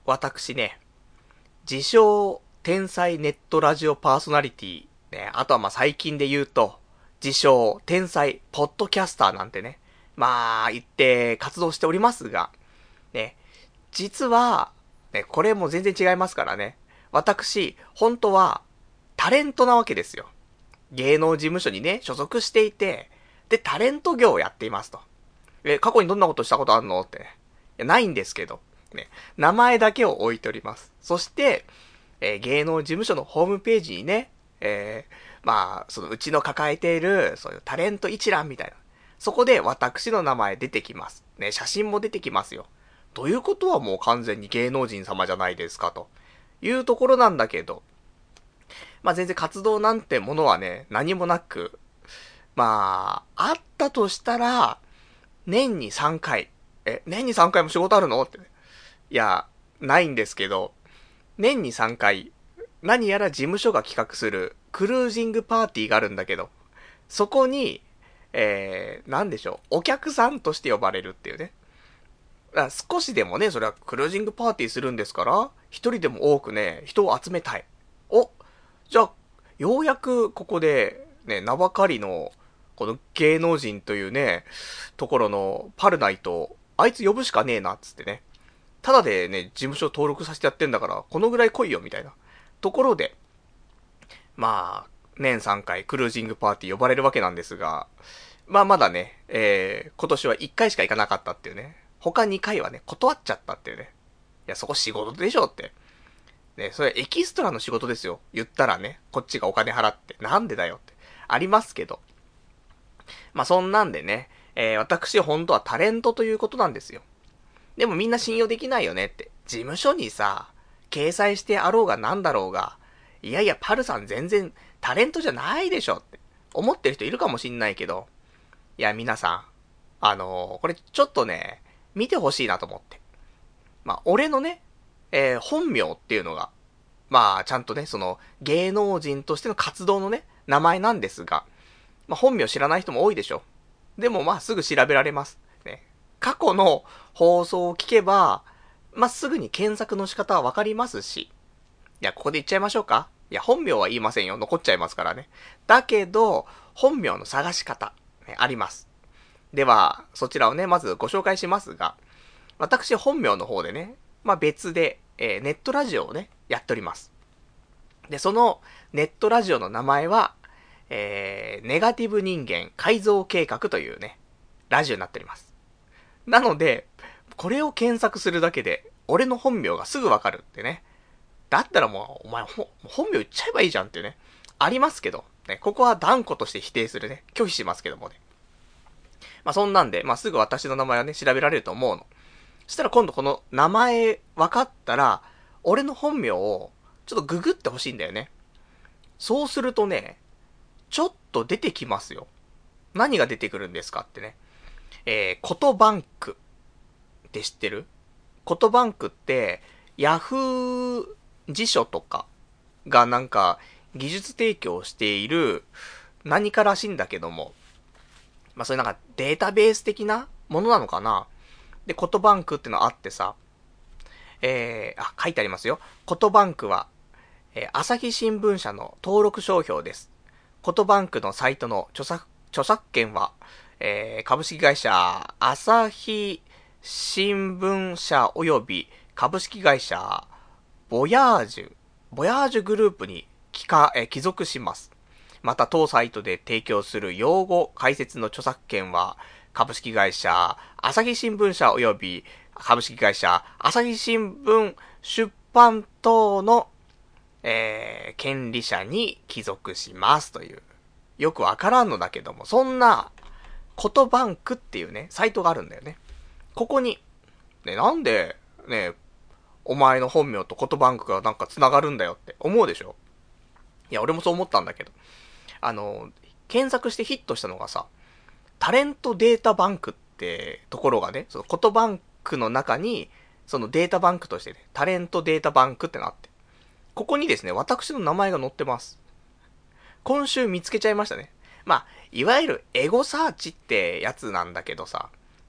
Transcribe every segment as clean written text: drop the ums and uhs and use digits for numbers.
私ね、自称天才ネットラジオパーソナリティ、ね、あとはまあ最近で言うと、自称天才ポッドキャスターなんてね、まあ言って活動しておりますが、ね、実は、ね、これも全然違いますからね。私、本当はタレントなわけですよ。芸能事務所にね、所属していて、で、タレント業をやっていますと。過去にどんなことしたことあるのってね。いや、ないんですけど、ね、名前だけを置いております。そして、芸能事務所のホームページにね、まあ、そのうちの抱えている、そういうタレント一覧みたいな。そこで私の名前出てきます。ね、写真も出てきますよ。ということはもう完全に芸能人様じゃないですか、というところなんだけど、まあ全然活動なんてものはね、何もなく、まあ、あったとしたら、年に3回。年に3回も仕事あるのって、ね。いや、ないんですけど、年に3回、何やら事務所が企画するクルージングパーティーがあるんだけど、そこに、なんでしょう、お客さんとして呼ばれるっていうね。少しでもね、それはクルージングパーティーするんですから、一人でも多くね、人を集めたい。お、じゃあ、ようやくここで、ね、名ばかりの、この芸能人というね、ところのパルナイト、あいつ呼ぶしかねえな、っつってね。ただでね、事務所登録させてやってんだから、このぐらい来いよ、みたいな。ところで、まあ、年3回クルージングパーティー呼ばれるわけなんですが、まあまだね、今年は1回しか行かなかったっていうね。他2回はね、断っちゃったっていうね。いや、そこ仕事でしょって。ね、それエキストラの仕事ですよ。言ったらね、こっちがお金払って。なんでだよって。ありますけど。まあそんなんでね、私本当はタレントということなんですよ。でもみんな信用できないよねって。事務所にさ、掲載してあろうがなんだろうが、いやいや、パルさん全然タレントじゃないでしょって思ってる人いるかもしんないけど、いや、皆さん、これちょっとね、見てほしいなと思って。まあ、俺のね、本名っていうのが、まあ、ちゃんとね、その、芸能人としての活動のね、名前なんですが、まあ、本名知らない人も多いでしょ。でもまあ、すぐ調べられます。ね。過去の放送を聞けば、まあ、すぐに検索の仕方はわかりますし、いや、ここで言っちゃいましょうか。いや、本名は言いませんよ。残っちゃいますからね。だけど、本名の探し方、ね、あります。では、そちらをね、まずご紹介しますが、私本名の方でね、まあ、別で、ネットラジオをね、やっております。で、そのネットラジオの名前は、ネガティブ人間改造計画というね、ラジオになっております。なので、これを検索するだけで、俺の本名がすぐわかるってね。だったらもう、お前本名言っちゃえばいいじゃんってね。ありますけど、ね、ここは断固として否定するね。拒否しますけどもね。まあそんなんで、まあすぐ私の名前はね、調べられると思うの。そしたら今度この名前分かったら、俺の本名をちょっとググってほしいんだよね。そうするとね、ちょっと出てきますよ。何が出てくるんですかってね。コトバンクって知ってる？コトバンクって、ヤフー辞書とかがなんか技術提供している何からしいんだけども、まあそういうなんかデータベース的なものなのかな。で、コトバンクってのあってさ、書いてありますよ。コトバンクは、朝日新聞社の登録商標です。コトバンクのサイトの著作権は、株式会社朝日新聞社及び株式会社ボヤージュグループに帰属します。また当サイトで提供する用語解説の著作権は株式会社朝日新聞社及び株式会社朝日新聞出版等の、権利者に帰属しますという。よくわからんのだけども、そんな、コトバンクっていうね、サイトがあるんだよね。ここに、ね、なんで、ね、お前の本名とコトバンクがなんか繋がるんだよって思うでしょ？いや、俺もそう思ったんだけど。検索してヒットしたのがさ、タレントデータバンクってところがね、そのコトバンクの中に、そのデータバンクとしてね、タレントデータバンクってのあって、ここにですね、私の名前が載ってます。今週見つけちゃいましたね。まあ、いわゆるエゴサーチってやつなんだけどさ、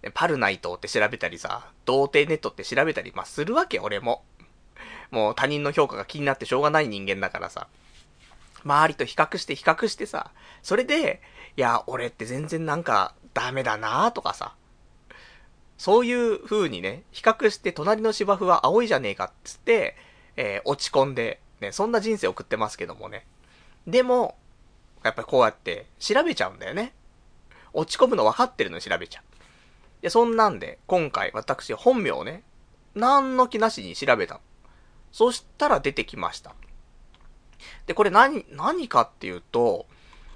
パルナイトって調べたりさ、童貞ネットって調べたり、まあ、するわけ、俺も。もう他人の評価が気になってしょうがない人間だからさ。周りと比較してさ、それで、いや、俺って全然なんかダメだなとかさ、そういう風にね、比較して隣の芝生は青いじゃねえかっつって、落ち込んで、ね、そんな人生送ってますけどもね。でも、やっぱりこうやって調べちゃうんだよね。落ち込むの分かってるのに調べちゃう。で、そんなんで、今回私本名をね、何の気なしに調べたの。そしたら出てきました。で、これ何かっていうと、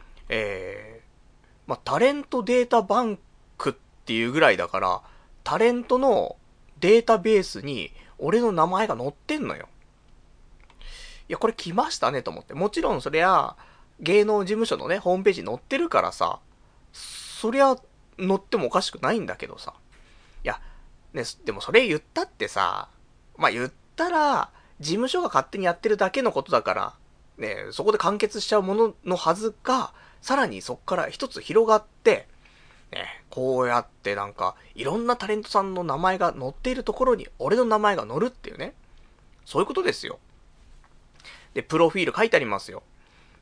まあ、タレントデータバンクっていうぐらいだから、タレントのデータベースに俺の名前が載ってんのよ。いや、これ来ましたねと思って。もちろんそりゃ、芸能事務所のね、ホームページに載ってるからさ、そりゃ、載ってもおかしくないんだけどさ。いや、ね、でもそれ言ったってさ、まあ、言ったら、事務所が勝手にやってるだけのことだから、ね、そこで完結しちゃうもののはずが、さらにそっから一つ広がって、ね、こうやってなんか、いろんなタレントさんの名前が載っているところに、俺の名前が載るっていうね。そういうことですよ。で、プロフィール書いてありますよ。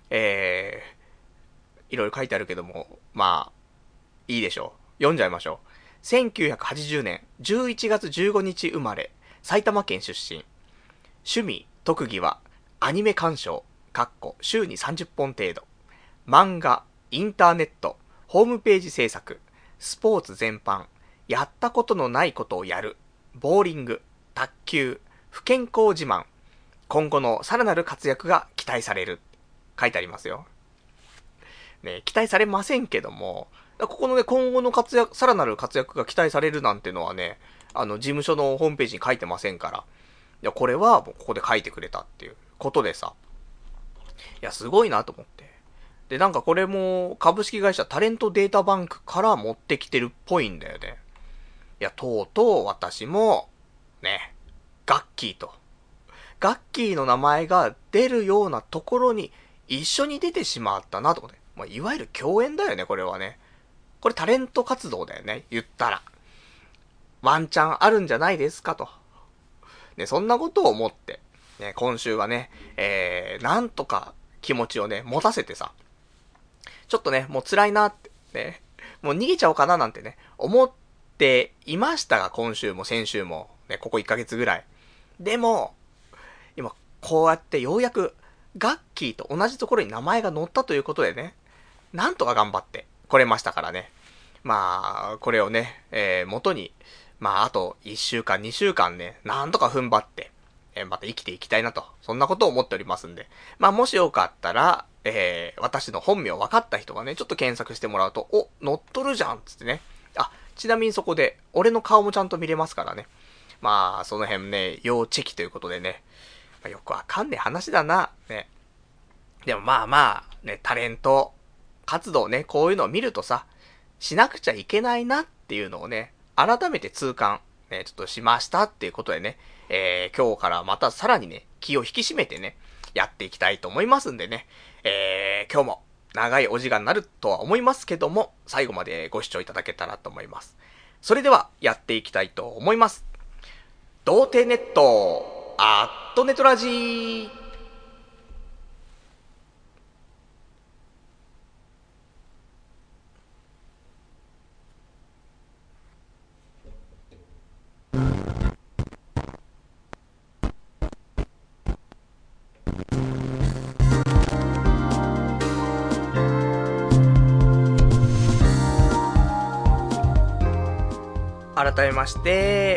いろいろ書いてあるけども、まあ、いいでしょう。読んじゃいましょう。1980年11月15日生まれ、埼玉県出身。趣味、特技は、アニメ鑑賞、週に30本程度。漫画、インターネット、ホームページ制作、スポーツ全般、やったことのないことをやる、ボーリング、卓球、不健康自慢、今後のさらなる活躍が期待される。書いてありますよ。ね、期待されませんけども、ここのね、今後のさらなる活躍が期待されるなんてのはね、事務所のホームページに書いてませんから、いや、これはもうここで書いてくれたっていうことでさ、いや、すごいなと思って。で、なんかこれも株式会社タレントデータバンクから持ってきてるっぽいんだよね。いや、とうとう私も、ね、ガッキーの名前が出るようなところに一緒に出てしまったなと思って。まあ、いわゆる共演だよね、これはね。これタレント活動だよね、言ったら。ワンチャンあるんじゃないですかと。ね、そんなことを思って、ね、今週はね、なんとか気持ちをね、持たせてさ、ちょっとね、もう辛いなって、ね、もう逃げちゃおうかななんてね、思っていましたが、今週も先週も、ね、ここ1ヶ月ぐらい。でも、今、こうやってようやく、ガッキーと同じところに名前が載ったということでね、なんとか頑張ってこれましたからね。まあ、これをね、元に、まあ、あと1週間、2週間ね、なんとか踏ん張って、また生きていきたいなと、そんなことを思っておりますんで。まあ、もしよかったら、私の本名分かった人がね、ちょっと検索してもらうと、お、乗っとるじゃんつってね。あ、ちなみにそこで、俺の顔もちゃんと見れますからね。まあ、その辺ね、要チェキということでね。まあ、よくわかんねえ話だな。ね。でもまあまあ、ね、タレント活動ね、こういうのを見るとさ、しなくちゃいけないなっていうのをね、改めて痛感、ね、ちょっとしましたっていうことでね、今日からまたさらにね、気を引き締めてね、やっていきたいと思いますんでね、今日も長いお時間になるとは思いますけども、最後までご視聴いただけたらと思います。それでは、やっていきたいと思います。童貞ネット、ネトラジー。改めまして、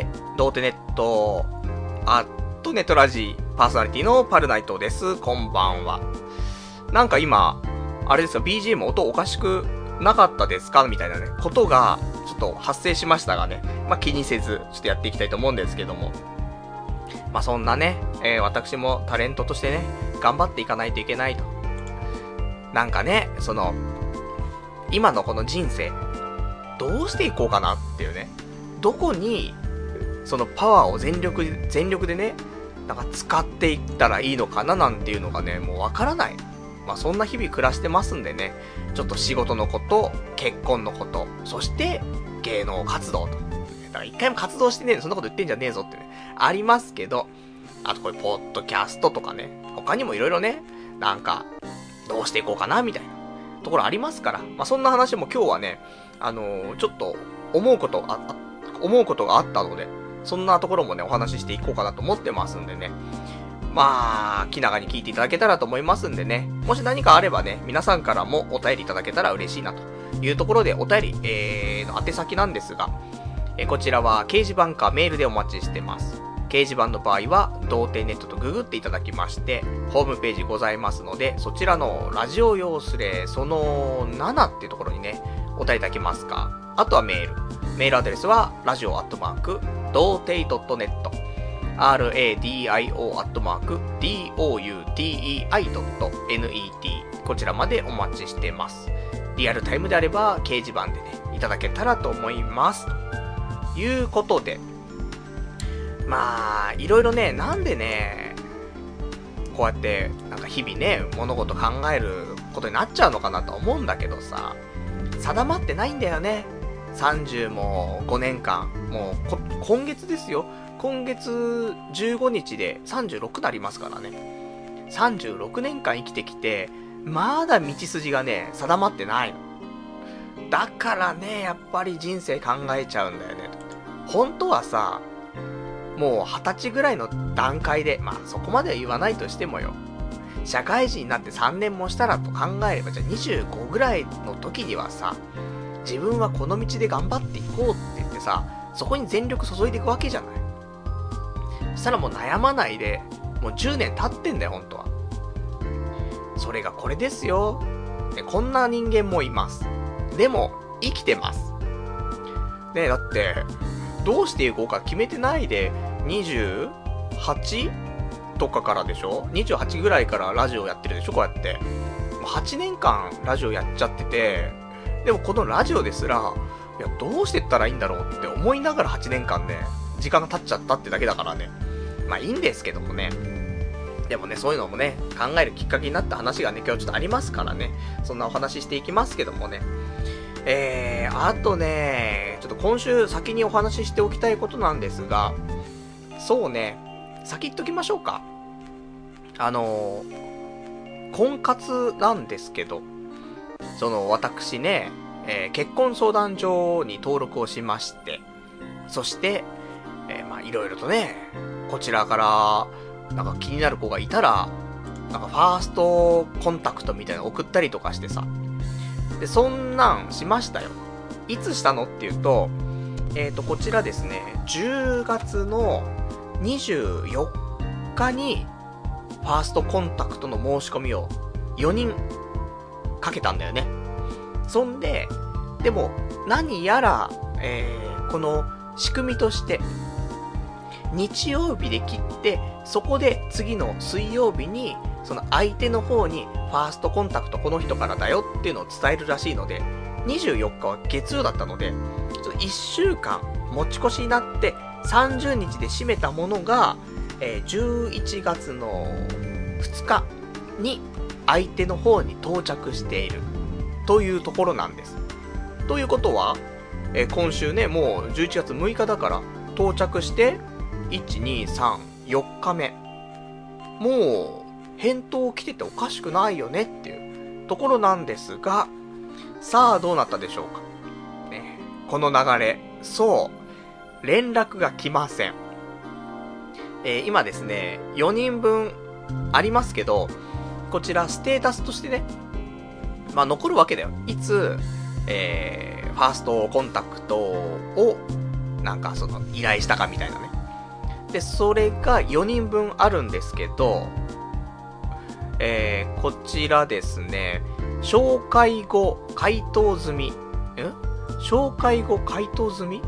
童貞ネット、ネトラジー、パーソナリティのパルナイトです。こんばんは。なんか今、あれですよ、BGM 音おかしくなかったですかみたいなね、ことが、ちょっと発生しましたがね、まあ、気にせず、ちょっとやっていきたいと思うんですけども。まあ、そんなね、私もタレントとしてね、頑張っていかないといけないと。なんかね、今のこの人生、どうしていこうかなっていうね、どこに、そのパワーを全力でね、なんか使っていったらいいのかななんていうのがね、もうわからない。まあそんな日々暮らしてますんでね、ちょっと仕事のこと、結婚のこと、そして芸能活動と。 だから一回も活動してねえ、そんなこと言ってんじゃねえぞってね、ありますけど、あとこれ、ポッドキャストとかね、他にもいろいろね、なんか、どうしていこうかな、みたいなところありますから、まあ、そんな話も今日はね、ちょっと、思うことがあったので、そんなところもね、お話ししていこうかなと思ってますんでね。まあ、気長に聞いていただけたらと思いますんでね。もし何かあればね、皆さんからもお便りいただけたら嬉しいなというところで、お便り、の宛先なんですが、こちらは掲示板かメールでお待ちしてます。掲示板の場合は、童貞ネットとググっていただきまして、ホームページございますので、そちらのラジオ用スレその7っていうところにね、お便りいただけますか。あとはメール。メールアドレスは、radio@ 童貞 .net radio@doutei.net こちらまでお待ちしてます。リアルタイムであれば掲示板でねいただけたらと思いますということで、まあいろいろね、なんでねこうやってなんか日々ね物事考えることになっちゃうのかなと思うんだけどさ、定まってないんだよね。30も5年間もう今月ですよ。今月15日で36なりますからね。36年間生きてきて、まだ道筋がね、定まってないの。だからね、やっぱり人生考えちゃうんだよね。本当はさ、もう20歳ぐらいの段階で、まあそこまでは言わないとしてもよ。社会人になって3年もしたらと考えれば、じゃあ25ぐらいの時にはさ、自分はこの道で頑張っていこうって言ってさ、そこに全力注いでいくわけじゃない。そしたらもう悩まないで、もう10年経ってんだよ、本当は。それがこれですよ。こんな人間もいます。でも、生きてます。ねえ、だって、どうしていこうか決めてないで、28? とかからでしょ ?28 ぐらいからラジオやってるでしょこうやって。8年間ラジオやっちゃってて、でもこのラジオですら、いや、どうしてったらいいんだろうって思いながら8年間ね、時間が経っちゃったってだけだからね。まあいいんですけどもね。でもね、そういうのもね、考えるきっかけになった話がね、今日ちょっとありますからね。そんなお話ししていきますけどもね。あとね、ちょっと今週先にお話ししておきたいことなんですが、そうね、先言っときましょうか。婚活なんですけど、私ね、結婚相談所に登録をしまして、そして、まあいろいろとね、こちらからなんか気になる子がいたら、なんかファーストコンタクトみたいなの送ったりとかしてさ、でそんなんしましたよ。いつしたのっていうと、こちらですね、10月の24日にファーストコンタクトの申し込みを4人かけたんだよね。そんで、でも何やら、この仕組みとして日曜日で切って、そこで次の水曜日にその相手の方にファーストコンタクトこの人からだよっていうのを伝えるらしいので、24日は月曜だったので、ちょっと1週間持ち越しになって30日で締めたものが、11月の2日に相手の方に到着しているというところなんです。ということは、今週ね、もう11月6日だから到着して1、2、3、4日目。もう返答来てておかしくないよねっていうところなんですが、さあどうなったでしょうか、ね、この流れ。そう連絡が来ません。今ですね4人分ありますけど、こちらステータスとしてね、まあ残るわけだよ。いつ、ファーストコンタクトをなんか依頼したかみたいなね。でそれが4人分あるんですけど、こちらですね、紹介後回答済み。紹介後回答済み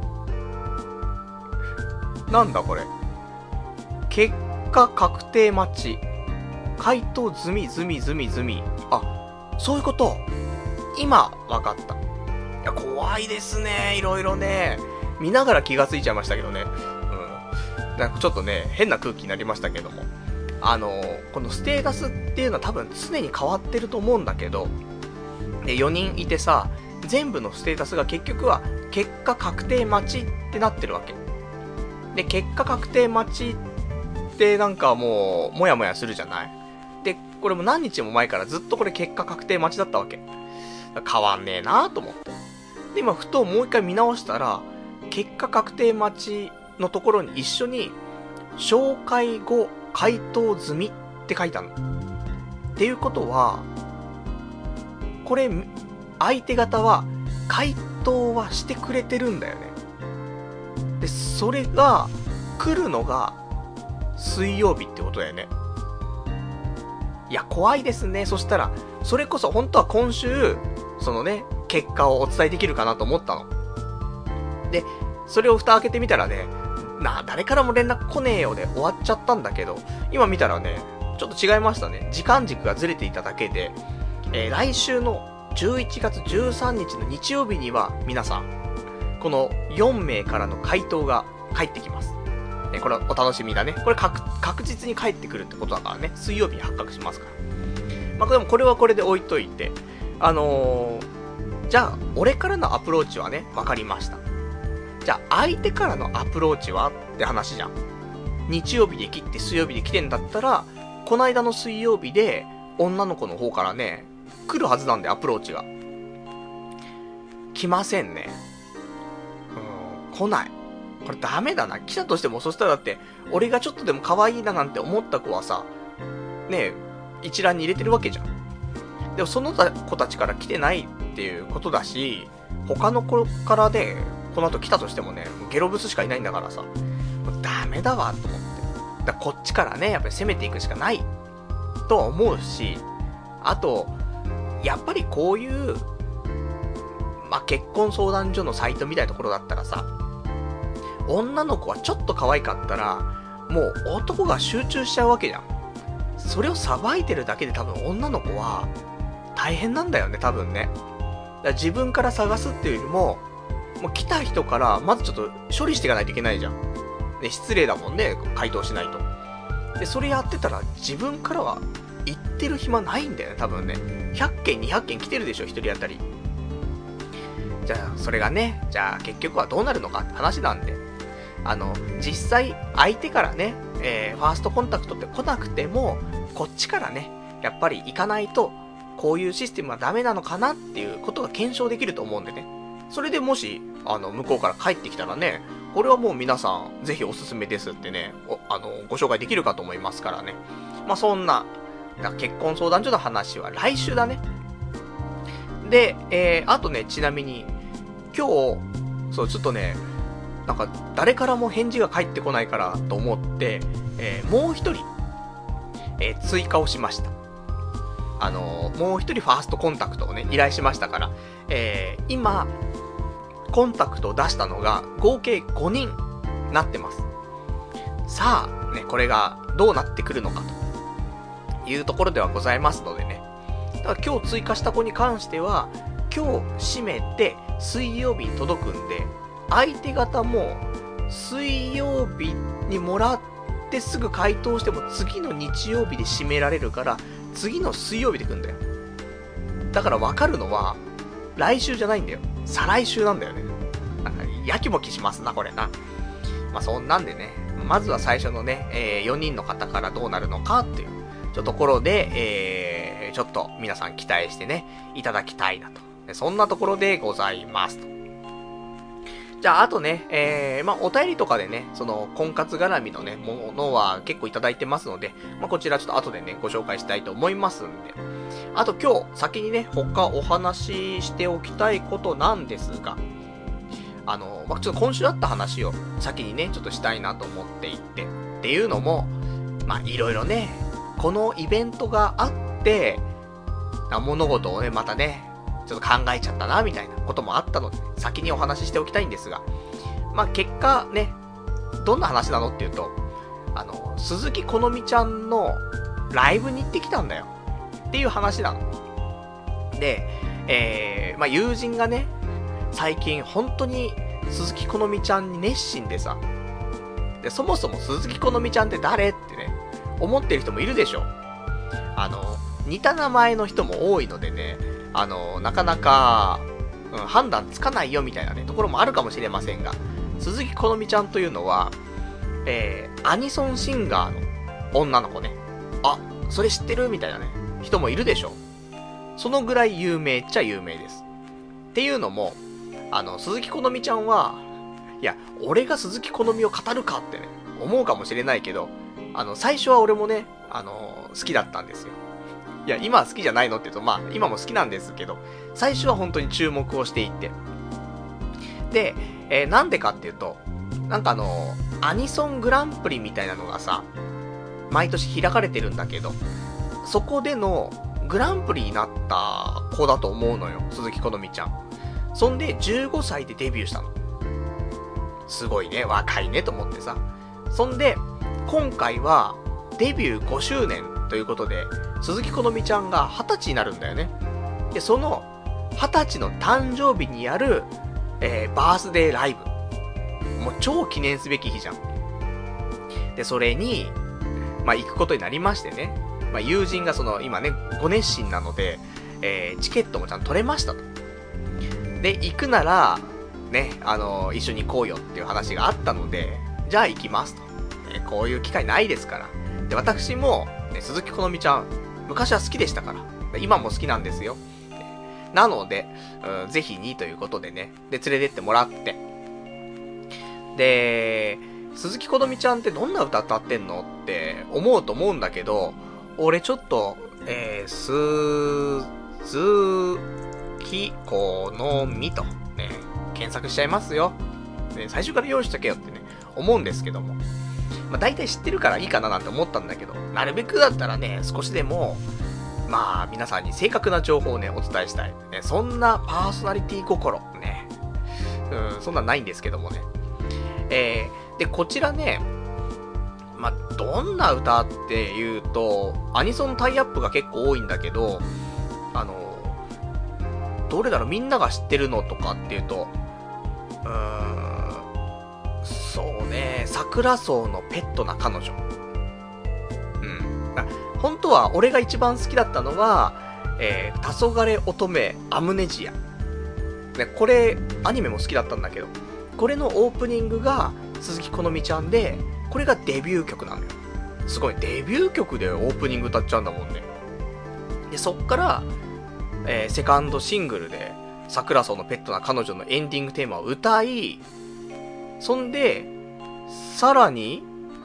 なんだこれ。結果確定待ち。回答済み。あ、そういうこと。今わかった。いや、怖いですね。いろいろね。見ながら気がついちゃいましたけどね。なんかちょっとね、変な空気になりましたけども。このステータスっていうのは多分常に変わってると思うんだけど、で4人いてさ、 全部のステータスが結局は結果確定待ちってなってるわけで、結果確定待ちってなんかもうもやもやするじゃない。でこれも何日も前からずっとこれ結果確定待ちだったわけ。変わんねえなと思って、で今ふともう一回見直したら、結果確定待ちのところに一緒に紹介後回答済みって書いてあるの。っていうことはこれ相手方は回答はしてくれてるんだよね。でそれが来るのが水曜日ってことだよね。いや怖いですね。そしたらそれこそ本当は今週そのね結果をお伝えできるかなと思ったので、それを蓋開けてみたらね、誰からも連絡来ねえよで終わっちゃったんだけど、今見たらねちょっと違いましたね。時間軸がずれていただけで、来週の11月13日の日曜日には皆さんこの4名からの回答が返ってきます。これはお楽しみだね。これ確実に返ってくるってことだからね、水曜日に発覚しますから。でもこれはこれで置いといて、じゃあ俺からのアプローチはね分かりました。じゃあ相手からのアプローチはって話じゃん。日曜日で切って水曜日で来てんだったら、この間の水曜日で女の子の方からね来るはずなんで、アプローチが来ませんね。来ない。これダメだな。来たとしても、そしたらだって俺がちょっとでも可愛いななんて思った子はさね一覧に入れてるわけじゃん。でもその子たちから来てないっていうことだし、他の子からでこの後来たとしてもねゲロブスしかいないんだからさ、ダメだわと思って、だからこっちからねやっぱり攻めていくしかないとは思うし、あとやっぱりこういう結婚相談所のサイトみたいなところだったらさ、女の子はちょっと可愛かったらもう男が集中しちゃうわけじゃん。それをさばいてるだけで多分女の子は大変なんだよね、多分ね。だから自分から探すっていうよりも、もう来た人からまずちょっと処理していかないといけないじゃん。ね、失礼だもんね、回答しないと。でそれやってたら自分からは言ってる暇ないんだよね、多分ね。100件200件来てるでしょ、1人当たり。じゃあそれがね、じゃあ結局はどうなるのかって話なんで、実際相手からね、ファーストコンタクトって来なくても、こっちからねやっぱり行かないとこういうシステムはダメなのかなっていうことが検証できると思うんでね。それでもし向こうから帰ってきたらね、これはもう皆さんぜひおすすめですってね、ご紹介できるかと思いますからね。そんな結婚相談所の話は来週だね。で、あとね、ちなみに今日ちょっとねなんか誰からも返事が返ってこないからと思って、もう一人、追加をしました。もう一人ファーストコンタクトをね依頼しましたから、今コンタクトを出したのが合計5人なってます。さあね、これがどうなってくるのかというところではございますのでね。だから今日追加した子に関しては今日閉めて水曜日に届くんで、相手方も水曜日にもらってすぐ回答しても次の日曜日で閉められるから、次の水曜日で来るんだよ。だから分かるのは来週じゃないんだよ、再来週なんだよね。なんかやきもきしますなこれな。そんなんでね、まずは最初のね、4人の方からどうなるのかっていうところで、ちょっと皆さん期待してねいただきたいなと、そんなところでございますと。じゃああとね、お便りとかでね、その婚活絡みのねものは結構いただいてますので、こちらちょっと後でねご紹介したいと思いますんで、あと今日先にね他お話ししておきたいことなんですが、ちょっと今週あった話を先にねちょっとしたいなと思っていて、っていうのもいろいろねこのイベントがあって物事をねまたねちょっと考えちゃったなみたいなこともあったので、先にお話ししておきたいんですが、結果ねどんな話なのっていうと、鈴木好美ちゃんのライブに行ってきたんだよっていう話なので、友人がね最近本当に鈴木好美ちゃんに熱心でさ、でそもそも鈴木好美ちゃんって誰ってね思ってる人もいるでしょ。似た名前の人も多いのでね、なかなか判断つかないよみたいなね、ところもあるかもしれませんが、鈴木好美ちゃんというのは、アニソンシンガーの女の子ね。あ、それ知ってるみたいなね、人もいるでしょ。そのぐらい有名っちゃ有名です。っていうのも、鈴木好美ちゃんは、いや、俺が鈴木好美を語るかってね、思うかもしれないけど、最初は俺もね、好きだったんですよ。いや、今は好きじゃないのって言うと、まあ、今も好きなんですけど、最初は本当に注目をしていて。で、なんでかっていうと、なんかアニソングランプリみたいなのがさ、毎年開かれてるんだけど、そこでのグランプリになった子だと思うのよ、鈴木好美ちゃん。そんで、15歳でデビューしたの。すごいね、若いねと思ってさ。そんで、今回は、デビュー5周年ということで、鈴木好美ちゃんが20歳になるんだよね。で、その、20歳の誕生日にやる、バースデーライブ。もう超記念すべき日じゃん。で、それに、まあ、行くことになりましてね。まあ、友人が今ね、ご熱心なので、チケットもちゃんと取れましたと。で、行くなら、ね、一緒に行こうよっていう話があったので、じゃあ行きますと。こういう機会ないですから。で、私も、ね、鈴木好美ちゃん、昔は好きでしたから。今も好きなんですよ。なので、ぜひにということでね、で、連れてってもらって。で、鈴木好美ちゃんってどんな歌歌ってんのって思うと思うんだけど、俺ちょっと、鈴木好美と、ね、検索しちゃいますよ。ね、最初から用意しとけよってね、思うんですけども。まあ大体知ってるからいいかななんて思ったんだけど、なるべくだったらね、少しでも、まあ皆さんに正確な情報をね、お伝えしたい。ね、そんなパーソナリティ心、ね。そんなんないんですけどもね。で、こちらね、まあ、どんな歌っていうと、アニソンタイアップが結構多いんだけど、どれだろう、みんなが知ってるのとかっていうと、そうね、桜草のペットな彼女。本当は俺が一番好きだったのは、黄昏乙女アムネジア。ね、これ、アニメも好きだったんだけど、これのオープニングが鈴木好美ちゃんで、これがデビュー曲なのよ。すごい、デビュー曲でオープニング歌っちゃうんだもんね。で、そっから、セカンドシングルで、桜草のペットな彼女のエンディングテーマを歌い、そんで、さらに、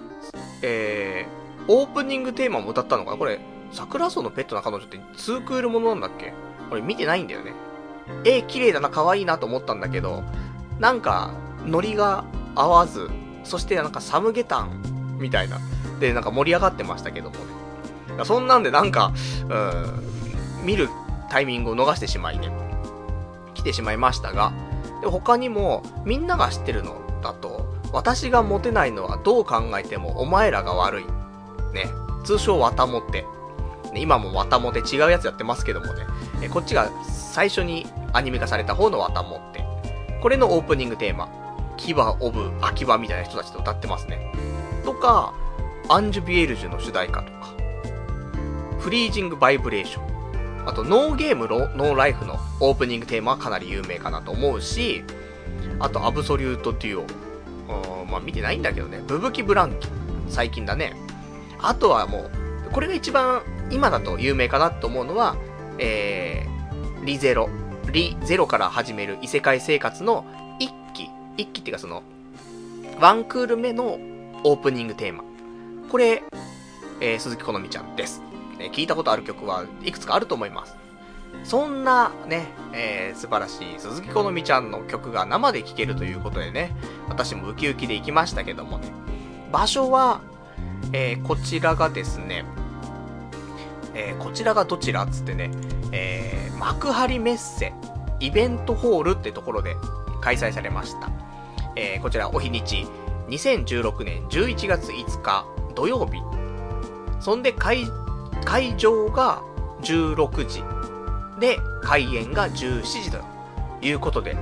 オープニングテーマも歌ったのかなこれ、桜草のペットな彼女って2クールものなんだっけこれ見てないんだよね。綺麗だな、可愛いなと思ったんだけど、なんか、ノリが合わず、そしてなんかサムゲタンみたいな。で、なんか盛り上がってましたけどもね。そんなんでなんか、見るタイミングを逃してしまいね、来てしまいましたが、で他にも、みんなが知ってるのだと、私がモテないのはどう考えてもお前らが悪い。ね。通称わたモテ。今もわたモテ違うやつやってますけどもね。こっちが最初にアニメ化された方のわたモテ。これのオープニングテーマ。キバ・オブ・アキバみたいな人たちと歌ってますね。とか、アンジュ・ビエルジュの主題歌とか、フリージング・バイブレーション。あと、ノーゲーム・ノーライフのオープニングテーマはかなり有名かなと思うし、あと、アブソリュート・デュオ。まあ見てないんだけどね。ブブキ・ブランキ。最近だね。あとはもう、これが一番今だと有名かなと思うのは、リゼロから始める異世界生活の一期っていうかワンクール目のオープニングテーマ。これ、鈴木好美ちゃんです。聞いたことある曲はいくつかあると思います。そんなね、素晴らしい鈴木好美ちゃんの曲が生で聴けるということでね、私もウキウキで行きましたけどもね。場所は、こちらがですね、こちらがどちらっつってね、幕張メッセイベントホールってところで開催されました。こちらお日にち2016年11月5日土曜日。そんで会場が16時で開演が17時ということで、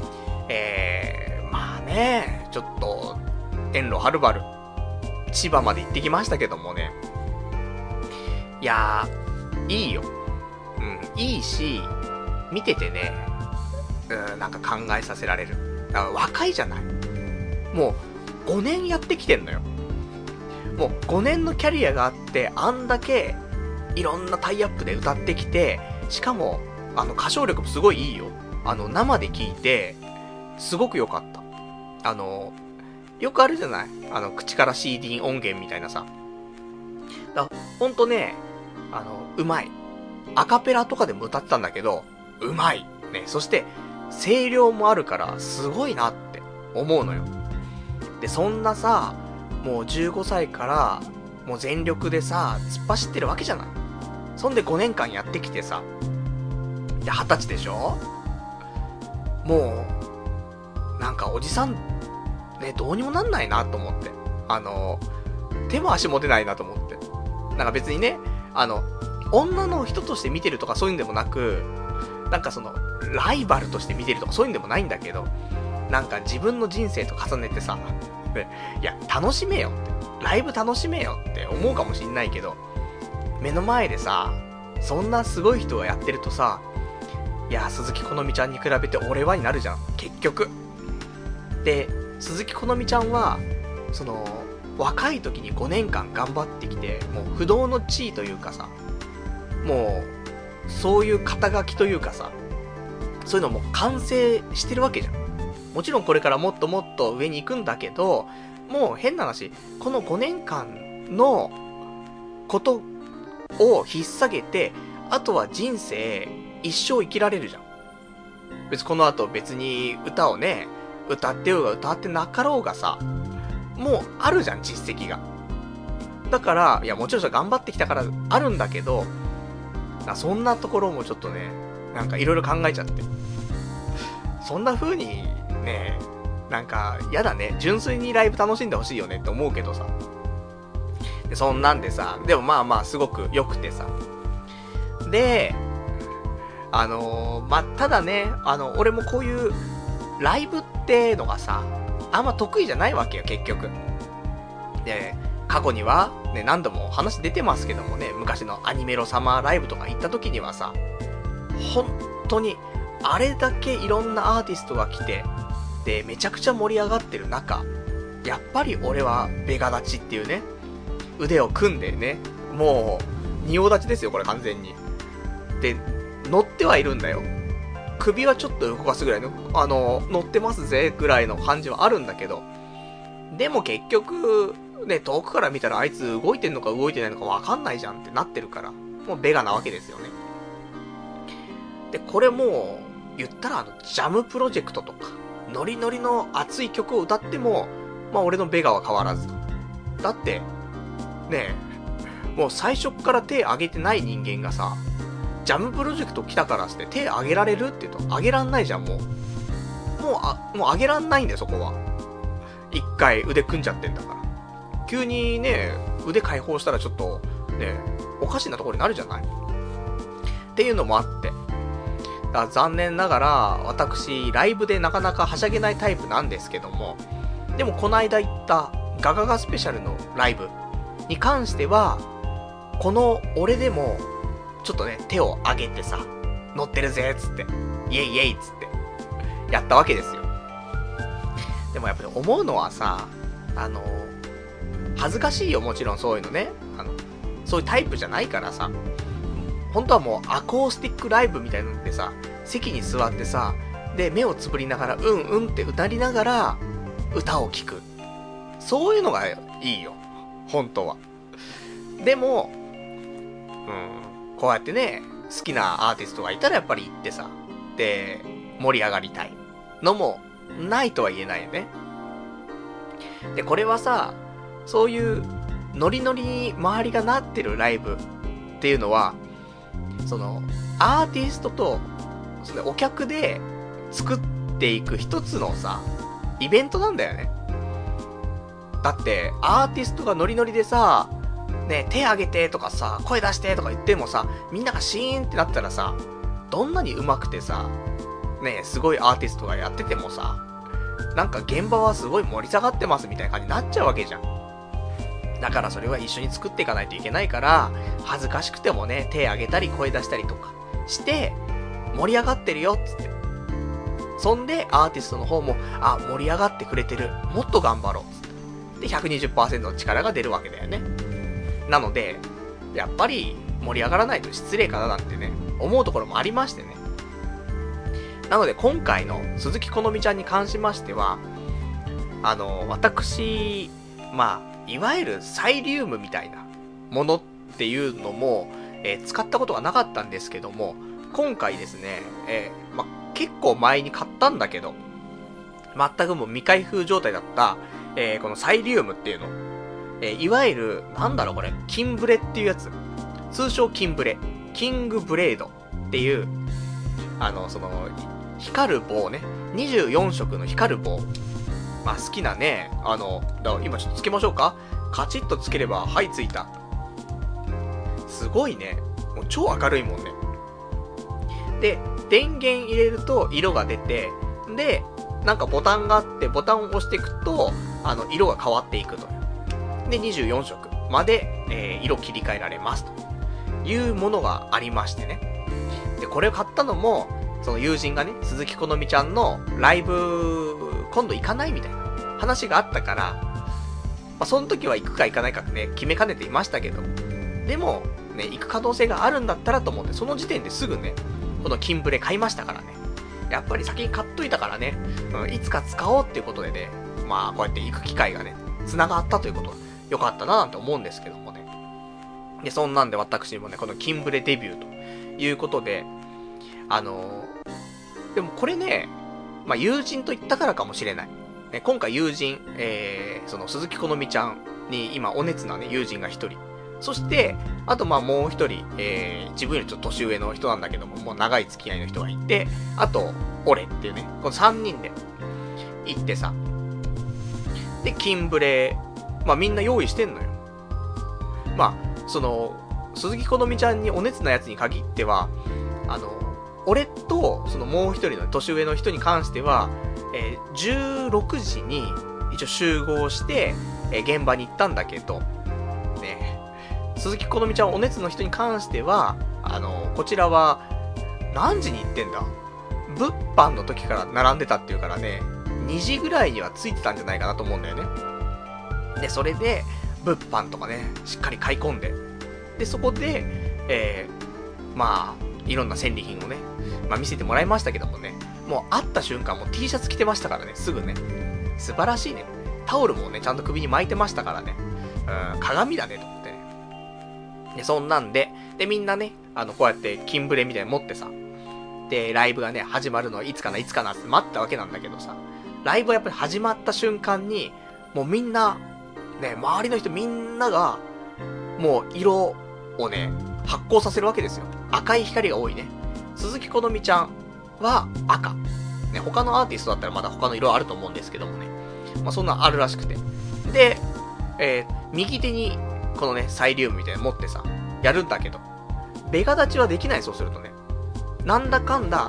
まあね、ちょっと遠路はるばる千葉まで行ってきましたけどもね。いやー、いいよ。いいし、見ててね、 なんか考えさせられる。だから若いじゃない。もう5年やってきてんのよ。もう5年のキャリアがあって、あんだけいろんなタイアップで歌ってきて、しかも歌唱力もすごいいいよ。生で聞いてすごく良かった。よくあるじゃない、口から CD 音源みたいなさ。ほんとね、うまい。アカペラとかでも歌ってたんだけど、うまい。ね、そして、声量もあるから、すごいなって思うのよ。で、そんなさ、もう15歳から、もう全力でさ、突っ走ってるわけじゃない。そんで5年間やってきてさ、で、20歳でしょ？もう、なんかおじさん、ね、どうにもなんないなと思って。手も足も出ないなと思って。なんか別にね、女の人として見てるとかそういうんでもなく、なんかその、ライバルとして見てるとかそういうんでもないんだけど、なんか自分の人生と重ねてさ、いや、楽しめよって、ライブ楽しめよって思うかもしんないけど、目の前でさ、そんなすごい人がやってるとさ、いや、鈴木好美ちゃんに比べて俺はになるじゃん、結局。で、鈴木好美ちゃんは、その、若い時に5年間頑張ってきて、もう不動の地位というかさ、もう、そういう肩書きというかさ、そういうのも完成してるわけじゃん。もちろんこれからもっともっと上に行くんだけど、もう変な話、この5年間のことを引っ提げて、あとは人生一生生きられるじゃん。別にこの後別に歌をね、歌ってようが歌ってなかろうがさ、もうあるじゃん、実績が。だから、いやもちろんそれ頑張ってきたからあるんだけど、そんなところもちょっとね、なんかいろいろ考えちゃって。そんな風にね、なんかやだね、純粋にライブ楽しんでほしいよねって思うけどさ。でそんなんでさ、でもまあまあすごく良くてさ。で、ただね、俺もこういうライブってのがさ、あんま得意じゃないわけよ、結局。で、過去には、ね、何度も話出てますけどもね、昔のアニメロサマーライブとか行った時にはさ、本当に、あれだけいろんなアーティストが来て、で、めちゃくちゃ盛り上がってる中、やっぱり俺はベガ立ちっていうね、腕を組んでね、もう、仁王立ちですよ、これ完全に。で、乗ってはいるんだよ。首はちょっと動かすぐらいの、乗ってますぜ、ぐらいの感じはあるんだけど、でも結局、ね、遠くから見たらあいつ動いてんのか動いてないのかわかんないじゃんってなってるから、もうベガなわけですよね。で、これもう、言ったらジャムプロジェクトとか、ノリノリの熱い曲を歌っても、まあ俺のベガは変わらず。だって、ねえ、もう最初から手挙げてない人間がさ、ジャムプロジェクト来たからって手挙げられるって言うと挙げらんないじゃん、もう。もう挙げらんないんだよ、そこは。一回腕組んじゃってんだから。急にね、腕解放したらちょっと、ね、おかしなところになるじゃないっていうのもあって。だから残念ながら、私、ライブでなかなかはしゃげないタイプなんですけども、でもこの間行ったガガガスペシャルのライブに関しては、この俺でも、ちょっとね、手を挙げてさ、乗ってるぜ、つって、イエイイエイ、つって、やったわけですよ。でもやっぱり思うのはさ、恥ずかしいよ、もちろんそういうのね。そういうタイプじゃないからさ、本当はもうアコースティックライブみたいなのでさ、席に座ってさ、で、目をつぶりながら、うんうんって歌いながら、歌を聴く。そういうのがいいよ。本当は。でも、こうやってね、好きなアーティストがいたらやっぱり行ってさ、で、盛り上がりたいのも、ないとは言えないよね。で、これはさ、そういう、ノリノリに周りがなってるライブっていうのは、その、アーティストと、そのお客で作っていく一つのさ、イベントなんだよね。だって、アーティストがノリノリでさ、ね、手挙げてとかさ、声出してとか言ってもさ、みんながシーンってなったらさ、どんなに上手くてさ、ね、すごいアーティストがやっててもさ、なんか現場はすごい盛り下がってますみたいな感じになっちゃうわけじゃん。だからそれは一緒に作っていかないといけないから、恥ずかしくてもね、手挙げたり声出したりとかして、盛り上がってるよっつって。 そんでアーティストの方も、盛り上がってくれてる。もっと頑張ろう。で、120% の力が出るわけだよね。なので、やっぱり盛り上がらないと失礼かななんてね、思うところもありましてね。なので今回の鈴木好美ちゃんに関しましては、私、いわゆるサイリウムみたいなものっていうのも、使ったことがなかったんですけども、今回ですね、結構前に買ったんだけど、全くもう未開封状態だった、このサイリウムっていうの。いわゆる、これ、キンブレっていうやつ。通称キンブレ。キングブレードっていう、光る棒ね。24色の光る棒。好きなね、今ちょっとつけましょうか。カチッとつければ、はい、ついた。すごいね。もう超明るいもんね。で、電源入れると色が出て、で、ボタンがあって、ボタンを押していくと、色が変わっていくと。で、24色まで、色切り替えられますというものがありましてね。で、これを買ったのも、その友人がね、鈴木好美ちゃんのライブ、今度行かないみたいな話があったから、その時は行くか行かないかね、決めかねていましたけど、でも、ね、行く可能性があるんだったらと思って、その時点ですぐね、このキンブレ買いましたからね。やっぱり先に買っといたからね、いつか使おうっていうことでね、こうやって行く機会がね、繋がったということは、よかったななんて思うんですけどもね。で、そんなんで私もね、このキンブレデビューということで、でもこれね、友人と言ったからかもしれない。ね、今回友人、その鈴木好美ちゃんに今お熱なね、友人が一人。そして、あともう一人、自分よりちょっと年上の人なんだけども、もう長い付き合いの人がいて、あと、俺っていうね、この3人で行ってさ。で、キンブレ、みんな用意してんのよ。鈴木好美ちゃんにお熱なやつに限っては、俺と、そのもう一人の年上の人に関しては、16時に一応集合して、現場に行ったんだけど、ね、鈴木好美ちゃんお熱の人に関しては、こちらは、何時に行ってんだ？物販の時から並んでたっていうからね、2時ぐらいには着いてたんじゃないかなと思うんだよね。で、それで、物販とかね、しっかり買い込んで、で、そこで、いろんな戦利品をね、見せてもらいましたけどもね、もう会った瞬間もう T シャツ着てましたからね、すぐね。素晴らしいね。タオルもね、ちゃんと首に巻いてましたからね。鏡だね、と思ってね。で、そんなんで、で、みんなね、こうやってキンブレみたいに持ってさ、で、ライブがね、始まるのいつかなって待ったわけなんだけどさ、ライブはやっぱり始まった瞬間に、もうみんな、ね、周りの人みんなが、もう色をね、発光させるわけですよ。赤い光が多いね。鈴木好美ちゃんは赤。ね、他のアーティストだったらまだ他の色あると思うんですけどもね。そんなんあるらしくて。で、右手に、このね、サイリウムみたいなの持ってさ、やるんだけど、ベガ立ちはできない、そうするとね。なんだかんだ、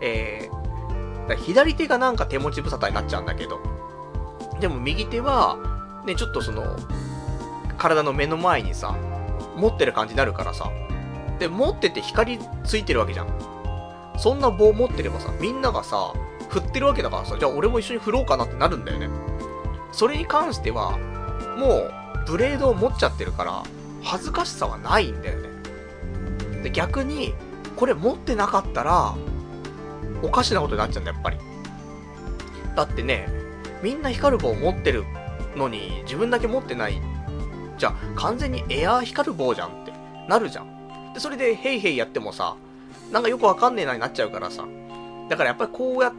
左手がなんか手持ち無沙汰になっちゃうんだけど、でも右手は、ね、ちょっとその、体の目の前にさ、持ってる感じになるからさ、で、持ってて光ついてるわけじゃん。そんな棒持ってればさ、みんながさ、振ってるわけだからさ、じゃあ俺も一緒に振ろうかなってなるんだよね。それに関しては、もう、ブレードを持っちゃってるから、恥ずかしさはないんだよね。で、逆に、これ持ってなかったら、おかしなことになっちゃうんだ、やっぱり。だってね、みんな光る棒持ってるのに、自分だけ持ってない。じゃあ、完全にエアー光る棒じゃんってなるじゃん。で、それでヘイヘイやってもさ、なんかよくわかんねえなになっちゃうからさ。だからやっぱりこうやって、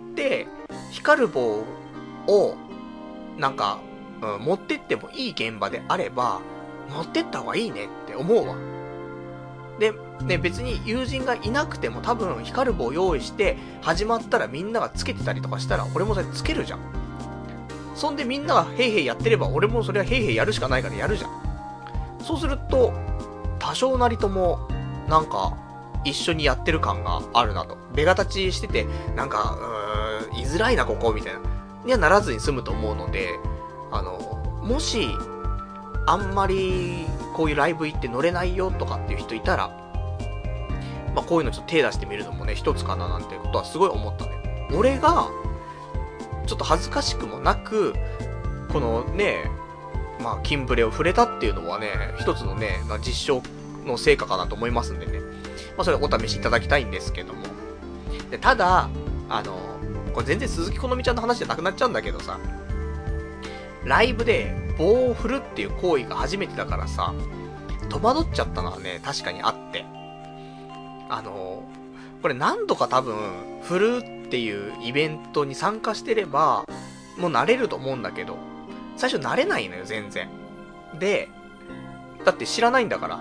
光る棒を、なんか、持ってってもいい現場であれば、持ってった方がいいねって思うわ。で、ね、別に友人がいなくても多分光る棒を用意して始まったらみんながつけてたりとかしたら俺もそれつけるじゃん。そんでみんながヘイヘイやってれば俺もそれはヘイヘイやるしかないからやるじゃん。そうすると多少なりともなんか一緒にやってる感があるなと。ベガ立ちしててなんか居づらいなここみたいなにはならずに済むと思うので、もしあんまりこういうライブ行って乗れないよとかっていう人いたら、こういうのちょっと手出してみるのもね、一つかななんてことはすごい思ったね。俺がちょっと恥ずかしくもなく、このね、まあ、キンブレを触れたっていうのはね、一つのね、実証の成果かなと思いますんでね。まあ、それお試しいただきたいんですけども。で、ただ、これ全然鈴木好美ちゃんの話じゃなくなっちゃうんだけどさ、ライブで棒を振るっていう行為が初めてだからさ、戸惑っちゃったのはね、確かにあって。これ何度か多分、振るっていうイベントに参加してれば、もう慣れると思うんだけど、最初慣れないのよ、全然。で、だって知らないんだから、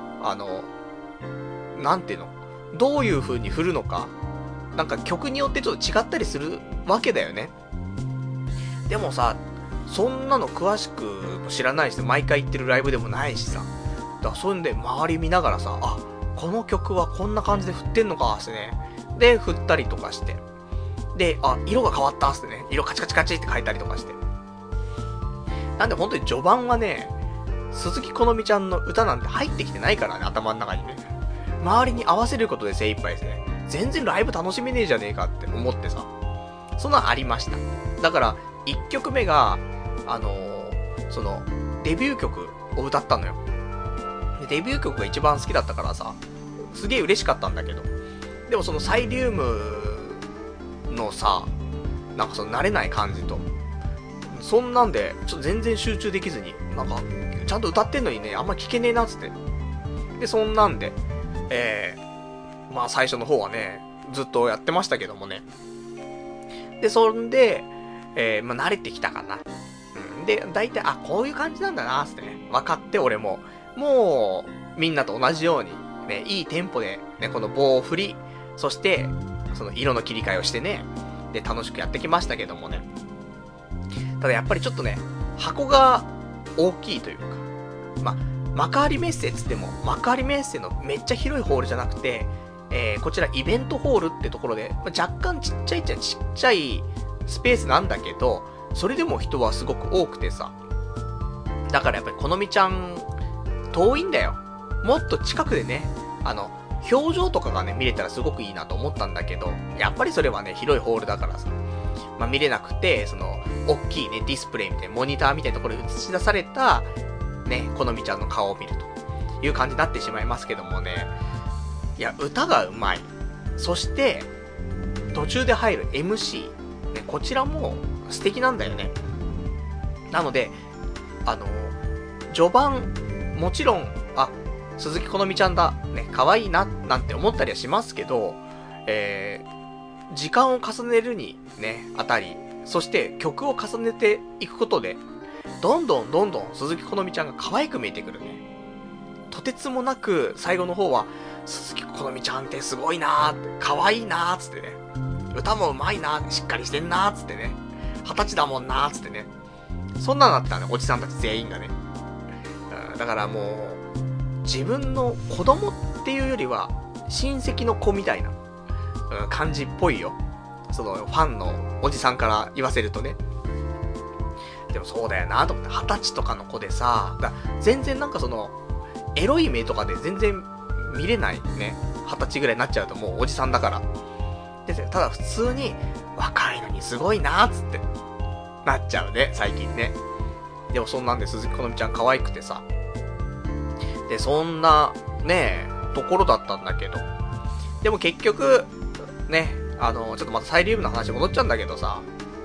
なんていうの、どういう風に振るのか、なんか曲によってちょっと違ったりするわけだよね。でもさ、そんなの詳しく知らないし、毎回行ってるライブでもないしさ、だからそんで周り見ながらさ、あ、この曲はこんな感じで振ってんのかってね。で、振ったりとかして。で、あ、色が変わったってね。色カチカチカチって変えたりとかして。なんで本当に序盤はね、鈴木好美ちゃんの歌なんて入ってきてないからね、頭の中にね。周りに合わせることで精一杯ですね。全然ライブ楽しめねえじゃねえかって思ってさ。そんなありました。だから、1曲目が、その、デビュー曲を歌ったのよ。でデビュー曲が一番好きだったからさ、すげえ嬉しかったんだけど。でもそのサイリウムのさ、なんかその慣れない感じと、そんなんで、ちょっと全然集中できずに、なんか、ちゃんと歌ってんのにね、あんま聞けねえなっつって。で、そんなんで、まあ最初の方はね、ずっとやってましたけどもね。で、そんで、まあ慣れてきたかな。うん。で、だいたい、あ、こういう感じなんだな、つってね。分かって俺も、もう、みんなと同じように、ね、いいテンポで、ね、この棒を振り、そして、その色の切り替えをしてね、で、楽しくやってきましたけどもね。ただやっぱりちょっとね、箱が大きいというか、まあ、幕張メッセっつっても、幕張メッセのめっちゃ広いホールじゃなくて、こちらイベントホールってところで、まあ、若干ちっちゃいっちゃちっちゃいスペースなんだけど、それでも人はすごく多くてさ。だからやっぱり好美ちゃん、遠いんだよ。もっと近くでね、表情とかがね、見れたらすごくいいなと思ったんだけど、やっぱりそれはね、広いホールだからさ、まあ、見れなくて、その、大きいね、ディスプレイみたいな、モニターみたいなところで映し出された、ね、好美ちゃんの顔を見るという感じになってしまいますけどもね、いや、歌がうまい。そして、途中で入る MC、ね、こちらも素敵なんだよね。なので、序盤、もちろん、あ、鈴木好美ちゃんだ、ね、可愛いな、なんて思ったりはしますけど、時間を重ねるにね、あたり、そして曲を重ねていくことで、どんどん鈴木好美ちゃんが可愛く見えてくるね。とてつもなく最後の方は、鈴木好美ちゃんってすごいなーって、可愛いなーつってね。歌も上手いなーって、しっかりしてんなーつってね。20歳だもんなーつってね。そんなのなってたね、おじさんたち全員がね。だからもう、自分の子供っていうよりは、親戚の子みたいな、感じっぽいよ。そのファンのおじさんから言わせるとね。でもそうだよなと思って、20歳とかの子でさ、全然なんかその、エロい目とかで全然見れないね。20歳ぐらいになっちゃうともうおじさんだから。で、ただ普通に、若いのにすごいなーっつって、なっちゃうね、最近ね。でもそんなんで鈴木好美ちゃん可愛くてさ。で、そんな、ねところだったんだけど。でも結局、ね、ちょっとまたサイリウムの話戻っちゃうんだけどさ、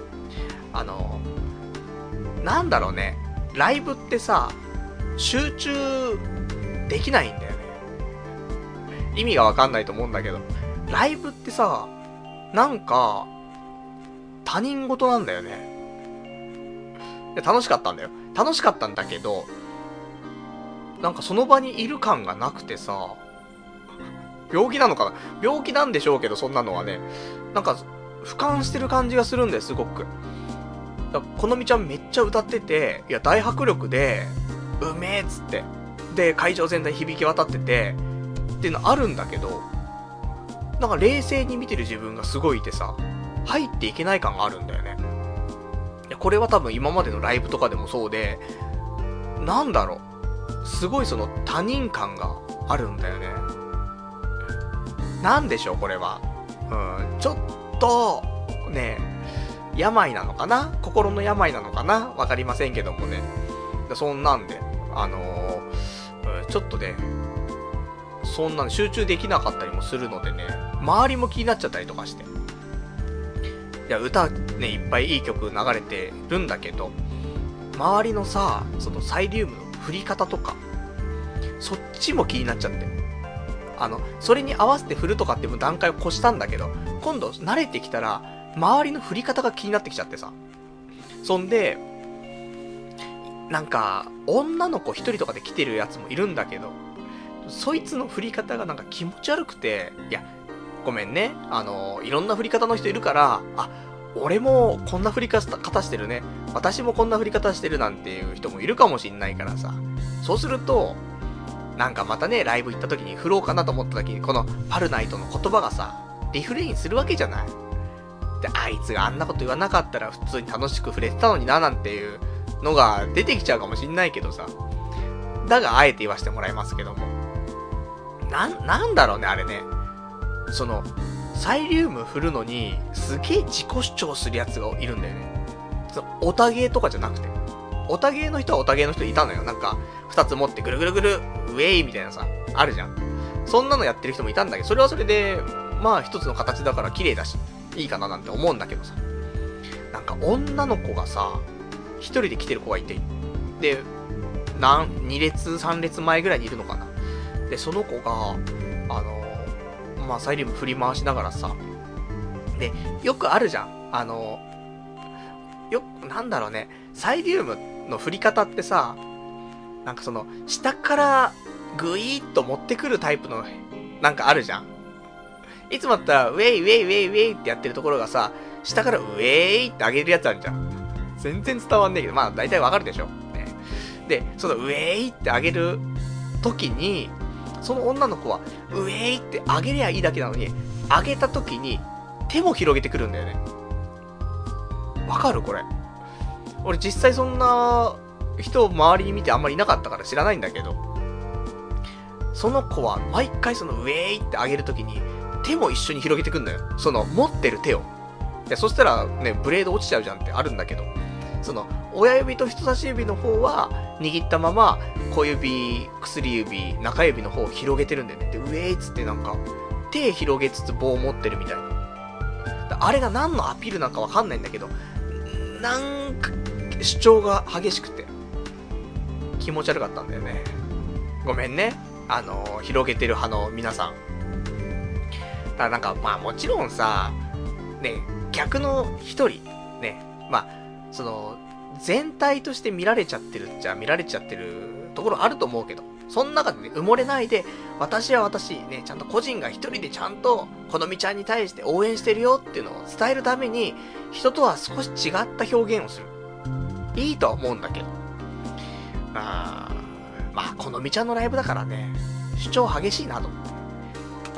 なんだろうね、ライブってさ、集中できないんだよね。意味がわかんないと思うんだけど、ライブってさ、なんか、他人事なんだよね。で楽しかったんだよ。楽しかったんだけど、なんかその場にいる感がなくてさ、病気なのかな、病気なんでしょうけど、そんなのはね、なんか、俯瞰してる感じがするんだよ、すごく。好美ちゃんめっちゃ歌ってて、いや、大迫力で、うめえっつって。で、会場全体響き渡ってて、っていうのあるんだけど、なんか冷静に見てる自分がすごいいてさ、入っていけない感があるんだよね。いや、これは多分今までのライブとかでもそうで、なんだろう、すごいその他人感があるんだよね。なんでしょう、これは。ちょっと、ね、 病なのかな、心の病なのかな、わかりませんけどもね。そんなんで、ちょっとね、そんなの集中できなかったりもするのでね、周りも気になっちゃったりとかして。いや、歌ね、いっぱいいい曲流れてるんだけど、周りのさ、そのサイリウムの振り方とか、そっちも気になっちゃって。それに合わせて振るとかっていう段階を越したんだけど、今度慣れてきたら、周りの振り方が気になってきちゃってさ。そんで、なんか、女の子一人とかで来てるやつもいるんだけど、そいつの振り方がなんか気持ち悪くて、いや、ごめんね。いろんな振り方の人いるから、あ、俺もこんな振り方してるね。私もこんな振り方してるなんていう人もいるかもしんないからさ。そうすると、なんかまたね、ライブ行った時に振ろうかなと思った時に、このパルナイトの言葉がさ、リフレインするわけじゃない。で、あいつがあんなこと言わなかったら普通に楽しく触れてたのにな、なんていうのが出てきちゃうかもしんないけどさ。だが、あえて言わせてもらいますけども。なんだろうね、あれね。サイリウム振るのに、すげえ自己主張するやつがいるんだよね。オタゲーとかじゃなくて。オタゲーの人はオタゲーの人いたのよ。なんか、二つ持ってぐるぐるぐる、ウェイみたいなさ、あるじゃん。そんなのやってる人もいたんだけど、それはそれで、まあ一つの形だから綺麗だし、いいかななんて思うんだけどさ。なんか女の子がさ、一人で来てる子がいて、で、2列、3列前ぐらいにいるのかな。で、その子が、まあ、サイリウム振り回しながらさ、で、よくあるじゃん。なんだろうね、サイリウムの振り方ってさ、なんか下からグイーッと持ってくるタイプの、なんかあるじゃん。いつもだったら、ウェイウェイウェイウェイってやってるところがさ、下からウェイって上げるやつあるじゃん。全然伝わんねえけど、まあ、大体わかるでしょ。ね、で、そのウェイって上げる時に、その女の子は、ウェイって上げりゃいいだけなのに、上げた時に、手も広げてくるんだよね。わかるこれ。俺実際そんな人を周りに見てあんまりいなかったから知らないんだけど、その子は毎回そのウェイって上げるときに手も一緒に広げてくんだよ。持ってる手を。で、そしたらね、ブレード落ちちゃうじゃんってあるんだけど、親指と人差し指の方は握ったまま小指、薬指、中指の方を広げてるんだよね。で、ウェイっつってなんか手広げつつ棒を持ってるみたいな。あれが何のアピールなんかわかんないんだけど、なんか主張が激しくて気持ち悪かったんだよね。ごめんね、広げてる派の皆さん。ただなんかまあもちろんさ、ね、逆の一人ね、まあ全体として見られちゃってるっちゃ見られちゃってるところあると思うけど、その中でね、埋もれないで、私は私ね、ちゃんと個人が一人でちゃんとこのみちゃんに対して応援してるよっていうのを伝えるために、人とは少し違った表現をする。いいとは思うんだけど、まあこのみちゃんのライブだからね、主張激しいなと思って、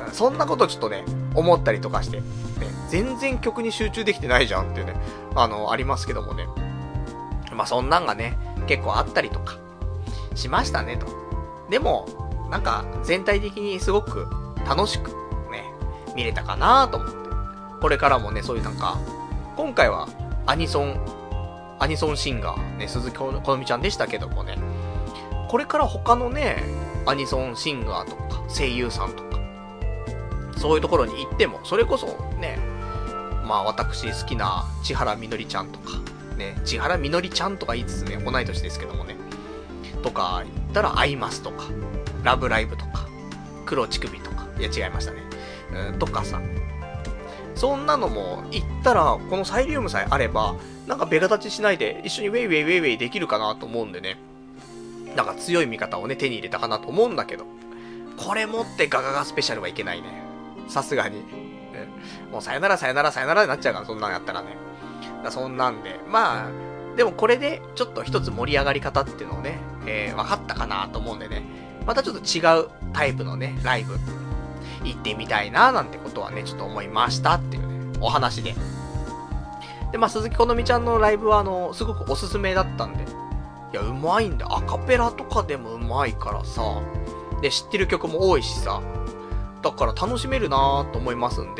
そんなことちょっとね思ったりとかして、ね、全然曲に集中できてないじゃんっていうね、ありますけどもね、まあそんなんがね結構あったりとかしましたねと。でもなんか全体的にすごく楽しくね見れたかなと思って、これからもねそういうなんか、今回はアニソンシンガーね、鈴木好美ちゃんでしたけどもね、これから他のねアニソンシンガーとか声優さんとかそういうところに行っても、それこそね、まあ私好きな千原みのりちゃんとかね、千原みのりちゃんとか言いつつね、同い年ですけどもね、とか言ったらアイマスとかラブライブとか黒乳首とか、いや違いましたね、とかさ、そんなのも言ったらこのサイリウムさえあればなんかベガ立ちしないで一緒にウェイウェイウェイウェイできるかなと思うんでね、なんか強い味方をね手に入れたかなと思うんだけど、これ持ってガガガスペシャルはいけないね、さすがに、もうさよならさよならさよならになっちゃうから、そんなんやったらね。そんなんで、まあでもこれでちょっと一つ盛り上がり方っていうのをね、分かったかなと思うんでね、またちょっと違うタイプのねライブ行ってみたいななんてことはねちょっと思いましたっていうねお話で。で、まあ鈴木好美ちゃんのライブはすごくおすすめだったんで、いやうまいんで、アカペラとかでもうまいからさ、で知ってる曲も多いしさ、だから楽しめるなーと思いますんで、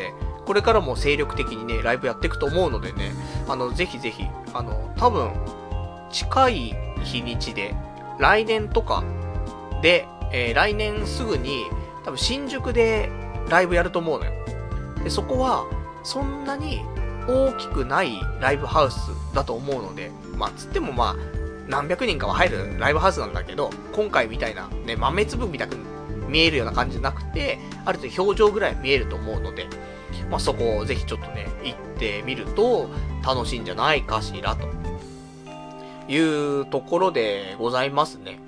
これからも精力的にね、ライブやっていくと思うのでね、ぜひぜひ、多分、近い日にちで、来年とかで、来年すぐに、多分新宿でライブやると思うのよ。で、そこは、そんなに大きくないライブハウスだと思うので、まあ、つってもまあ、何百人かは入るライブハウスなんだけど、今回みたいな、ね、豆粒みたく見えるような感じじゃなくて、ある程度表情ぐらい見えると思うので、まあ、そこをぜひちょっとね、行ってみると楽しいんじゃないかしら、というところでございますね。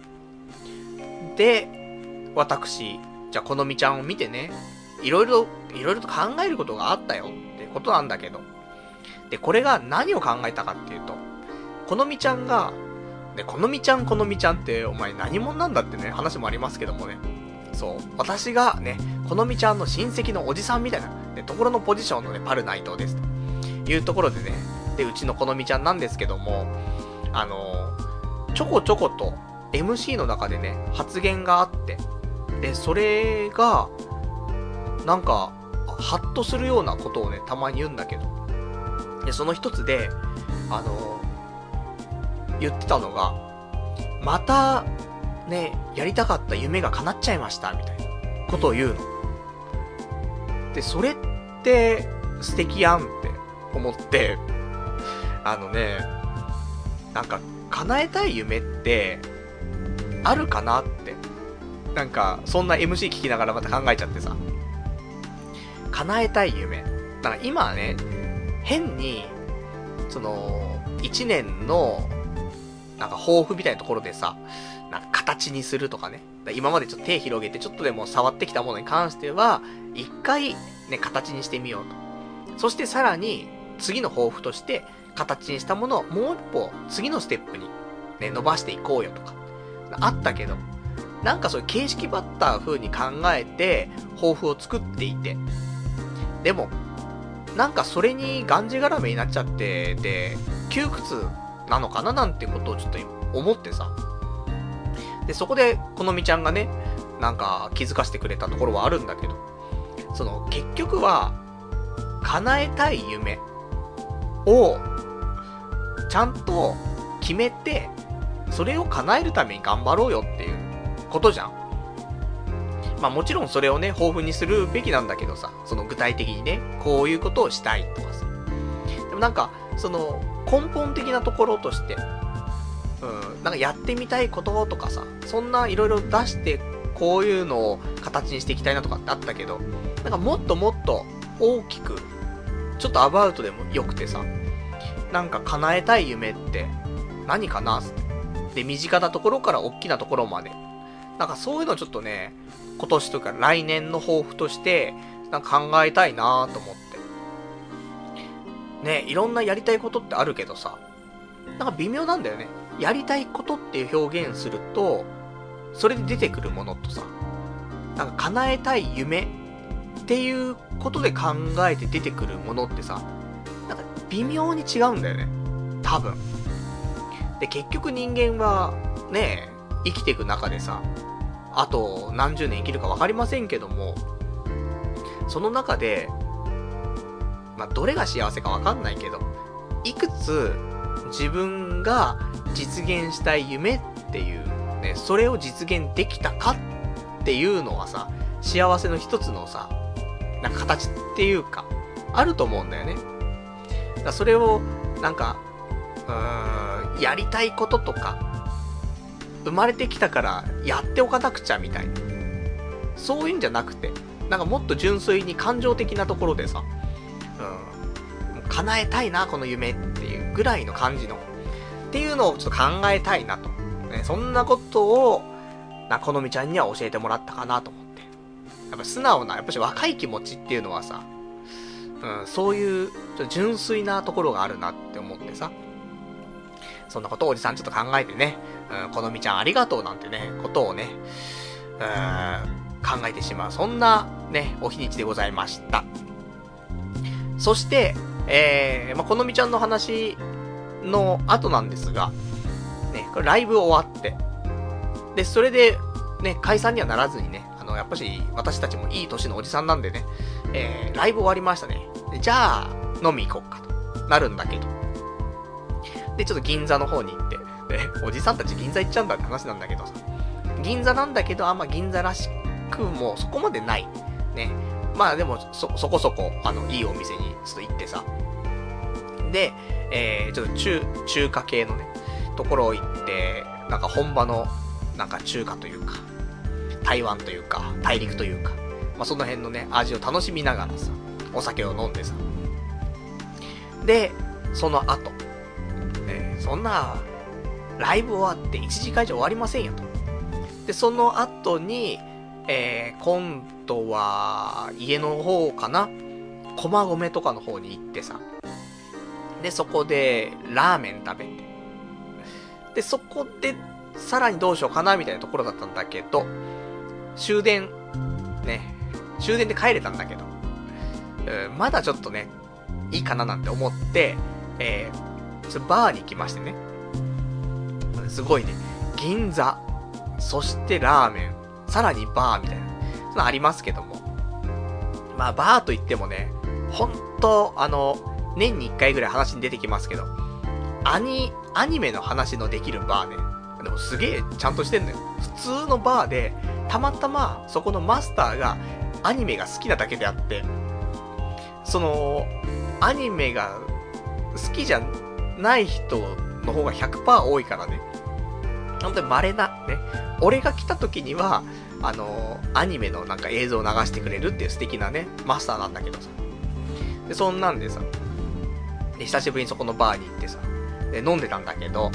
で、私、じゃあこのみちゃんを見てね、いろいろと考えることがあったよってことなんだけど、で、これが何を考えたかっていうと、このみちゃんが、で、このみちゃんってお前何者なんだってね、話もありますけどもね。そう。私がね、このみちゃんの親戚のおじさんみたいな、ね、ところのポジションのね、パル内藤です。というところでね、で、うちのこのみちゃんなんですけども、ちょこちょこと MC の中でね、発言があって、で、それが、なんか、ハッとするようなことをね、たまに言うんだけど、で、その一つで、言ってたのが、また、ね、やりたかった夢が叶っちゃいました、みたいなことを言うの。で、それって、素敵やんって思って、なんか、叶えたい夢って、あるかなって。なんか、そんな MC 聞きながらまた考えちゃってさ。叶えたい夢。だから今はね、変に、一年の、なんか抱負みたいなところでさ、なんか形にするとかね。今までちょっと手広げてちょっとでも触ってきたものに関しては、一回ね、形にしてみようと。そしてさらに、次の抱負として、形にしたものをもう一歩、次のステップに、ね、伸ばしていこうよとか。あったけど、なんかそういう形式ばった風に考えて、抱負を作っていて。でも、なんかそれにがんじがらめになっちゃってて、窮屈なのかななんてことをちょっと思ってさ。で、そこで、このみちゃんがね、なんか気づかせてくれたところはあるんだけど、結局は、叶えたい夢を、ちゃんと決めて、それを叶えるために頑張ろうよっていうことじゃん。まあもちろんそれをね、豊富にするべきなんだけどさ、具体的にね、こういうことをしたいとかさ。でもなんか、根本的なところとして、なんかやってみたいこととかさ、そんないろいろ出して、こういうのを形にしていきたいなとかってあったけど、なんかもっともっと大きく、ちょっとアバウトでもよくてさ、なんか叶えたい夢って何かなって。で、身近なところから大きなところまで。なんかそういうのちょっとね、今年とか来年の抱負として、なんか考えたいなと思って。ね、いろんなやりたいことってあるけどさ、なんか微妙なんだよね。やりたいことっていう表現すると、それで出てくるものとさ、なんか叶えたい夢っていうことで考えて出てくるものってさ、なんか微妙に違うんだよね。多分。で、結局人間は、ね、生きていく中でさ、あと何十年生きるか分かりませんけども、その中で、まあ、どれが幸せか分かんないけど、いくつ自分が実現したい夢っていう、ね、それを実現できたかっていうのはさ、幸せの一つのさ、なんか形っていうか、あると思うんだよね。だからそれを、なんか、やりたいこととか、生まれてきたからやっておかなくちゃみたいな。そういうんじゃなくて、なんかもっと純粋に感情的なところでさ、叶えたいな、この夢っていうぐらいの感じの。っていうのをちょっと考えたいなと。ね、そんなことを、このみちゃんには教えてもらったかなと思って。やっぱ素直な、やっぱし若い気持ちっていうのはさ、そういう、ちょっと純粋なところがあるなって思ってさ。そんなことをおじさんちょっと考えてね、このみちゃんありがとうなんてね、ことをね、考えてしまう。そんなね、お日にちでございました。そして、このみちゃんの話の後なんですが、ね、これライブ終わって、で、それで、ね、解散にはならずにね、やっぱし、私たちもいい年のおじさんなんでね、ライブ終わりましたね。 じゃあ、飲み行こうかとなるんだけど。で、ちょっと銀座の方に行って、おじさんたち銀座行っちゃうんだって話なんだけどさ。銀座なんだけど、あんま銀座らしくもそこまでない。ね。まあでも、そこそこ、いいお店にちょっと行ってさ。で、ちょっと中華系のね、ところを行って、なんか本場の、なんか中華というか、台湾というか、大陸というか、まあその辺のね、味を楽しみながらさ、お酒を飲んでさ。で、その後、そんな、ライブ終わって1時間以上終わりませんよと。で、その後に、今度は、家の方かな、駒込とかの方に行ってさ。で、そこで、ラーメン食べて。で、そこで、さらにどうしようかな、みたいなところだったんだけど、終電で帰れたんだけど、まだちょっとね、いいかななんて思って、バーに行きましてね。すごいね、銀座、そしてラーメン、さらにバーみたいな、そんなありますけども。まあ、バーといってもね、ほんと、年に1回ぐらい話に出てきますけど、アニメの話のできるバーね。でもすげえちゃんとしてんのよ。普通のバーで、たまたまそこのマスターがアニメが好きなだけであって、その、アニメが好きじゃない人の方が 100% 多いからね。本当に稀な、ね。俺が来た時には、アニメのなんか映像を流してくれるっていう素敵なね、マスターなんだけどさ。で、そんなんでさ、で、久しぶりにそこのバーに行ってさ、で、飲んでたんだけど、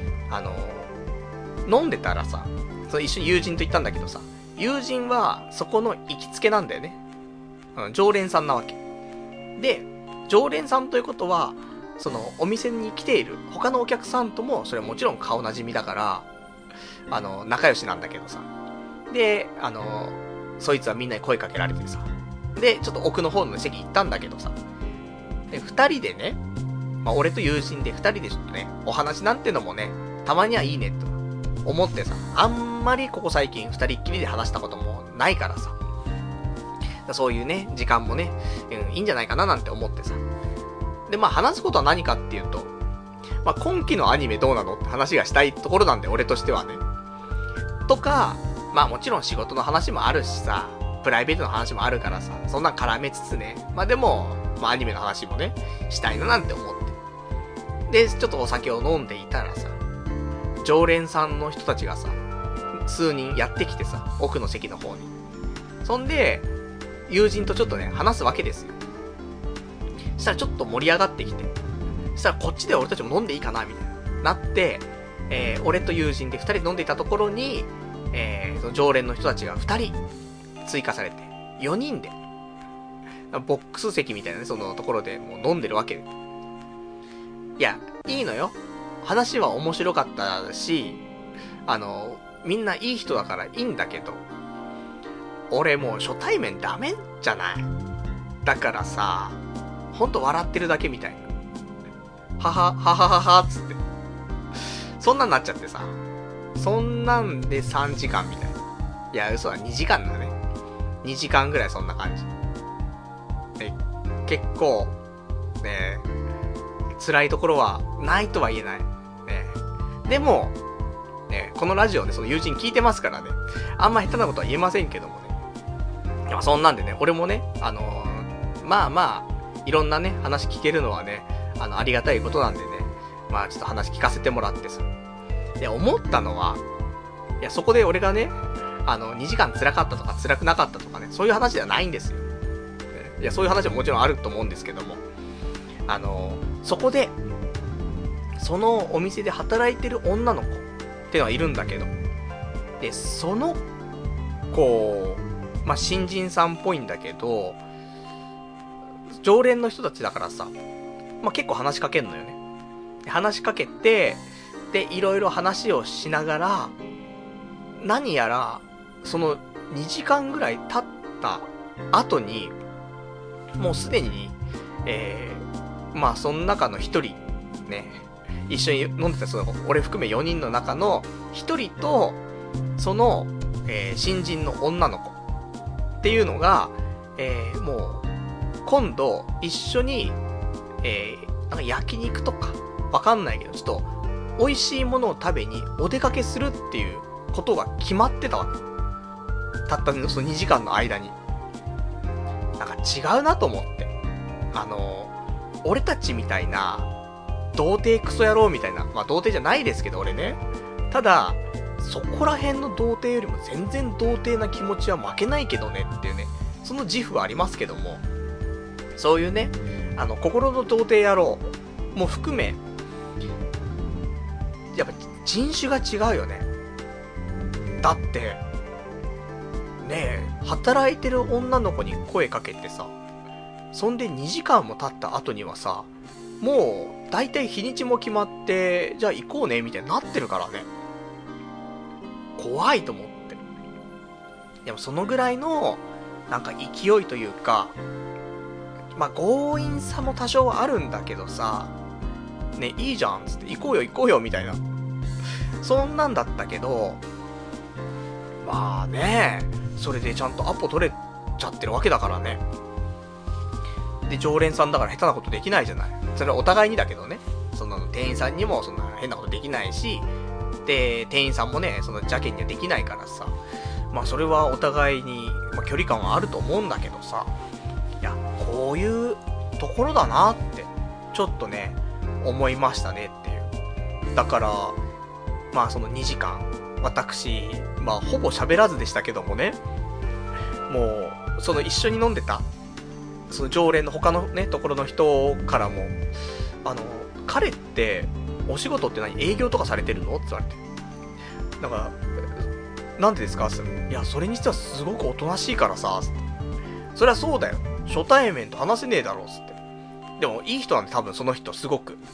飲んでたらさ、その一緒に友人と行ったんだけどさ、友人はそこの行きつけなんだよね。常連さんなわけ。で、常連さんということは、そのお店に来ている他のお客さんとも、それはもちろん顔なじみだから、仲良しなんだけどさ。で、そいつはみんなに声かけられてさ。で、ちょっと奥の方の席行ったんだけどさ。で、二人でね、まあ、俺と友人で二人でちょっとね、お話なんてのもね、たまにはいいねと思ってさ、あんまりここ最近二人っきりで話したこともないからさ。そういうね、時間もね、いいんじゃないかななんて思ってさ。で、まあ話すことは何かっていうと、まあ今期のアニメどうなのって話がしたいところなんで、俺としてはね。とか、まあもちろん仕事の話もあるしさ、プライベートの話もあるからさ、そんな絡めつつね、まあでも、まあアニメの話もね、したいななんて思って。で、ちょっとお酒を飲んでいたらさ、常連さんの人たちがさ、数人やってきてさ、奥の席の方に。そんで、友人とちょっとね、話すわけですよ。そしたらちょっと盛り上がってきて、そしたらこっちで俺たちも飲んでいいかなみたいな、なって、俺と友人で2人で飲んでいたところに、その常連の人たちが2人追加されて、4人で、ボックス席みたいなね、そのところでもう飲んでるわけ。いや、いいのよ。話は面白かったし、みんないい人だからいいんだけど、俺もう初対面ダメじゃない。だからさ、ほんと笑ってるだけみたいな。はは、はははは、つって。そんなんなっちゃってさ。そんなんで3時間みたいな。いや、嘘は2時間だね。2時間ぐらいそんな感じ。結構、ね、辛いところはないとは言えない。ね、でも、ね、このラジオね、その友人聞いてますからね。あんま下手なことは言えませんけどもね。まあそんなんでね、俺もね、まあまあ、いろんなね、話聞けるのはね、ありがたいことなんでね、まあちょっと話聞かせてもらってさ。で、思ったのは、いや、そこで俺がね、2時間辛かったとか辛くなかったとかね、そういう話ではないんですよ。いや、そういう話はもちろんあると思うんですけども、そこで、そのお店で働いてる女の子ってのはいるんだけど、で、その子、まあ、新人さんっぽいんだけど、常連の人たちだからさ、まあ、結構話しかけんのよね。話しかけて、で、いろいろ話をしながら、何やら、その2時間ぐらい経った後に、もうすでに、まあ、その中の一人、ね、一緒に飲んでた、その、俺含め4人の中の一人と、その、新人の女の子っていうのが、もう、 今度、一緒に、なんか焼肉とか、わかんないけど、ちょっと、美味しいものを食べにお出かけするっていうことが決まってたわけ。たったその2時間の間に。なんか違うなと思って。俺たちみたいな、童貞クソ野郎みたいな、まあ童貞じゃないですけど俺ね。ただ、そこら辺の童貞よりも全然童貞な気持ちは負けないけどねっていうね、その自負はありますけども、そういうね、心の童貞野郎も含め、やっぱ人種が違うよね。だって、ねえ、働いてる女の子に声かけてさ、そんで2時間も経った後にはさ、もう大体日にちも決まって、じゃあ行こうねみたいになってるからね。怖いと思って。でもそのぐらいのなんか勢いというか、まあ強引さも多少はあるんだけどさ、ね、いいじゃんつって行こうよみたいな、そんなんだったけど、まあね、それでちゃんとアポ取れちゃってるわけだからね。で常連さんだから下手なことできないじゃない。それはお互いにだけどね。その店員さんにもそんな変なことできないし、で店員さんもねその邪険にはできないからさ、まあそれはお互いに、まあ、距離感はあると思うんだけどさ、いやこういうところだなってちょっとね思いましたねっていう。だからまあその2時間私まあほぼ喋らずでしたけどもね、もうその一緒に飲んでたその常連の他のねところの人からも、彼ってお仕事って何、営業とかされてるのって言われて、なんかなんでですかって言ったら、いやそれにしてはすごくおとなしいからさって。そりゃそうだよ、初対面と話せねえだろうって。でもいい人なんで多分その人すごく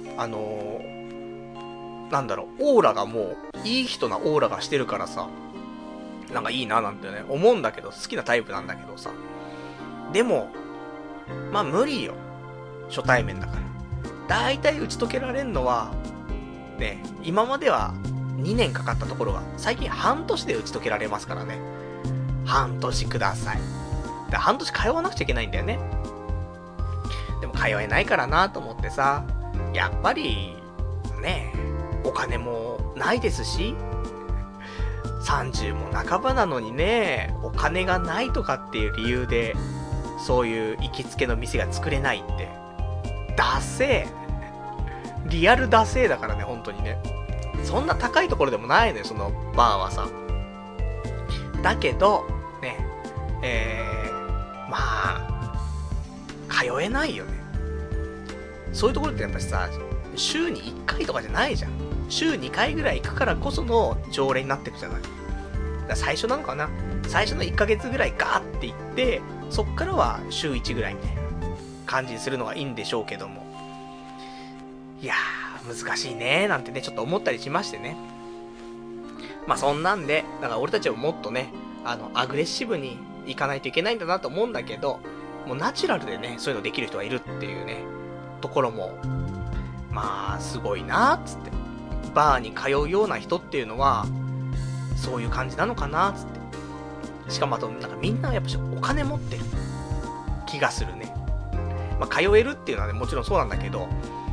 なんだろう、オーラがもういい人なオーラがしてるからさ、なんかいいななんてね思うんだけど、好きなタイプなんだけどさ、でもまあ無理よ、初対面だから。だいたい打ち解けられんのはね、今までは2年かかったところが最近半年で打ち解けられますからね。半年ください。だ半年通わなくちゃいけないんだよね。でも通えないからなと思ってさ、やっぱりね、お金もないですし、30も半ばなのにね、お金がないとかっていう理由でそういう行きつけの店が作れないってダセー、リアルダセーだからね、本当にね。そんな高いところでもないのよ、そのバーはさ。だけどね、まあ通えないよね。そういうところってやっぱりさ、週に1回とかじゃないじゃん。週2回ぐらい行くからこその常連になってくじゃない。だから最初なのかな、最初の1ヶ月ぐらいガーって行って、そっからは週1ぐらいみたいな感じにするのがいいんでしょうけども、いやー難しいねーなんてねちょっと思ったりしましてね。まあそんなんで、だから俺たちはもっとねアグレッシブにいかないといけないんだなと思うんだけど、もうナチュラルでねそういうのできる人がいるっていうねところもまあすごいなーっつって、バーに通うような人っていうのはそういう感じなのかなーっつって。しかもあとなんかみんなやっぱしお金持ってる気がするね。まあ通えるっていうのはねもちろんそうなんだけど、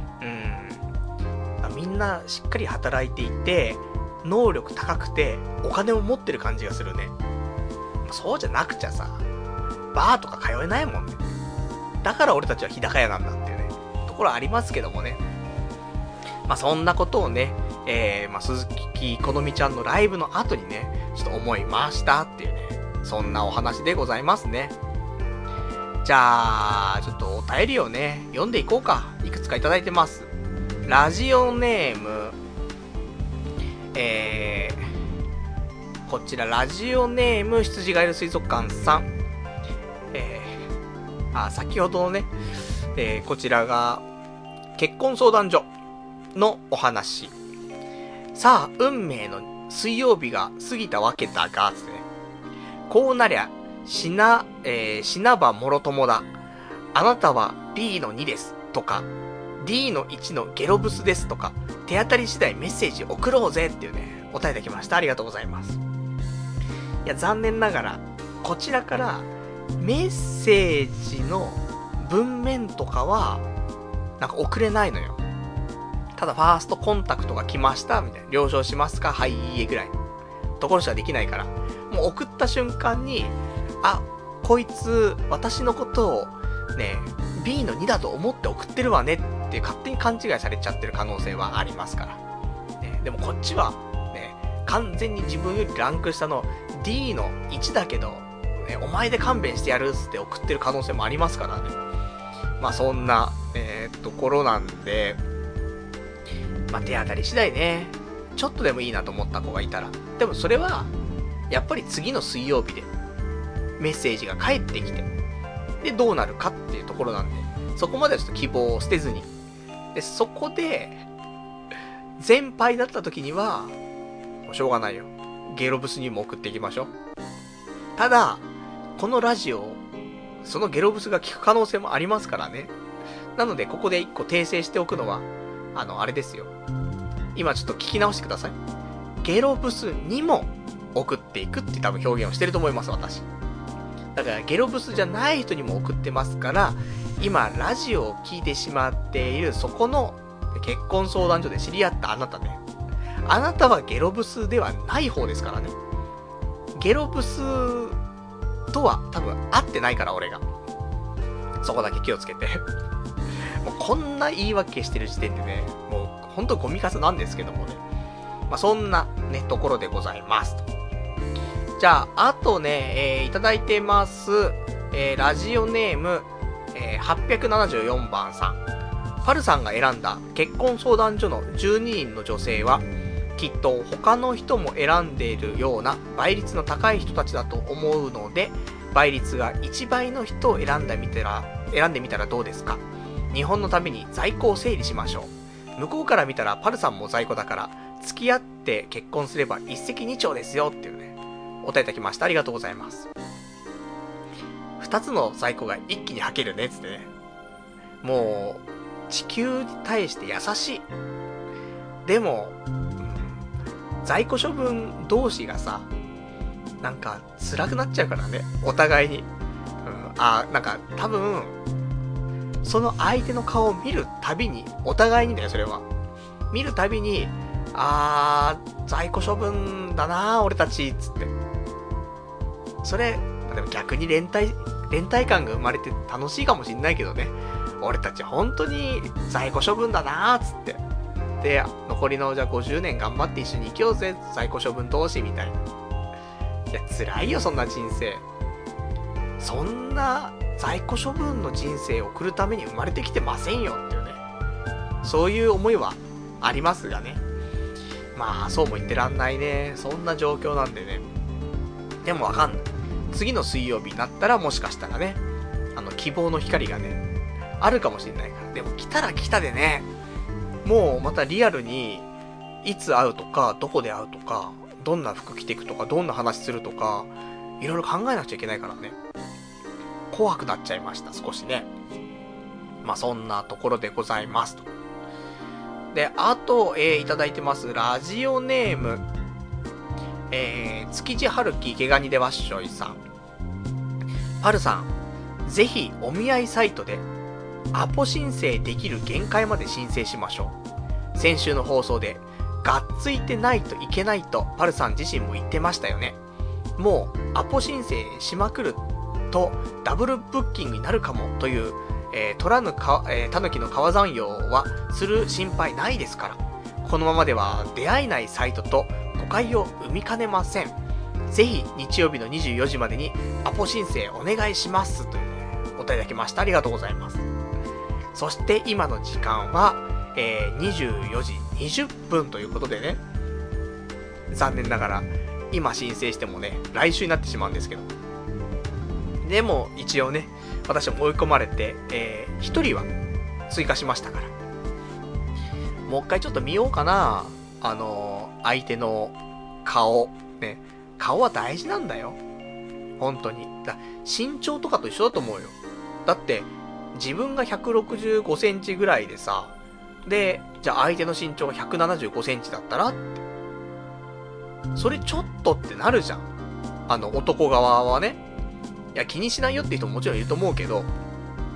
みんなしっかり働いていて能力高くてお金を持ってる感じがするね。そうじゃなくちゃさ、バーとか通えないもんね。だから俺たちは日高屋なんだっていうねところありますけどもね。まあそんなことをね、まあ鈴木好美ちゃんのライブの後にねちょっと思いましたっていうね、そんなお話でございますね。じゃあちょっとお便りをね読んでいこうか。いくつかいただいてます。ラジオネームこちらラジオネーム羊ガエル水族館さん、先ほどのね、こちらが結婚相談所のお話。さあ運命の水曜日が過ぎたわけだがつってね、こうなりゃ死なばもろともだ、あなたは B の2ですとか D の1のゲロブスですとか、手当たり次第メッセージ送ろうぜっていうねお便りいただきました。ありがとうございます。いや残念ながらこちらからメッセージの文面とかは、なんか送れないのよ。ただファーストコンタクトが来ましたみたいな、了承しますか、はい、いいえぐらいところしかできないから、もう送った瞬間に、あ、こいつ私のことをね B の2だと思って送ってるわねって勝手に勘違いされちゃってる可能性はありますから、ね、でもこっちはね完全に自分よりランク下の D の1だけど、ね、お前で勘弁してやるって送ってる可能性もありますからね。まあそんな、ところなんで、まあ手当たり次第ね、ちょっとでもいいなと思った子がいたら、でもそれはやっぱり次の水曜日でメッセージが返ってきて、でどうなるかっていうところなんで、そこまではちょっと希望を捨てずに、でそこで全敗だった時にはもうしょうがないよ、ゲロブスにも送っていきましょう。ただこのラジオそのゲロブスが聞く可能性もありますからね。なのでここで一個訂正しておくのは、あれですよ、今ちょっと聞き直してください。ゲロブスにも送っていくって多分表現をしてると思います、私。だからゲロブスじゃない人にも送ってますから、今ラジオを聞いてしまっているそこの結婚相談所で知り合ったあなたね、あなたはゲロブスではない方ですからね。ゲロブスとは多分会ってないから、俺が。そこだけ気をつけて。もうこんな言い訳してる時点でね、もうほんとゴミカスなんですけどもね。まあ、そんなね、ところでございますと。じゃあ、あとね、いただいてます。ラジオネーム、874番さん。パルさんが選んだ結婚相談所の12人の女性は、きっと他の人も選んでいるような倍率の高い人たちだと思うので、倍率が1倍の人を選んでみたらどうですか。日本のために在庫を整理しましょう。向こうから見たらパルさんも在庫だから、付き合って結婚すれば一石二鳥ですよっていうね、お答えいただきました。ありがとうございます。2つの在庫が一気に吐けるねっつってね。もう地球に対して優しい。でも、在庫処分同士がさ、なんか辛くなっちゃうからね、お互いに。なんか多分その相手の顔を見るたびに、お互いにだよ、それは見るたびに、在庫処分だな俺たちつって、それでも逆に連帯感が生まれて楽しいかもしんないけどね。俺たち本当に在庫処分だなつって、で残りのじゃあ50年頑張って一緒に生きようぜ、在庫処分同士みたいな。いや辛いよそんな人生。そんな在庫処分の人生を送るために生まれてきてませんよっていうね、そういう思いはありますがね。まあそうも言ってらんないね、そんな状況なんでね。でもわかんない、次の水曜日になったらもしかしたらね、希望の光がねあるかもしれないから。でも来たら来たでね、もうまたリアルにいつ会うとか、どこで会うとか、どんな服着ていくとか、どんな話するとか、いろいろ考えなくちゃいけないからね、怖くなっちゃいました、少しね。まあそんなところでございますと。で、あと、いただいてます。ラジオネーム、築地春樹毛ガニでわっしょいさん。パルさん、ぜひお見合いサイトでアポ申請できる限界まで申請しましょう。先週の放送でがっついてないといけないとパルさん自身も言ってましたよね。もうアポ申請しまくるとダブルブッキングになるかもという、タヌキの川山用はする心配ないですから。このままでは出会えないサイトと誤解を生みかねません。ぜひ日曜日の24時までにアポ申請お願いしますという、お答えいただきました。ありがとうございます。そして今の時間は、24時20分ということでね、残念ながら今申請してもね来週になってしまうんですけど、でも一応ね私も追い込まれて、1人は追加しましたから、もう一回ちょっと見ようかな。相手の顔ね、顔は大事なんだよ本当に。身長とかと一緒だと思うよ。だって自分が165センチぐらいでさ、でじゃあ相手の身長が175センチだったらって、それちょっとってなるじゃん、男側はね。いや気にしないよって人ももちろんいると思うけど、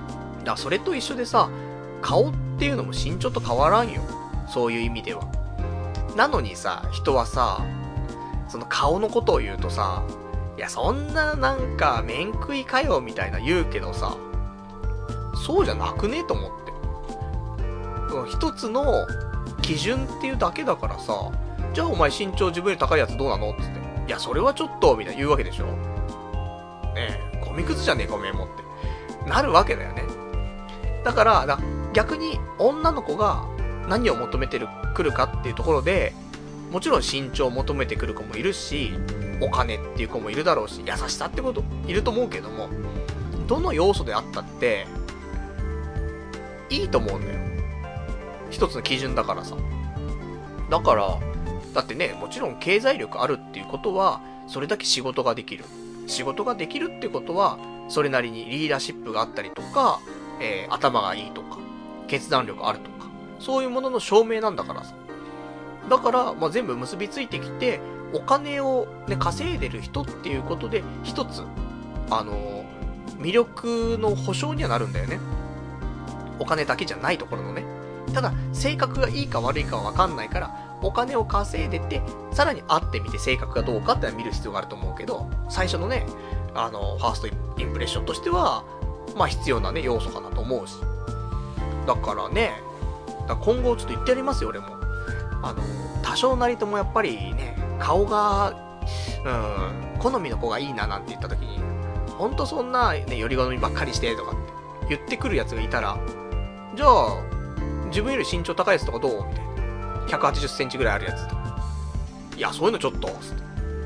からそれと一緒でさ、顔っていうのも身長と変わらんよ。そういう意味では。なのにさ、人はさ、その顔のことを言うとさ、いやそんななんか面食いかよみたいな言うけどさ、そうじゃなくねと思って。一つの基準っていうだけだからさ、じゃあお前身長自分より高いやつどうなのっつって、いやそれはちょっとみたいな言うわけでしょ。ねえ、ゴミくずじゃねえかおめえもってなるわけだよね。だから逆に女の子が何を求めてくるかっていうところで、もちろん身長を求めてくる子もいるし、お金っていう子もいるだろうし、優しさってこといると思うけども、どの要素であったっていいと思うんだよ。一つの基準だからさ。だからだってね、もちろん経済力あるっていうことはそれだけ仕事ができる。仕事ができるってことはそれなりにリーダーシップがあったりとか、頭がいいとか決断力あるとか、そういうものの証明なんだからさ。だから、全部結びついてきて、お金をね、稼いでる人っていうことで、一つ、魅力の保証にはなるんだよね。お金だけじゃないところのね。ただ、性格がいいか悪いかはわかんないから、お金を稼いでて、さらに会ってみて性格がどうかってのは見る必要があると思うけど、最初のね、ファーストインプレッションとしては、必要なね、要素かなと思うし。だからね、今後ちょっと言ってやりますよ、俺も。多少なりともやっぱりね、顔が、好みの子がいいななんて言った時に、ほんとそんなね、より好みばっかりしてとかって言ってくるやつがいたら、じゃあ、自分より身長高いやつとかどうみたいな。180センチぐらいあるやつと。いや、そういうのちょっと、つって。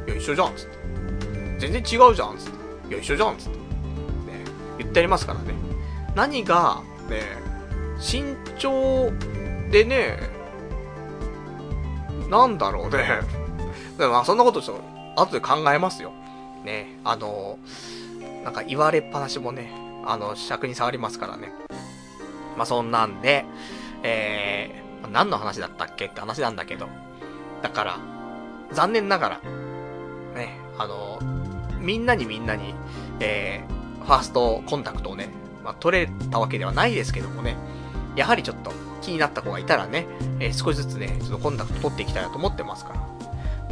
いや、一緒じゃん、つって。全然違うじゃん、つって。いや、一緒じゃん、つって。ね、言ってやりますからね。何が、ね、身長でね、なんだろうね。だからそんなことちょっと後で考えますよ。ね、なんか言われっぱなしもね、尺に触りますからね。そんなんで、何の話だったっけって話なんだけど。だから、残念ながら、ね、みんなに、ファーストコンタクトをね、取れたわけではないですけどもね、やはりちょっと気になった子がいたらね、少しずつね、ちょっとコンタクト取っていきたいなと思ってますから。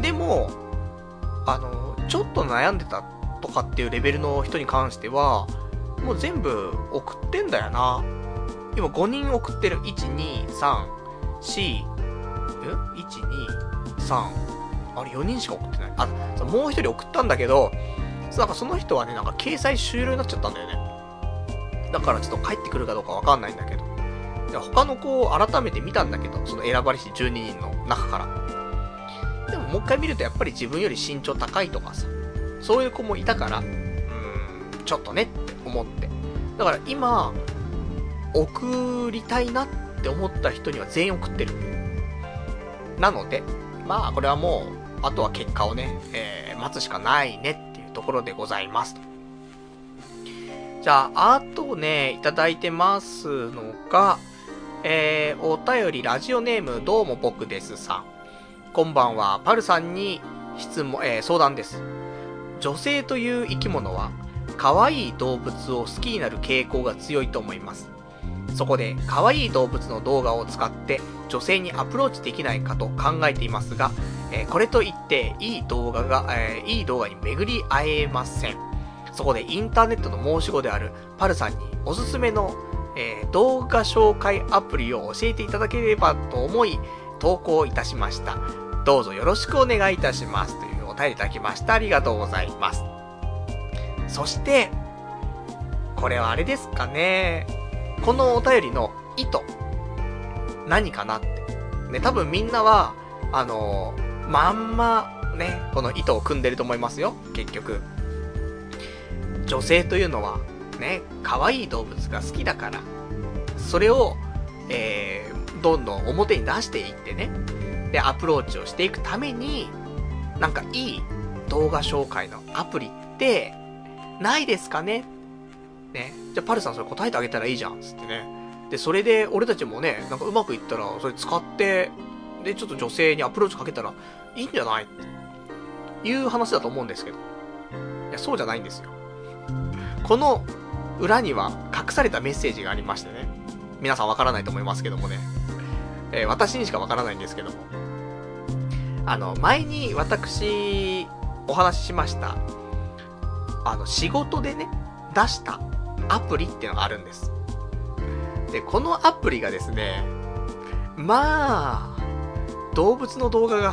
でも、ちょっと悩んでたとかっていうレベルの人に関しては、もう全部送ってんだよな。今5人送ってる。1、2、3、4、1、2、3、あれ4人しか送ってない。もう一人送ったんだけど、なんかその人はね、なんか掲載終了になっちゃったんだよね。だからちょっと帰ってくるかどうかわかんないんだけど。他の子を改めて見たんだけど、その選ばれし12人の中から。でももう一回見るとやっぱり自分より身長高いとかさ、そういう子もいたから、ちょっとねって思って。だから今、送りたいなって思った人には全員送ってる。なので、これはもう、あとは結果をね、待つしかないねっていうところでございますと。じゃあ、あとね、いただいてますのが、お便りラジオネームどうも僕ですさん。こんばんは、パルさんに質問、相談です。女性という生き物は可愛い動物を好きになる傾向が強いと思います。そこで可愛い動物の動画を使って女性にアプローチできないかと考えていますが、これといっていい動画に巡り会えません。そこでインターネットの申し子であるパルさんにおすすめの、動画紹介アプリを教えていただければと思い投稿いたしました。どうぞよろしくお願いいたしますというお便りいただきました。ありがとうございます。そしてこれはあれですかね、このお便りの意図何かなってね、多分みんなはまんまねこの意図を組んでると思いますよ。結局女性というのはね、可愛い動物が好きだから、それを、どんどん表に出していってね、でアプローチをしていくために、なんかいい動画紹介のアプリってないですかね。ね、じゃあパルさんそれ答えてあげたらいいじゃんつってね。でそれで俺たちもね、なんかうまくいったらそれ使ってでちょっと女性にアプローチかけたらいいんじゃないっていう話だと思うんですけど、いやそうじゃないんですよ。この裏には隠されたメッセージがありましてね。皆さんわからないと思いますけどもね。私にしかわからないんですけども。前に私、お話ししました。仕事でね、出したアプリっていうのがあるんです。で、このアプリがですね、まあ、動物の動画が、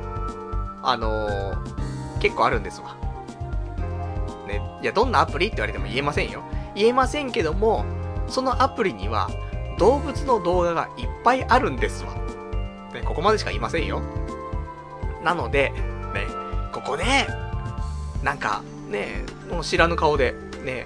結構あるんですわ。ね、いや、どんなアプリって言われても言えませんよ。言えませんけども、そのアプリには、動物の動画がいっぱいあるんですわ。ね、ここまでしか言いませんよ。なので、ね、ここで、なんか、ね、もう知らぬ顔で、ね、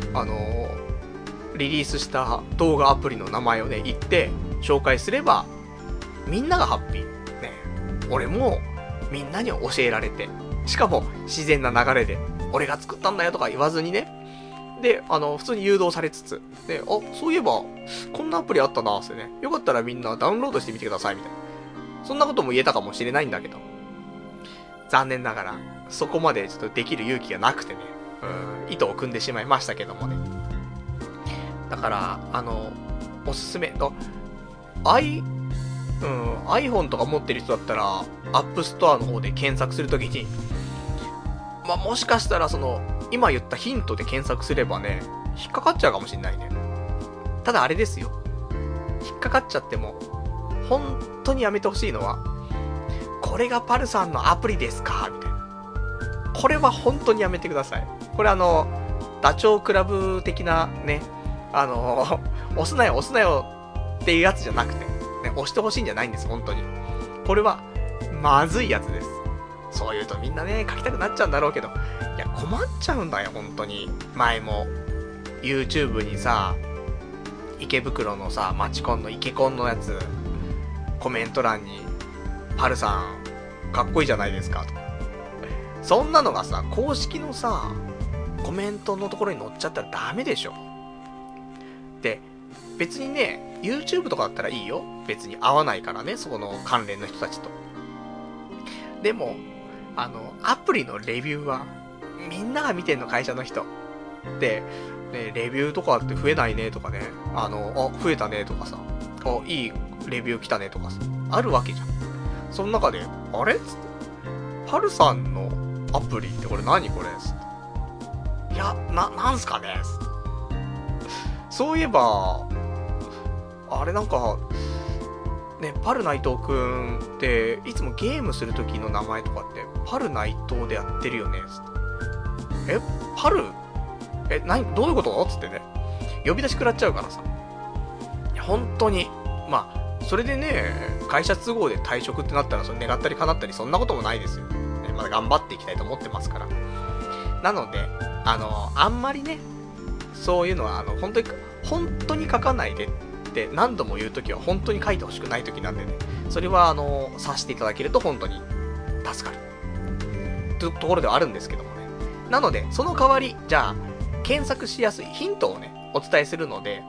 リリースした動画アプリの名前をね、言って、紹介すれば、みんながハッピー。ね、俺も、みんなに教えられて、しかも、自然な流れで、俺が作ったんだよとか言わずにね、で、普通に誘導されつつ、で、あ、そういえば、こんなアプリあったなってね、よかったらみんなダウンロードしてみてください、みたいな。そんなことも言えたかもしれないんだけど、残念ながら、そこまでちょっとできる勇気がなくてね、糸を組んでしまいましたけどもね。だから、おすすめと、iPhone とか持ってる人だったら、App Store の方で検索するときに、まあ、もしかしたら今言ったヒントで検索すればね、引っかかっちゃうかもしんないね。ただあれですよ。引っかかっちゃっても、本当にやめてほしいのは、これがパルさんのアプリですかみたいな。これは本当にやめてください。これダチョウ倶楽部的なね、押すなよ押すなよっていうやつじゃなくて、ね、押してほしいんじゃないんです、本当に。これは、まずいやつです。そう言うとみんなね、書きたくなっちゃうんだろうけど、いや、困っちゃうんだよ、本当に。前も、YouTube にさ、池袋のさ、マチコンのイケコンのやつ、コメント欄に、パルさん、かっこいいじゃないですか、とか。そんなのがさ、公式のさ、コメントのところに載っちゃったらダメでしょ。で、別にね、YouTube とかだったらいいよ。別に合わないからね、そこの関連の人たちと。でも、アプリのレビューは、みんなが見てんの、会社の人。で、ね、レビューとかって増えないねとかね、増えたねとかさ、いいレビュー来たねとかさ、あるわけじゃん。その中で、あれつって、パルさんのアプリってこれ何これつって。いや、なんすかねつって。そういえば、あれなんか、ね、パル内藤くんって、いつもゲームするときの名前とかって、パル内藤でやってるよねつって。パルどういうことつってね。呼び出し食らっちゃうからさ。いや、本当に。まあ、それでね、会社都合で退職ってなったら、それ願ったり叶ったり、そんなこともないですよ。ね、まだ頑張っていきたいと思ってますから。なので、あんまりね、そういうのは、本当に書かないでって何度も言うときは、本当に書いてほしくないときなんでね、それは、させていただけると本当に助かる。ところではあるんですけどもね。なので、その代わり、じゃあ、検索しやすいヒントをね、お伝えするので、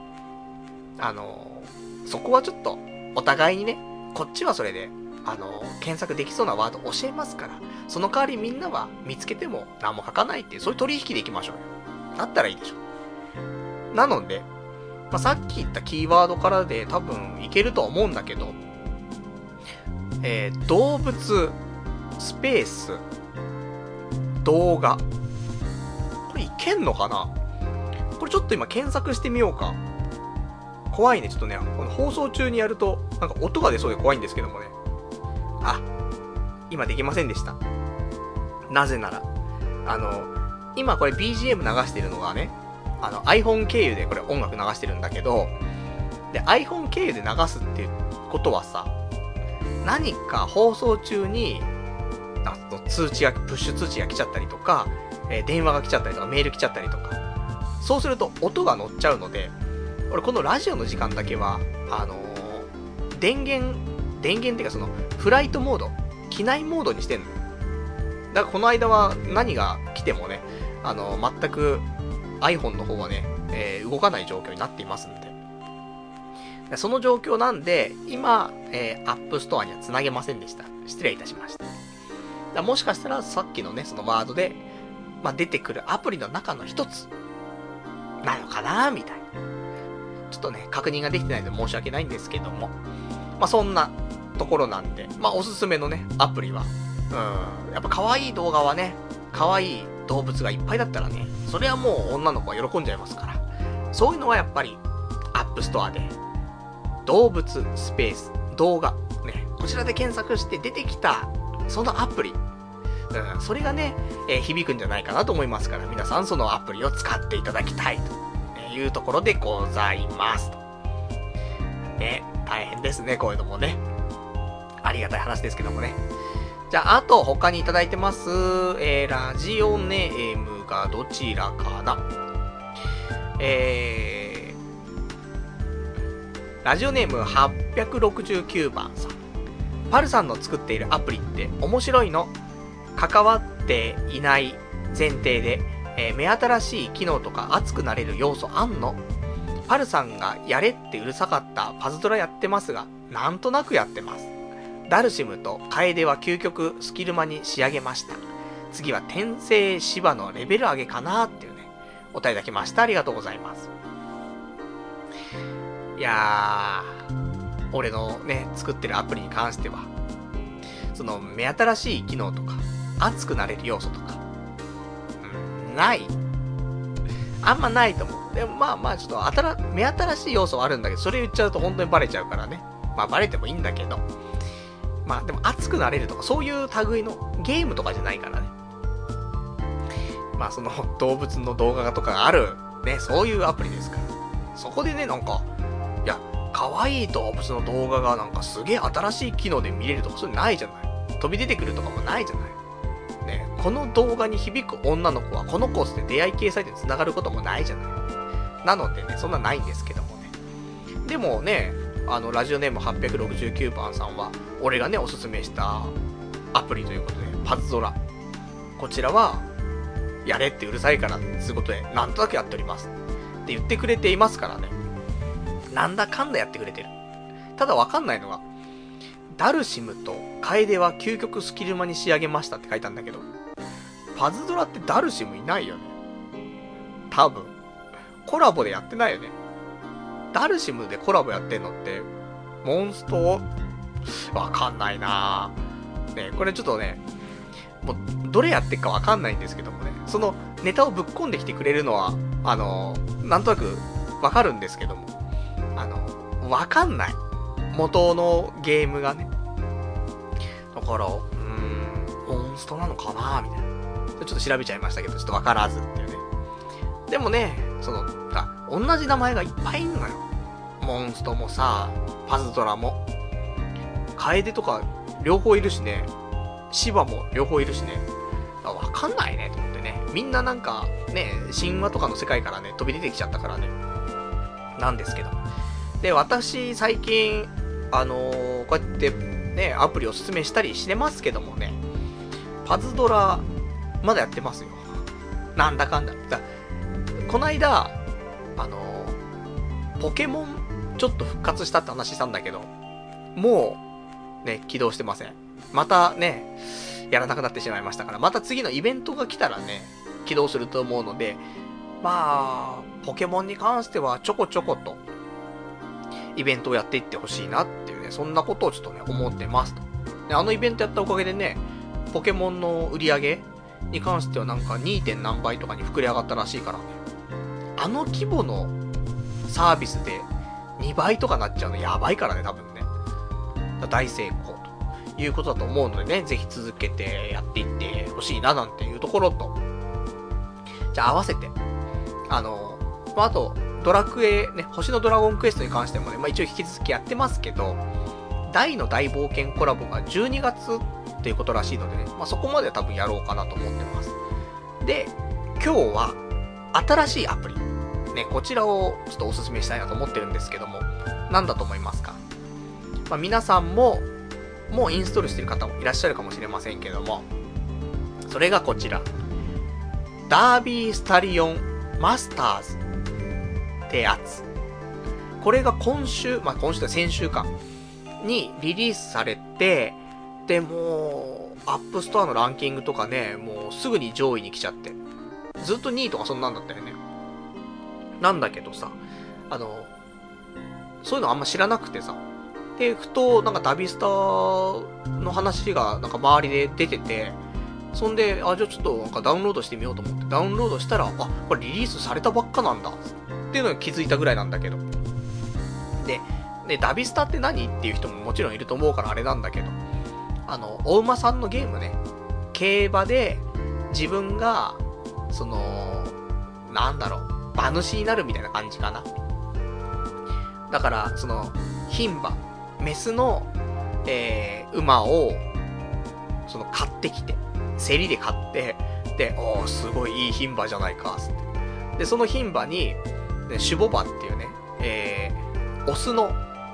そこはちょっと、お互いにね、こっちはそれで、検索できそうなワード教えますから、その代わりみんなは見つけても何も書かないっていう、そういう取引でいきましょうよ。だったらいいでしょ。なので、まあ、さっき言ったキーワードからで多分いけると思うんだけど、動物、スペース、動画。これいけんのかな？これちょっと今検索してみようか。怖いね、ちょっとね、この放送中にやると、なんか音が出そうで怖いんですけどもね。あ、今できませんでした。なぜなら、今これ BGM 流してるのがね、iPhone 経由でこれ音楽流してるんだけど、で、iPhone 経由で流すっていうことはさ、何か放送中に、通知が、プッシュ通知が来ちゃったりとか、電話が来ちゃったりとか、メール来ちゃったりとか、そうすると音が乗っちゃうので、俺このラジオの時間だけは、電源っていうかその、フライトモード、機内モードにしてんのよ。だからこの間は何が来てもね、全く iPhone の方はね、動かない状況になっていますんで。その状況なんで、今、App Store には繋げませんでした。失礼いたしました。だもしかしたらさっきのね、そのワードで、まあ、出てくるアプリの中の一つ、 なのかなみたいな。ちょっとね、確認ができてないので申し訳ないんですけども。まあそんなところなんで、まあおすすめのね、アプリは、やっぱ可愛い動画はね、可愛い動物がいっぱいだったらね、それはもう女の子は喜んじゃいますから。そういうのはやっぱり、アップストアで、動物スペース、動画、ね、こちらで検索して出てきた、そのアプリ、それがね、響くんじゃないかなと思いますから、皆さんそのアプリを使っていただきたいというところでございますと。ね、大変ですね、こういうのもね。ありがたい話ですけどもね。じゃあ、あと他にいただいてます。ラジオネームがどちらかな。ラジオネーム869番さん。パルさんの作っているアプリって面白いの？関わっていない前提で、目新しい機能とか熱くなれる要素あんの？パルさんがやれってうるさかったパズドラやってますが、なんとなくやってます。ダルシムと楓は究極スキルマに仕上げました。次は転生芝のレベル上げかなっていうね、お便りいただきました。ありがとうございます。いやー、俺のね、作ってるアプリに関しては、その目新しい機能とか、熱くなれる要素とか、ない。あんまないと思う。でもまあちょっと目新しい要素はあるんだけど、それ言っちゃうと本当にバレちゃうからね。まあバレてもいいんだけど。まあでも熱くなれるとか、そういう類のゲームとかじゃないからね。まあその動物の動画とかがある、ね、そういうアプリですから。そこでね、なんか、いや、可愛い動物の動画がなんかすげえ新しい機能で見れるとか、そういうのないじゃない。飛び出てくるとかもないじゃない。ね、この動画に響く女の子はこのコースで出会い系サイトに繋がることもないじゃない。なのでね、そんなないんですけどもね。でもね、ラジオネーム869番さんは、俺がね、おすすめしたアプリということで、パズドラ。こちらは、やれってうるさいから、そういうことで、なんとなくやっております。って言ってくれていますからね。なんだかんだやってくれてる。ただわかんないのが、ダルシムと楓は究極スキルマに仕上げましたって書いたんだけど、パズドラってダルシムいないよね。多分。コラボでやってないよね。ダルシムでコラボやってんのって、モンストわかんないなぁ。ね、これちょっとね、もう、どれやってっかわかんないんですけどもね、そのネタをぶっ込んできてくれるのは、なんとなくわかるんですけども、わかんない。元のゲームがね。だから、モンストなのかなみたいな。ちょっと調べちゃいましたけど、ちょっとわからずっていうね。でもね、同じ名前がいっぱいいるのよ。モンストもさ、パズドラも。楓とか両方いるしね、シバも両方いるしね。わかんないね、と思ってね。みんななんか、ね、神話とかの世界からね、飛び出てきちゃったからね。なんですけど。で、私、最近、こうやってね、アプリをおすすめしたりしてますけどもね、パズドラ、まだやってますよ。なんだかんだ。こないだ、ポケモン、ちょっと復活したって話したんだけど、もう、ね、起動してません。またね、やらなくなってしまいましたから、また次のイベントが来たらね、起動すると思うので、まあ、ポケモンに関してはちょこちょこと、イベントをやっていってほしいなっていうね、そんなことをちょっとね、思ってますと。で、イベントやったおかげでね、ポケモンの売り上げに関してはなんか 2. 点何倍とかに膨れ上がったらしいからね。規模のサービスで2倍とかなっちゃうのやばいからね、多分ね。大成功ということだと思うのでね、ぜひ続けてやっていってほしいななんていうところと、じゃあ合わせて、あと、ドラクエ、ね、星のドラゴンクエストに関してもね、一応引き続きやってますけど、大の大冒険コラボが12月っていうことらしいのでね、そこまでは多分やろうかなと思ってます。で、今日は、新しいアプリ、ね、こちらをちょっとお勧めしたいなと思ってるんですけども、何だと思いますか？皆さんも、もうインストールしてる方もいらっしゃるかもしれませんけども、それがこちら。ダービースタリオンマスターズってやつ。これが今週で先週かにリリースされて、で、もう、アップストアのランキングとかね、もうすぐに上位に来ちゃって。ずっと2位とかそんなんだったよね。 なんだけどさ、そういうのあんま知らなくてさ。で、ふと、なんかダビスタの話が、なんか周りで出てて、そんで、じゃあちょっとなんかダウンロードしてみようと思って、ダウンロードしたら、これリリースされたばっかなんだ。っていうのに気づいたぐらいなんだけど。で、ダビスタって何っていう人ももちろんいると思うからあれなんだけど、お馬さんのゲームね、競馬で、自分が、なんだろう、馬主になるみたいな感じかな。だから、牝馬、メスの、馬を、買ってきて、競りで買って、で、すごいいい牝馬じゃないか、つって。で、その牝馬に、ね、種牡馬っていうね、オスの、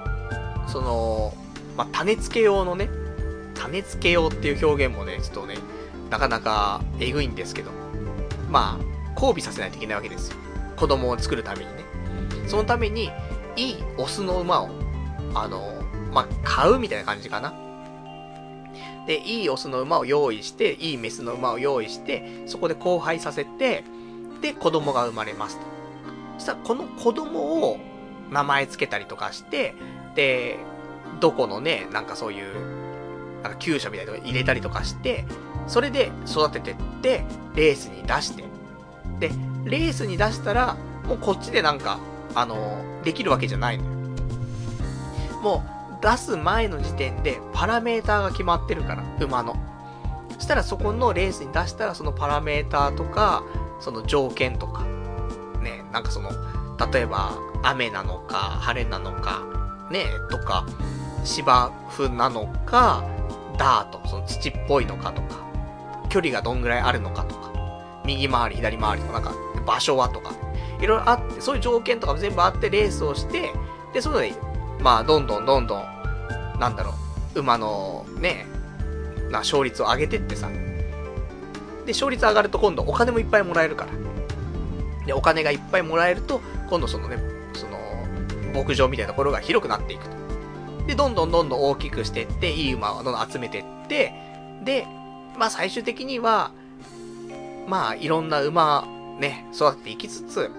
種付け用のね、種付け用っていう表現もね、ちょっとね、なかなかえぐいんですけど、交尾させないといけないわけですよ。子供を作るためにね。そのために、いいオスの馬を、買うみたいな感じかな。で、いいオスの馬を用意して、いいメスの馬を用意して、そこで交配させて、で、子供が生まれますと。そしたら、この子供を名前つけたりとかして、で、どこのね、なんかそういう、なんか厩舎みたいなの入れたりとかして、それで育ててって、レースに出して、で、レースに出したら、もうこっちでなんか、できるわけじゃないのよ。もう、出す前の時点で、パラメーターが決まってるから、馬の。そしたらそこのレースに出したら、そのパラメーターとか、その条件とか、ね、なんか例えば、雨なのか、晴れなのか、ね、とか、芝生なのか、ダート、土っぽいのかとか、距離がどんぐらいあるのかとか、右回り、左回りとか、なんか、場所はとか、いろいろあって、そういう条件とか全部あってレースをして、で、そので、どんどん、なんだろう、馬のね、勝率を上げてってさ。で、勝率上がると今度お金もいっぱいもらえるから。で、お金がいっぱいもらえると、今度牧場みたいなところが広くなっていくと。で、どんどん大きくしていって、いい馬をどんどん集めていって、で、最終的には、いろんな馬、ね、育てていきつつ、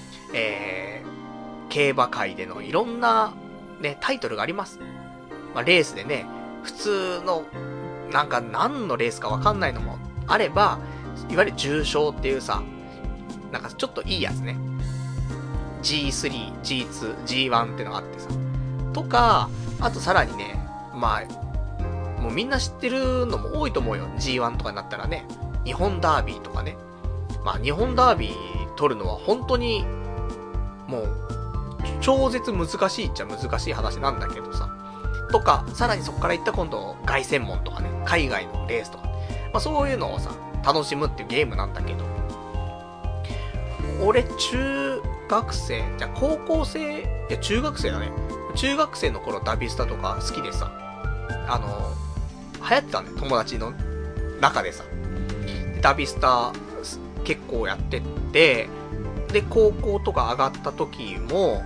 競馬界でのいろんな、ね、タイトルがあります。レースでね、普通の、なんか何のレースかわかんないのもあれば、いわゆる重賞っていうさ、なんかちょっといいやつね。G3、G2、G1 ってのがあってさ。とか、あとさらにね、もうみんな知ってるのも多いと思うよ。G1 とかになったらね。日本ダービーとかね。日本ダービー取るのは本当に、もう、超絶難しいっちゃ難しい話なんだけどさ。とか、さらにそこから行った今度、凱旋門とかね、海外のレースとか。そういうのをさ、楽しむっていうゲームなんだけど。俺、中学生、じゃ高校生、いや、中学生だね。中学生の頃ダビスタとか好きでさ、流行ってたんだよ、友達の中でさ。ダビスタ結構やってって、で、高校とか上がった時も、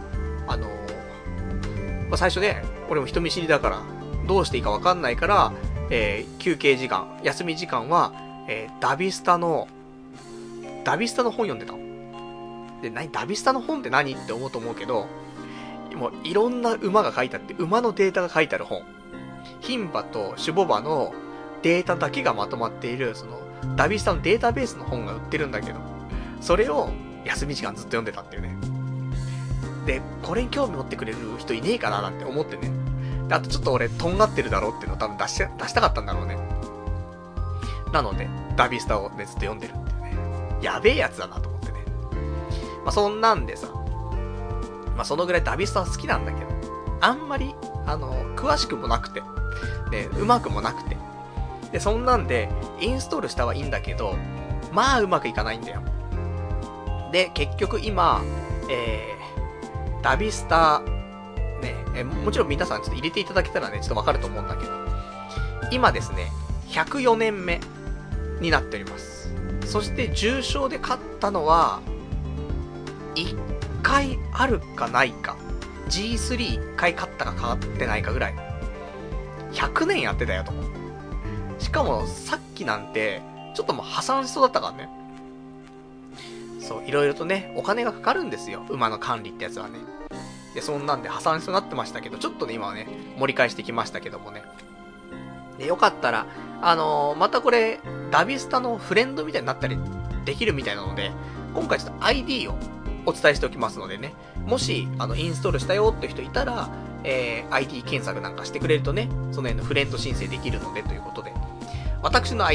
最初ね、俺も人見知りだから、どうしていいかわかんないから、休憩時間、休み時間は、ダビスタの本読んでたの。で、ダビスタの本って何って思うと思うけど、もういろんな馬が書いてあって、馬のデータが書いてある本。牝馬と種牡馬のデータだけがまとまっている、ダビスタのデータベースの本が売ってるんだけど、それを休み時間ずっと読んでたっていうね。で、これに興味持ってくれる人いねえかななんて思ってね。で、あとちょっと俺、とんがってるだろうっていうのを多分出したかったんだろうね。なので、ダビスタをね、ずっと読んでるっていうね。やべえやつだなと思ってね。そんなんでさ、そのぐらいダビスタは好きなんだけど、あんまり、詳しくもなくて、ね、うまくもなくて。で、そんなんで、インストールしたはいいんだけど、うまくいかないんだよ。で、結局今、ダビスタ、ね、もちろん皆さんちょっと入れていただけたらね、ちょっとわかると思うんだけど、今ですね、104年目になっております。そして重賞で勝ったのは、1回あるかないか。G3 1回勝ったか勝ってないかぐらい。100年やってたよと。しかも、さっきなんて、ちょっともう破産しそうだったからね。 そう、いろいろとね、お金がかかるんですよ。馬の管理ってやつはね。で、そんなんで破産しそうになってましたけど、ちょっとね、今はね、盛り返してきましたけどもね。で、よかったら、またこれ、ダビスタのフレンドみたいになったりできるみたいなので、今回ちょっと ID をお伝えしておきますのでね、もし、インストールしたよって人いたら、ID 検索なんかしてくれるとね、その辺のフレンド申請できるのでということで、私の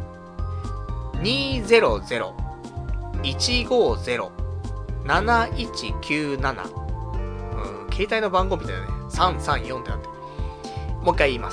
ID、200-150-7197、携帯の番号みたいなね、334ってなって。もう一回言います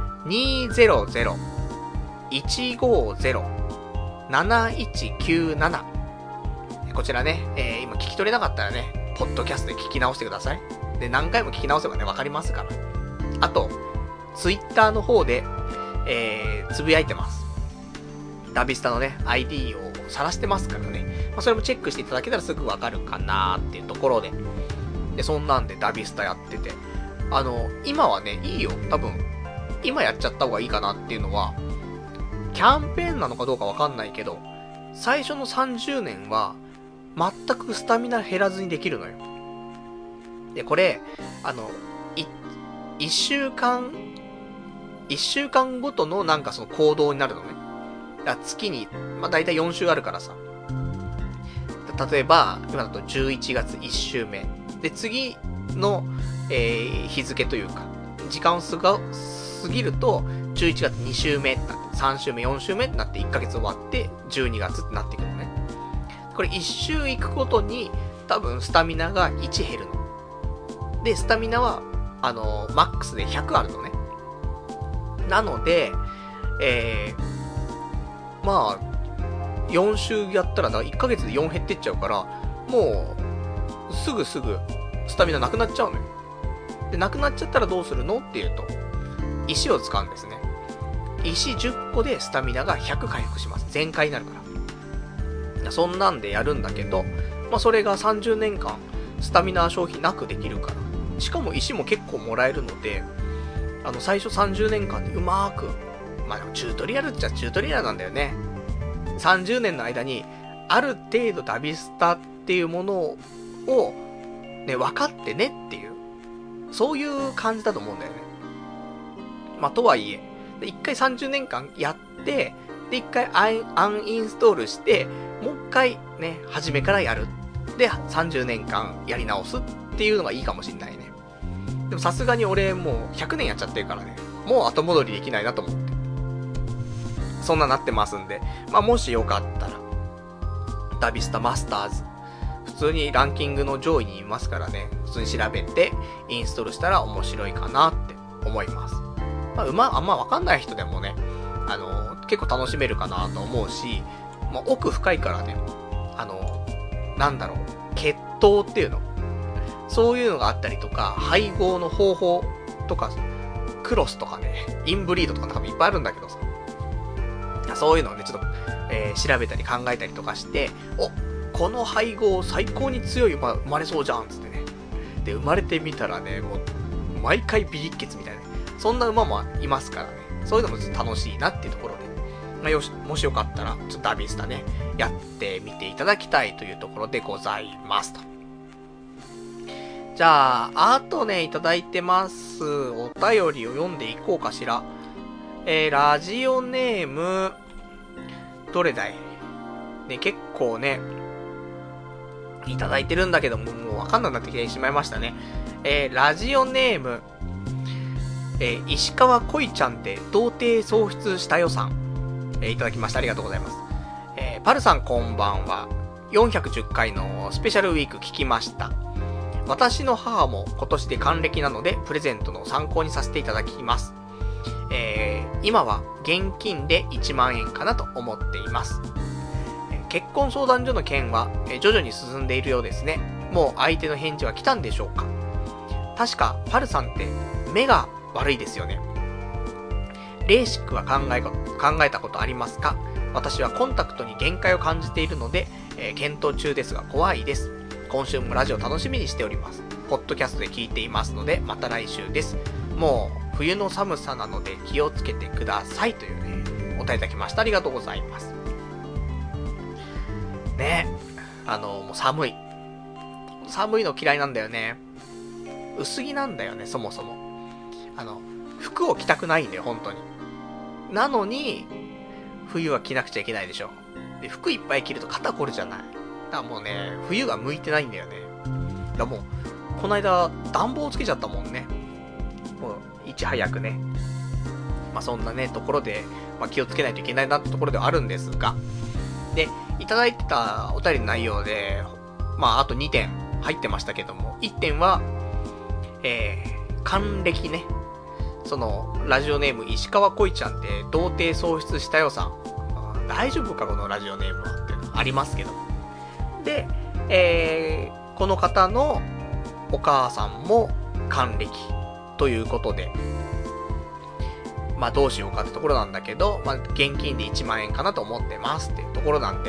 。200-150-7197。こちらね、今聞き取れなかったらね、ポッドキャストで聞き直してください。で、何回も聞き直せばね、わかりますから。あと、ツイッターの方で、つぶやいてます。ダビスタのね、ID を晒してますからね。それもチェックしていただけたらすぐわかるかなーっていうところで。で、そんなんでダビスタやってて。今はね、いいよ。多分、今やっちゃった方がいいかなっていうのは、キャンペーンなのかどうかわかんないけど、最初の30年は、全くスタミナ減らずにできるのよ。で、これ、1週間ごとのなんかその行動になるのね。月に、だいたい4週あるからさ。例えば、今だと11月1週目。で、次の、日付というか、時間を過ぎると、11月2週目ってなって、3週目、4週目ってなって1ヶ月終わって、12月ってなっていくのね。これ1週行くごとに、多分スタミナが1減るの。で、スタミナは、マックスで100あるのね。なので、4週やったら1ヶ月で4減ってっちゃうから、もう、すぐスタミナなくなっちゃうのよ。で、なくなっちゃったらどうするのっていうと、石を使うんですね。石10個でスタミナが100回復します。全開になるから。そんなんでやるんだけど、それが30年間、スタミナ消費なくできるから。しかも石も結構もらえるので、最初30年間でうまーく、でもチュートリアルっちゃチュートリアルなんだよね。30年の間に、ある程度ダビスタっていうものを、ね、分かってねっていう、そういう感じだと思うんだよね。とはいえ、一回30年間やって、で、一回アンインストールして、もう一回ね、初めからやる。で、30年間やり直すっていうのがいいかもしんないね。でもさすがに俺もう100年やっちゃってるからね、もう後戻りできないなと思って。そんななってますんで、もしよかったら、ダビスタマスターズ、普通にランキングの上位にいますからね、普通に調べてインストールしたら面白いかなって思います。あんまわかんない人でもね、結構楽しめるかなと思うし、奥深いからね、血統っていうの、そういうのがあったりとか、配合の方法とか、クロスとかね、インブリードとか多分いっぱいあるんだけどさ、そういうのをね、ちょっと、調べたり考えたりとかして、この配合最高に強い馬生まれそうじゃんつってね。で、生まれてみたらね、もう、毎回ビリッケツみたいなね。そんな馬もいますからね。そういうのもちょっと楽しいなっていうところで。もしよかったら、ちょっとダビスタね、やってみていただきたいというところでございますと。じゃあ、あとね、いただいてます。お便りを読んでいこうかしら。ラジオネーム、どれだいね、結構ね、いただいてるんだけども、もうわかんなくなってきてしまいましたね。ラジオネーム、石川恋ちゃんで童貞喪失したよさん。いただきました。ありがとうございます。パルさんこんばんは。410回のスペシャルウィーク聞きました。私の母も今年で還暦なので、プレゼントの参考にさせていただきます。今は現金で1万円かなと思っています。結婚相談所の件は徐々に進んでいるようですね。もう相手の返事は来たんでしょうか。確かパルさんって目が悪いですよね。レーシックは考えたことありますか？私はコンタクトに限界を感じているので、検討中ですが怖いです。今週もラジオ楽しみにしております。ポッドキャストで聞いていますので、また来週です。もう冬の寒さなので気をつけてくださいというね、お答えいただきました。ありがとうございます。ね、 もう寒い。寒いの嫌いなんだよね。薄着なんだよね、そもそも。服を着たくないんだよ、本当に。なのに、冬は着なくちゃいけないでしょ。で、服いっぱい着ると肩凝るじゃない。だからもうね、冬が向いてないんだよね。だからもう、この間、暖房つけちゃったもんね。もう、いち早くね。まあそんなね、ところで、まあ気をつけないといけないなってところではあるんですが。で、いただいてたお便りの内容で、まああと2点入ってましたけども、1点は、還暦ね。その、ラジオネーム石川恋ちゃんって、童貞喪失したよさん。大丈夫かこのラジオネームはっていうのありますけど。で、この方のお母さんも還暦ということで、まあどうしようかってところなんだけど、まあ現金で1万円かなと思ってますっていうところなんで。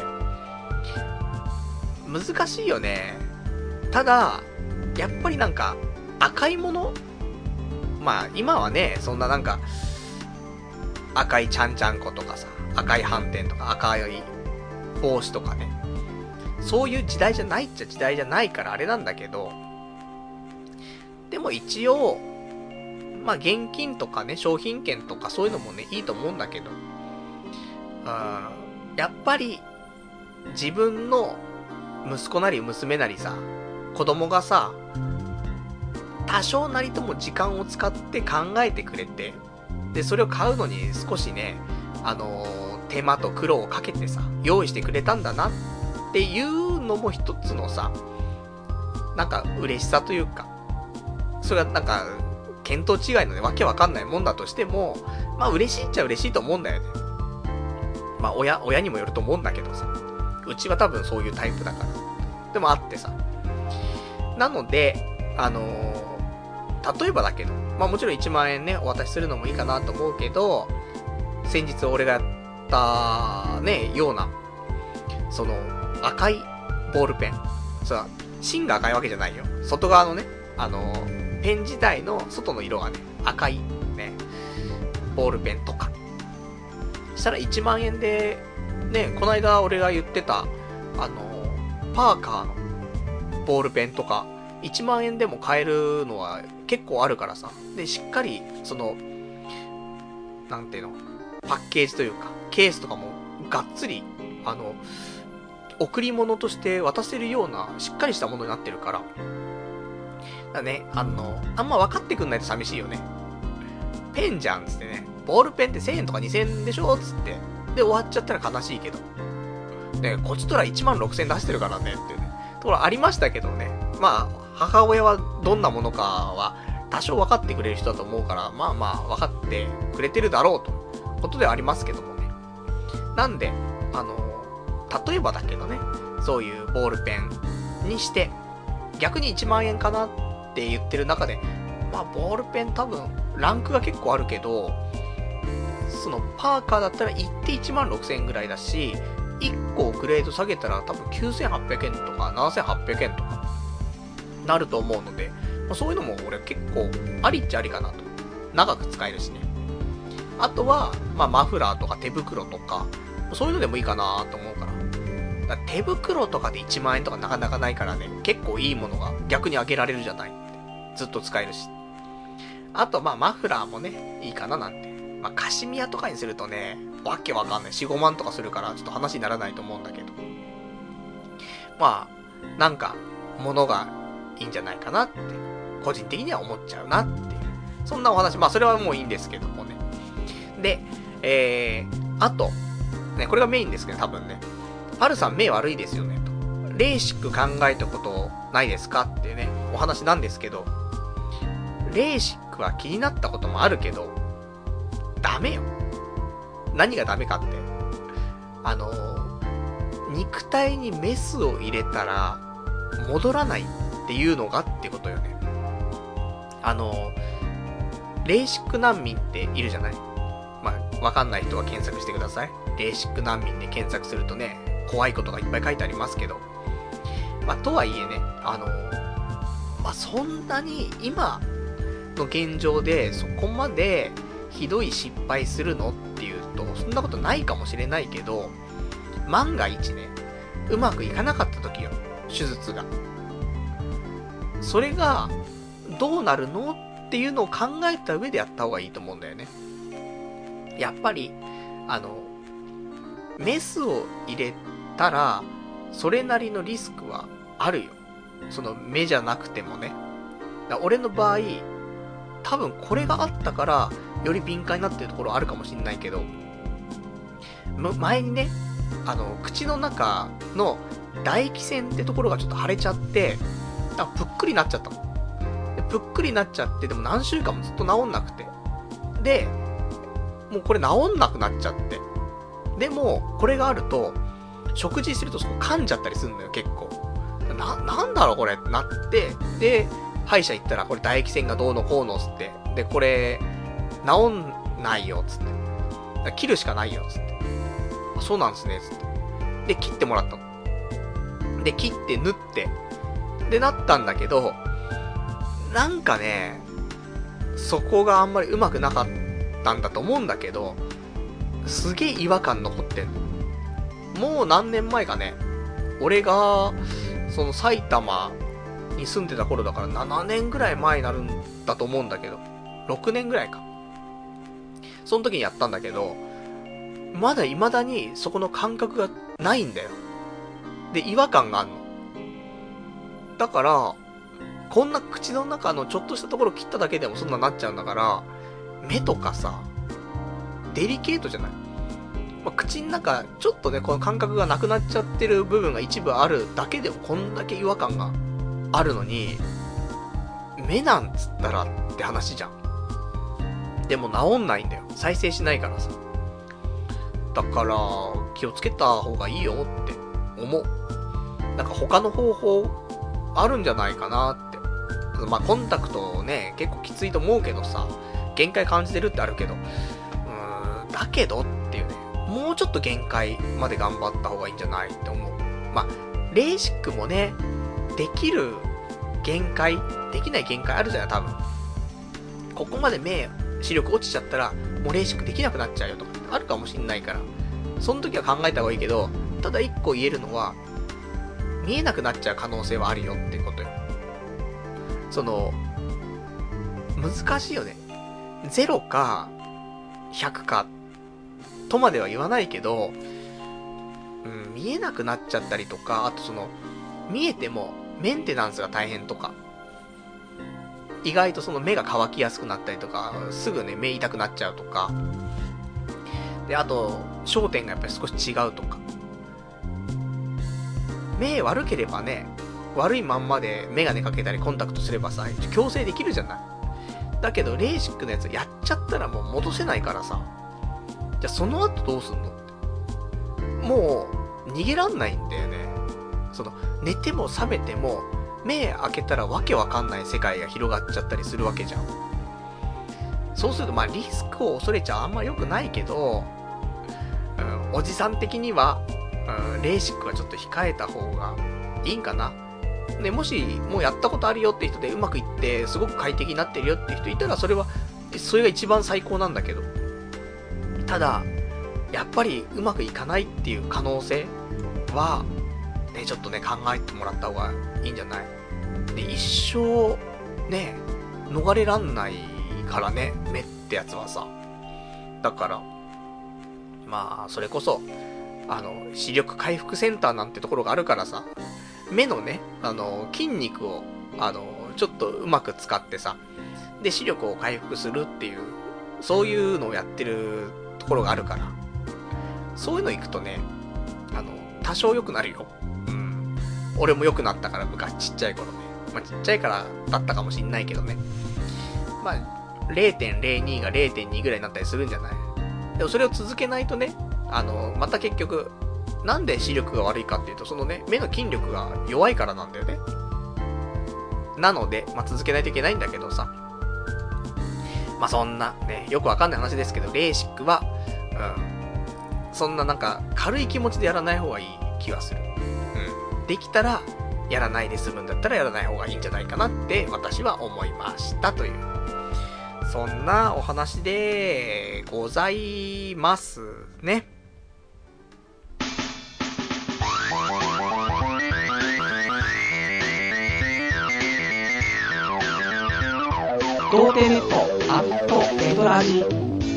難しいよね。ただ、やっぱりなんか、赤いものまあ今はね、そんななんか、赤いちゃんちゃんことかさ、赤い斑点とか赤い帽子とかね。そういう時代じゃないっちゃ時代じゃないからあれなんだけど、でも一応、まあ現金とかね、商品券とかそういうのもね、いいと思うんだけど、やっぱり自分の息子なり娘なりさ、子供がさ、多少なりとも時間を使って考えてくれて、で、それを買うのに少しね、手間と苦労をかけてさ、用意してくれたんだなっていうのも一つのさ、なんか嬉しさというか、それがなんか、見当違いのね、わけわかんないもんだとしても、まあ嬉しいっちゃ嬉しいと思うんだよね。まあ親にもよると思うんだけどさ、うちは多分そういうタイプだから。でもあってさ。なので、例えばだけど、まあもちろん1万円ね、お渡しするのもいいかなと思うけど、先日俺がやったね、ような、その、赤いボールペン。さ、芯が赤いわけじゃないよ。外側のね、ペン自体の外の色がね、赤い、ね、ボールペンとか。したら1万円で、ね、この間俺が言ってた、パーカーのボールペンとか、1万円でも買えるのは結構あるからさ。で、しっかり、その、なんていうの、パッケージというか、ケースとかもがっつり、贈り物として渡せるような、しっかりしたものになってるから。だね、あんま分かってくんないと寂しいよね。ペンじゃんつってね。ボールペンって1000円とか2000円でしょつって。で、終わっちゃったら悲しいけど。ね、こっちとら1万6000円出してるからねっていうね。ところありましたけどね。まあ、母親はどんなものかは多少分かってくれる人だと思うから、まあまあ分かってくれてるだろうと。ことではありますけどもね。なんで、例えばだけどね、そういうボールペンにして、逆に1万円かなって言ってる中で、まあボールペン多分ランクが結構あるけど、そのパーカーだったら1って1万6000円ぐらいだし、1個グレード下げたら多分9800円とか7800円とかなると思うので、まあ、そういうのも俺結構ありっちゃありかなと。長く使えるしね。あとは、まあマフラーとか手袋とか、そういうのでもいいかなと思うから。だから手袋とかで1万円とかなかなかないからね、結構いいものが逆にあげられるじゃない。ずっと使えるし。あとまあマフラーもね、いいかななんて。まあカシミヤとかにするとね、わけわかんない。4、5万とかするからちょっと話にならないと思うんだけど。まあ、なんか、ものがいいんじゃないかなって、個人的には思っちゃうなっていう。そんなお話、まあそれはもういいんですけどもね。で、あと、ね、これがメインですけど、多分ね。ハルさん目悪いですよね、と。レーシック考えたことないですかってね、お話なんですけど、レーシックは気になったこともあるけど、ダメよ。何がダメかって。肉体にメスを入れたら、戻らないっていうのがってことよね。レーシック難民っているじゃない？まあ、わかんない人は検索してください。レーシック難民で検索するとね、怖いことがいっぱい書いてありますけど。まあ、とはいえね、まあ、そんなに今の現状でそこまでひどい失敗するのっていうと、そんなことないかもしれないけど、万が一ね、 うまくいかなかった時よ、手術が。それがどうなるのっていうのを考えた上でやった方がいいと思うんだよね。やっぱりメスを入れたらそれなりのリスクはあるよ。その目じゃなくてもね。俺の場合多分これがあったからより敏感になってるところあるかもしんないけど、前にね、口の中の唾液腺ってところがちょっと腫れちゃって、ぷっくりなっちゃったの。でぷっくりなっちゃって、でも何週間もずっと治んなくて。で、もうこれ治んなくなっちゃって。でも、これがあると、食事するとそこ噛んじゃったりするんだよ、結構。なんだろうこれってなって、で、歯医者行ったら、これ唾液腺がどうのこうのつって。で、これ、治んないよ、つって。切るしかないよ、つって。そうなんですね、つって。で、切ってもらったの。で、切って縫って。で、なったんだけど、なんかね、そこがあんまりうまくなかったんだと思うんだけど、すげえ違和感残ってんの。もう何年前かね、俺が、その埼玉に住んでた頃だから7年ぐらい前になるんだと思うんだけど、6年ぐらいか。その時にやったんだけど、まだ未だにそこの感覚がないんだよ。で、違和感があんの。だから、こんな口の中のちょっとしたところ切っただけでもそんななっちゃうんだから、目とかさ、デリケートじゃない？口の中、ちょっとね、この感覚がなくなっちゃってる部分が一部あるだけでもこんだけ違和感があるのに、目なんつったらって話じゃん。でも治んないんだよ。再生しないからさ。だから気をつけた方がいいよって思う。なんか他の方法あるんじゃないかなって。コンタクトね、結構きついと思うけどさ、限界感じてるってあるけど、だけどっていうね、もうちょっと限界まで頑張った方がいいんじゃないって思う。レーシックもね、できる限界、できない限界あるじゃない、多分。ここまで視力落ちちゃったら、もうレーシックできなくなっちゃうよとかあるかもしんないから、その時は考えた方がいいけど、ただ一個言えるのは、見えなくなっちゃう可能性はあるよってことよ。難しいよね。0か100かとまでは言わないけど、見えなくなっちゃったりとか、あと見えてもメンテナンスが大変とか、意外と目が乾きやすくなったりとか、すぐね、目痛くなっちゃうとか、で、あと、焦点がやっぱり少し違うとか、目悪ければね、悪いまんまでメガネかけたりコンタクトすればさ、矯正できるじゃない。だけどレーシックのやつやっちゃったらもう戻せないからさ、じゃあその後どうすんのって。もう逃げらんないんだよね。寝ても覚めても目開けたらわけわかんない世界が広がっちゃったりするわけじゃん。そうするとリスクを恐れちゃあんま良くないけど、おじさん的には、レーシックはちょっと控えた方がいいんかな。ね、もしもうやったことあるよって人でうまくいってすごく快適になってるよって人いたらそれが一番最高なんだけど、ただやっぱりうまくいかないっていう可能性はね、ちょっとね考えてもらった方がいいんじゃない。で、一生ね逃れらんないからね、目ってやつはさ。だからそれこそ視力回復センターなんてところがあるからさ、目のね、筋肉を、ちょっとうまく使ってさ、で、視力を回復するっていう、そういうのをやってるところがあるから、そういうの行くとね、多少良くなるよ。俺も良くなったから、昔ちっちゃい頃ね。ちっちゃいからだったかもしんないけどね。0.02 が 0.2 ぐらいになったりするんじゃない？でもそれを続けないとね、また結局、なんで視力が悪いかっていうと、目の筋力が弱いからなんだよね。なので、続けないといけないんだけどさ。そんな、ね、よくわかんない話ですけど、レーシックは、そんな軽い気持ちでやらない方がいい気がする。できたら、やらないで済むんだったらやらない方がいいんじゃないかなって私は思いましたという。そんなお話でございますね。 童貞ネットアットネトラジ。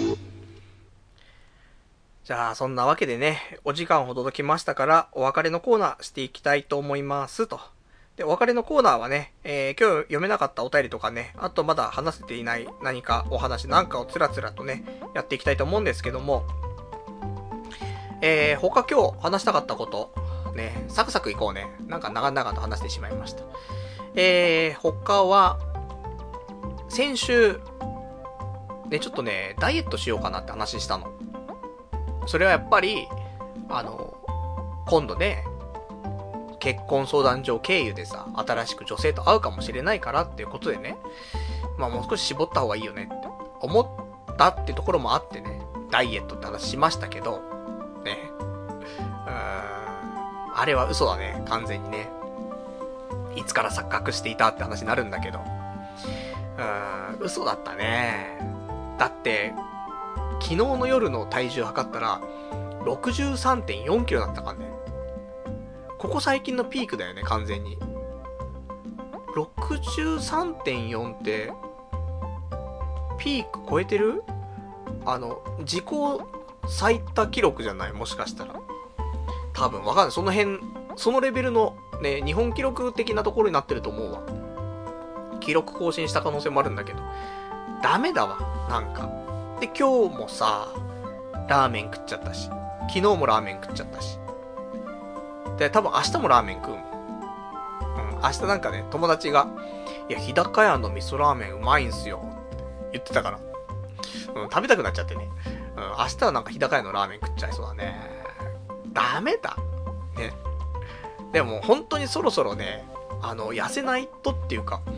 じゃあそんなわけでね、お時間ほどきましたからお別れのコーナーしていきたいと思いますと。で、お別れのコーナーはね、今日読めなかったお便りとかね、あとまだ話せていない何かお話なんかをつらつらとね、やっていきたいと思うんですけども、他今日話したかったこと、ね、サクサクいこうね。なんか長々と話してしまいました。他は、先週、ね、ちょっとね、ダイエットしようかなって話したの。それはやっぱり、今度ね、結婚相談所経由でさ、新しく女性と会うかもしれないからっていうことでね、まあもう少し絞った方がいいよねって思ったってところもあってね、ダイエットって話しましたけど、ね、あれは嘘だね、完全にね。いつから錯覚していたって話になるんだけど、嘘だったね。だって、昨日の夜の体重測ったら、63.4 キロだったからね。ここ最近のピークだよね、完全に。63.4 って、ピーク超えてる？自己最多記録じゃない？もしかしたら。多分わかんない。その辺、そのレベルのね、日本記録的なところになってると思うわ。記録更新した可能性もあるんだけど。ダメだわ、なんか。で、今日もさ、ラーメン食っちゃったし。昨日もラーメン食っちゃったし。で、多分明日もラーメン食うもん。明日なんかね、友達が、いや、日高屋の味噌ラーメンうまいんすよ。って言ってたから。食べたくなっちゃってね。明日はなんか日高屋のラーメン食っちゃいそうだね。ダメだ。ね。でも本当にそろそろね、痩せないとっていうか、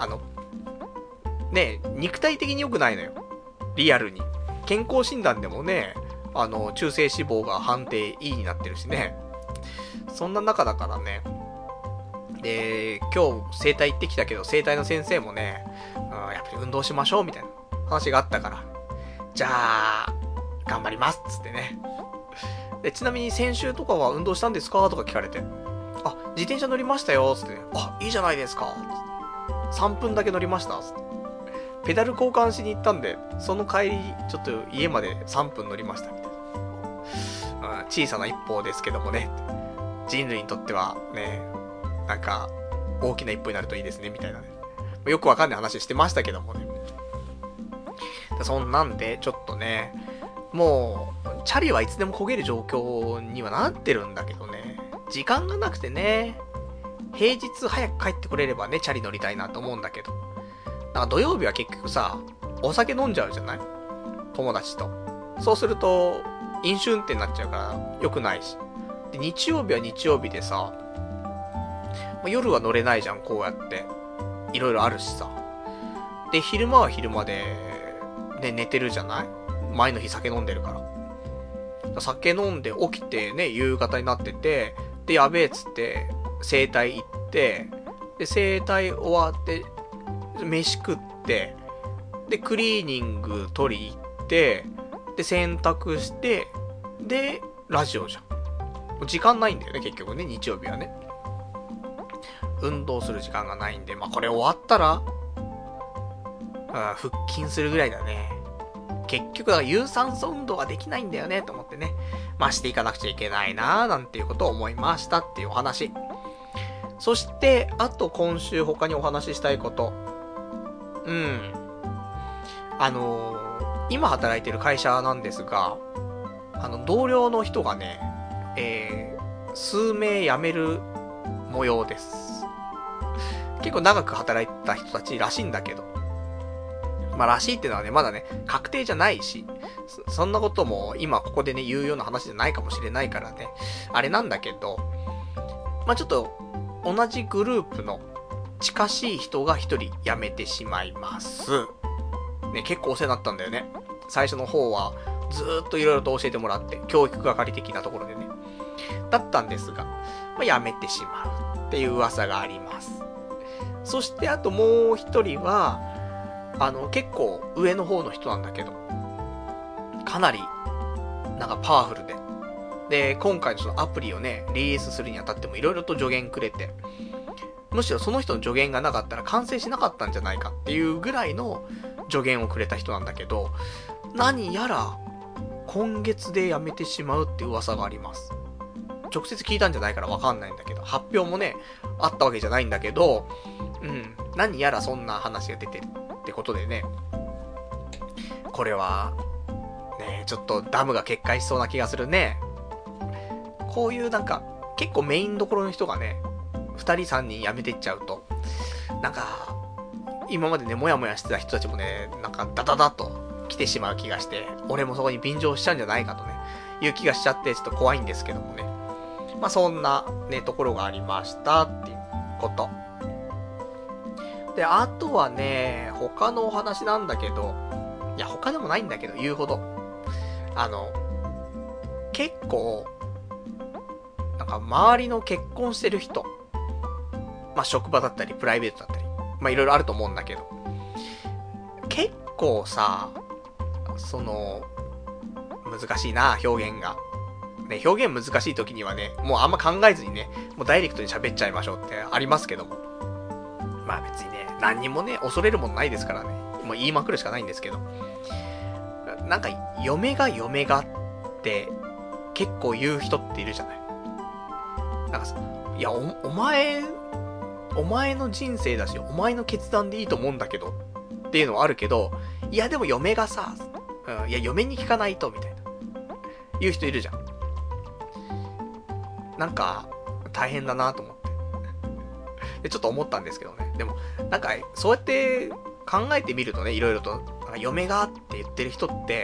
ね、肉体的に良くないのよ。リアルに。健康診断でもね、中性脂肪が判定 E になってるしね。そんな中だからね。で、今日整体行ってきたけど、整体の先生もね、やっぱり運動しましょうみたいな話があったから、じゃあ、頑張りますっつってね。で、ちなみに先週とかは運動したんですかとか聞かれて、あ、自転車乗りましたよつって、ね、あ、いいじゃないですか3分だけ乗りましたつって、ペダル交換しに行ったんで、その帰りちょっと家まで3分乗りましたみたいな。小さな一歩ですけどもね、人類にとってはね、なんか大きな一歩になるといいですねみたいなね、よくわかんない話してましたけどもね。そんなんでちょっとね、もうチャリはいつでも焦げる状況にはなってるんだけどね、時間がなくてね、平日早く帰ってこれればね、チャリ乗りたいなと思うんだけど、なんか土曜日は結局さ、お酒飲んじゃうじゃない？友達と。そうすると飲酒運転になっちゃうから良くないし。で、日曜日は日曜日でさ、夜は乗れないじゃん、こうやって。いろいろあるしさ。で、昼間は昼間で、ね、寝てるじゃない？前の日酒飲んでるから。酒飲んで起きてね、夕方になってて、で、やべえっつって、整体行って、で、整体終わって、飯食って、で、クリーニング取り行って、で、洗濯して、で、ラジオじゃん。時間ないんだよね、結局ね、日曜日はね。運動する時間がないんで、まあ、これ終わったら、腹筋するぐらいだね。結局は有酸素運動ができないんだよね、と思ってね。まあ、していかなくちゃいけないなーなんていうことを思いましたっていうお話。そして、あと今週他にお話ししたいこと。今働いてる会社なんですが、同僚の人がね、数名辞める模様です。結構長く働いた人たちらしいんだけど。まあ、らしいっていうのはね、まだね、確定じゃないし、そんなことも今ここでね、言うような話じゃないかもしれないからね、あれなんだけど、まあ、ちょっと、同じグループの近しい人が一人辞めてしまいます。ね、結構お世話になったんだよね。最初の方は、ずーっといろいろと教えてもらって、教育係的なところでね。だったんですが、まあ、辞めてしまうっていう噂があります。そしてあともう一人は、結構上の方の人なんだけど、かなり、なんかパワフルで。で、今回のそのアプリをね、リリースするにあたってもいろいろと助言くれて、 むしろその人の助言がなかったら完成しなかったんじゃないかっていうぐらいの助言をくれた人なんだけど、何やら今月で辞めてしまうって噂があります。直接聞いたんじゃないからわかんないんだけど、発表もね、あったわけじゃないんだけど、何やらそんな話が出てるってことでね、これは、ね、ちょっとダムが決壊しそうな気がするね。こういうなんか、結構メインどころの人がね、2人3人辞めてっちゃうと、なんか、今までね、もやもやしてた人たちもね、なんかダダダと来てしまう気がして、俺もそこに便乗しちゃうんじゃないかとね、いう気がしちゃって、ちょっと怖いんですけどもね。まあそんなね、ところがありましたっていうこと。で、あとはね、他のお話なんだけど、いや他でもないんだけど、言うほど。結構、なんか周りの結婚してる人、まあ職場だったり、プライベートだったり、まあいろいろあると思うんだけど、結構さ、難しいな、表現が。ね、表現難しい時にはね、もうあんま考えずにね、もうダイレクトに喋っちゃいましょうってありますけども。まあ別にね、何にもね、恐れるもんないですからね。もう言いまくるしかないんですけど。なんか、嫁がって結構言う人っているじゃない。なんかさ、いや、お前の人生だし、お前の決断でいいと思うんだけど、っていうのはあるけど、いやでも嫁がさ、いや嫁に聞かないと、みたいな。言う人いるじゃん。なんか、大変だなと思って。で、ちょっと思ったんですけどね。でも、なんか、そうやって考えてみるとね、いろいろと、嫁がって言ってる人って、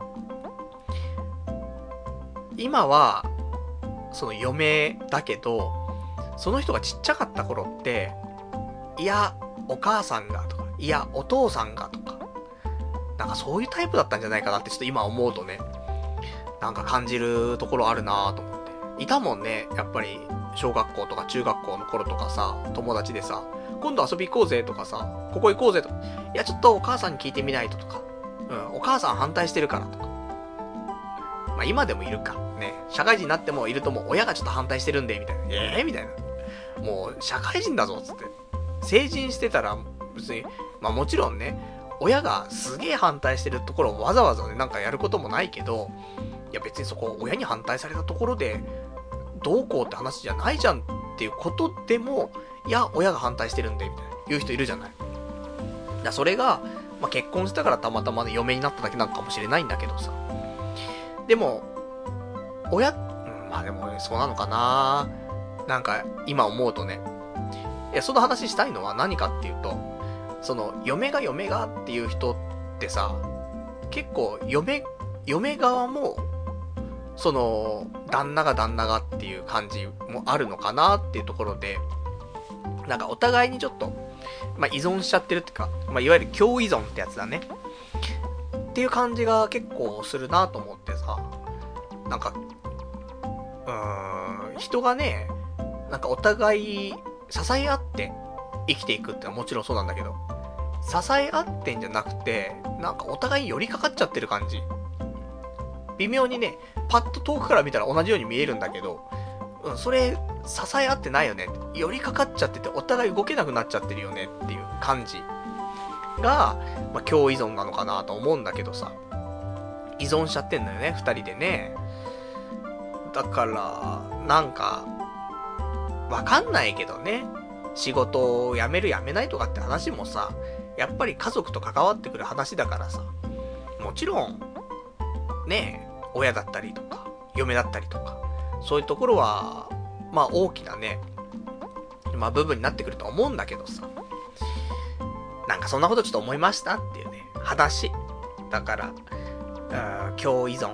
今は、その嫁だけど、その人がちっちゃかった頃って、いや、お母さんがとか、いや、お父さんがとか、なんかそういうタイプだったんじゃないかなってちょっと今思うとね、なんか感じるところあるなぁと思って。いたもんね、やっぱり、小学校とか中学校の頃とかさ、友達でさ、今度遊び行こうぜとかさ、ここ行こうぜとか、いやちょっとお母さんに聞いてみないととか、お母さん反対してるからとか。まあ今でもいるか。ね、社会人になってもいるともう親がちょっと反対してるんで、みたいな。みたいな。もう社会人だぞ、つって。成人してたら、別に、まあもちろんね、親がすげえ反対してるところをわざわざね、なんかやることもないけど、いや別にそこ親に反対されたところでどうこうって話じゃないじゃんっていうことでも、いや親が反対してるんでみたいな言う人いるじゃない。だそれが、まあ、結婚したからたまたまね嫁になっただけなのかもしれないんだけどさ。でもまあでも、ね、そうなのかな。なんか今思うとね、いやその話したいのは何かっていうと、その嫁がっていう人ってさ、結構嫁側もその旦那がっていう感じもあるのかなっていうところで、なんかお互いにちょっと、まあ、依存しちゃってるっていうか、まあ、いわゆる共依存ってやつだねっていう感じが結構するなと思ってさ、なんか人がね、なんかお互い支え合って生きていくってのはもちろんそうなんだけど、支え合ってんじゃなくて、なんかお互いに寄りかかっちゃってる感じ。微妙にね、パッと遠くから見たら同じように見えるんだけど、それ支え合ってないよね。寄りかかっちゃっててお互い動けなくなっちゃってるよねっていう感じが、まあ、共依存なのかなと思うんだけどさ、依存しちゃってんだよね、二人でね。だからなんかわかんないけどね、仕事を辞める辞めないとかって話もさ、やっぱり家族と関わってくる話だからさ、もちろんね、親だったりとか嫁だったりとか、そういうところはまあ大きなね、まあ部分になってくると思うんだけどさ、なんかそんなことちょっと思いましたっていうね話だから、共依存、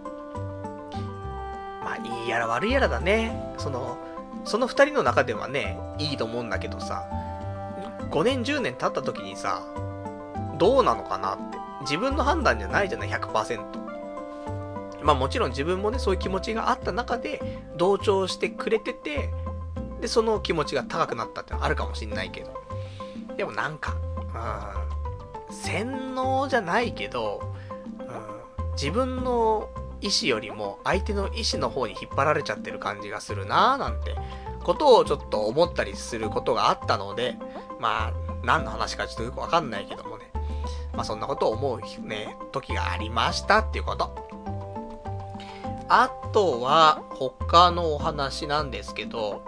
まあいいやら悪いやらだね。その二人の中ではねいいと思うんだけどさ、5年10年経った時にさ、どうなのかなって、自分の判断じゃないじゃない 100%。まあもちろん自分もねそういう気持ちがあった中で同調してくれてて、でその気持ちが高くなったってのはあるかもしんないけど、でもなんか洗脳じゃないけど、自分の意思よりも相手の意思の方に引っ張られちゃってる感じがするなーなんてことをちょっと思ったりすることがあったので、まあ何の話かちょっとよくわかんないけどもね、まあそんなことを思うね時がありましたっていうこと。あとは他のお話なんですけど、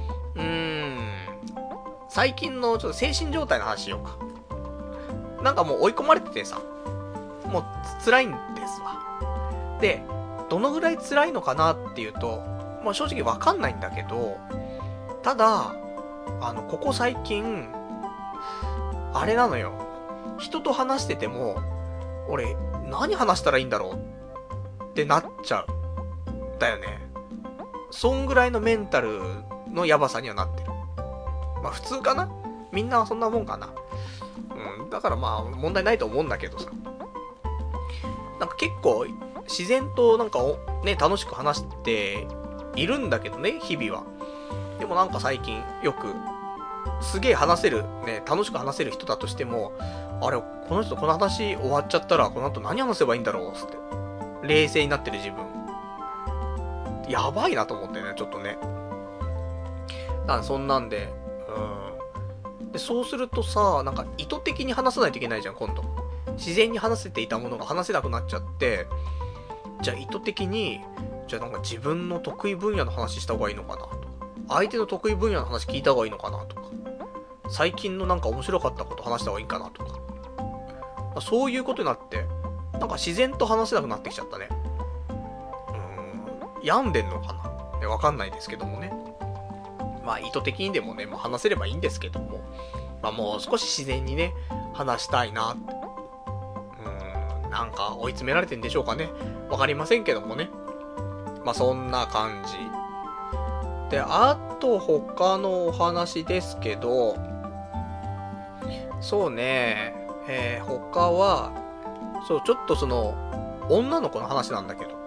最近のちょっと精神状態の話しようか。なんかもう追い込まれててさ、もう辛いんですわ。で、どのぐらい辛いのかなっていうと、まあ正直わかんないんだけど、ただ、ここ最近、あれなのよ。人と話してても、俺、何話したらいいんだろうってなっちゃう。だよね。そんぐらいのメンタルのやばさにはなってる。まあ普通かな？みんなそんなもんかな。だからまあ問題ないと思うんだけどさ。なんか結構自然となんかね、楽しく話しているんだけどね、日々は。でもなんか最近よく、すげえ話せる、ね、楽しく話せる人だとしても、あれ、この人この話終わっちゃったら、この後何話せばいいんだろうって。冷静になってる自分。やばいなと思ってね、ちょっとね。そんなんで、で、そうするとさ、なんか意図的に話さないといけないじゃん、今度。自然に話せていたものが話せなくなっちゃって、じゃあ意図的に、じゃあなんか自分の得意分野の話した方がいいのかなとか、相手の得意分野の話聞いた方がいいのかなとか、最近のなんか面白かったこと話した方がいいかなとか、そういうことになって、なんか自然と話せなくなってきちゃったね。病んでんのかな？わかんないですけどもね。まあ意図的にでもね、もう話せればいいんですけども、まあもう少し自然にね、話したいなって。なんか追い詰められてんでしょうかね。わかりませんけどもね。まあそんな感じ。で、あと他のお話ですけど、そうね、他は、そう、ちょっとその、女の子の話なんだけど、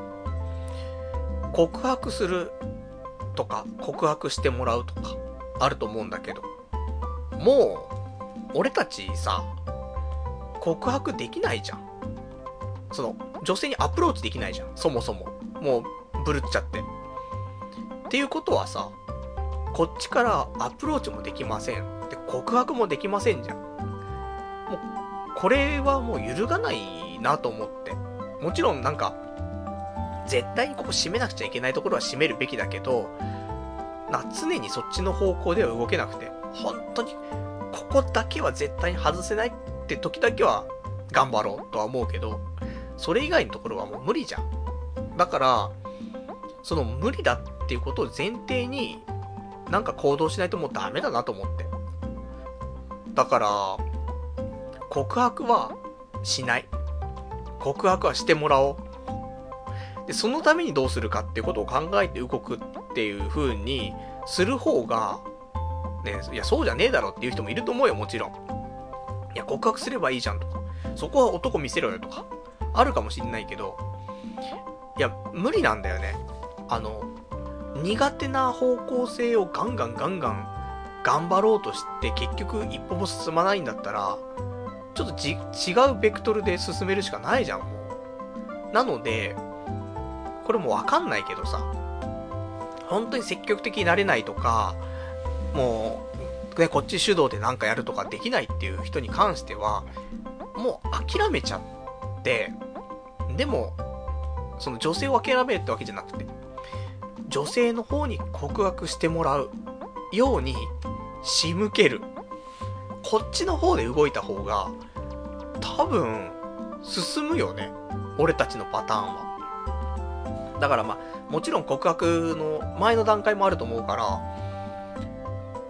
告白するとか、告白してもらうとか、あると思うんだけど、もう、俺たちさ、告白できないじゃん。その、女性にアプローチできないじゃん。そもそも。もう、ブルっちゃって。っていうことはさ、こっちからアプローチもできません。で、告白もできませんじゃん。もう、これはもう揺るがないなと思って。もちろんなんか、絶対にここ締めなくちゃいけないところは締めるべきだけど、常にそっちの方向では動けなくて、本当に、ここだけは絶対に外せないって時だけは頑張ろうとは思うけど、それ以外のところはもう無理じゃん。だから、その無理だっていうことを前提に、なんか行動しないともうダメだなと思って。だから、告白はしない。告白はしてもらおう。で、そのためにどうするかっていうことを考えて動くっていう風にする方が、ね、いや、そうじゃねえだろっていう人もいると思うよ、もちろん。いや、告白すればいいじゃんとか、そこは男見せろよとか、あるかもしんないけど、いや、無理なんだよね。苦手な方向性をガンガン頑張ろうとして結局一歩も進まないんだったら、ちょっと違うベクトルで進めるしかないじゃん、もう。なので、これもわかんないけどさ、本当に積極的になれないとか、もう、ね、こっち主導でなんかやるとかできないっていう人に関しては、もう諦めちゃって、でも、その女性を諦めるってわけじゃなくて、女性の方に告白してもらうように仕向ける。こっちの方で動いた方が、多分、進むよね。俺たちのパターンは。だからまあ、もちろん告白の前の段階もあると思うから、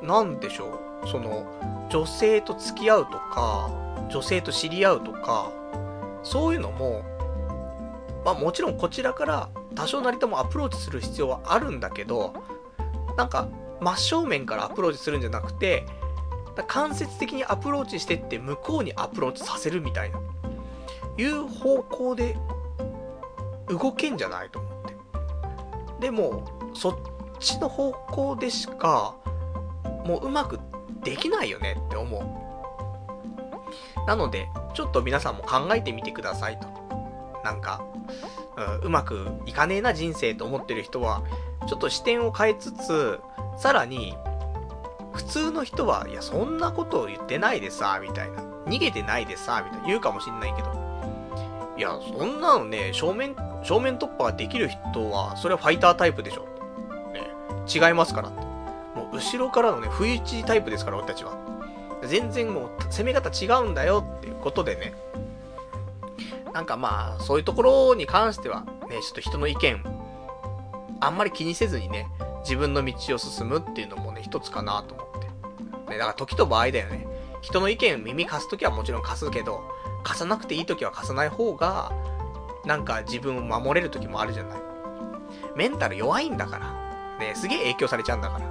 なんでしょう。その、女性と付き合うとか、女性と知り合うとか、そういうのも、まあもちろんこちらから多少なりともアプローチする必要はあるんだけど、なんか真正面からアプローチするんじゃなくて、間接的にアプローチしてって向こうにアプローチさせるみたいな、いう方向で動けんじゃないと思って。でも、そっちの方向でしか、もううまくできないよねって思う。なので、ちょっと皆さんも考えてみてくださいと。 なんか、うまくいかねえな人生と思ってる人は、ちょっと視点を変えつつ、さらに、普通の人は、いや、そんなことを言ってないでさ、みたいな。逃げてないでさ、みたいな言うかもしんないけど。いや、そんなのね、正面突破ができる人は、それはファイタータイプでしょ。ね、違いますからって。もう、後ろからのね、不意打ちタイプですから、俺たちは。全然もう、攻め方違うんだよっていうことでね。なんかまあ、そういうところに関しては、ね、ちょっと人の意見、あんまり気にせずにね、自分の道を進むっていうのもね、一つかなと思って。ね、だから時と場合だよね。人の意見耳貸すときはもちろん貸すけど、貸さなくていいときは貸さない方が、なんか自分を守れるときもあるじゃない。メンタル弱いんだから。ね、すげえ影響されちゃうんだから。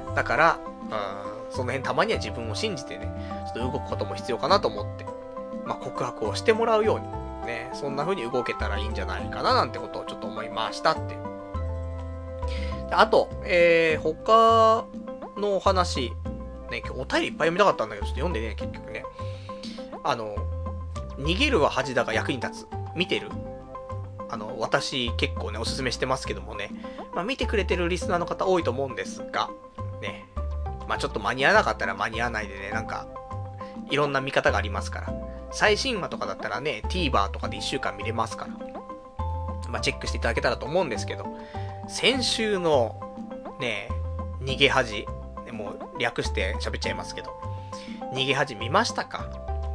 だから、その辺たまには自分を信じてね、ちょっと動くことも必要かなと思って、まあ、告白をしてもらうように、ね、そんな風に動けたらいいんじゃないかななんてことをちょっと思いましたっていう。あと、他のお話、ね、今日お便りいっぱい読みたかったんだけど、ちょっと読んでね、結局ね。逃げるは恥だが役に立つ。見てる？私結構ね、おすすめしてますけどもね。まあ、見てくれてるリスナーの方多いと思うんですが、ね。まあ、ちょっと間に合わなかったら間に合わないでね、なんか、いろんな見方がありますから。最新話とかだったらね、TVer とかで1週間見れますから。まあ、チェックしていただけたらと思うんですけど、先週の、ね、逃げ恥、もう略して喋っちゃいますけど、逃げ恥見ましたか？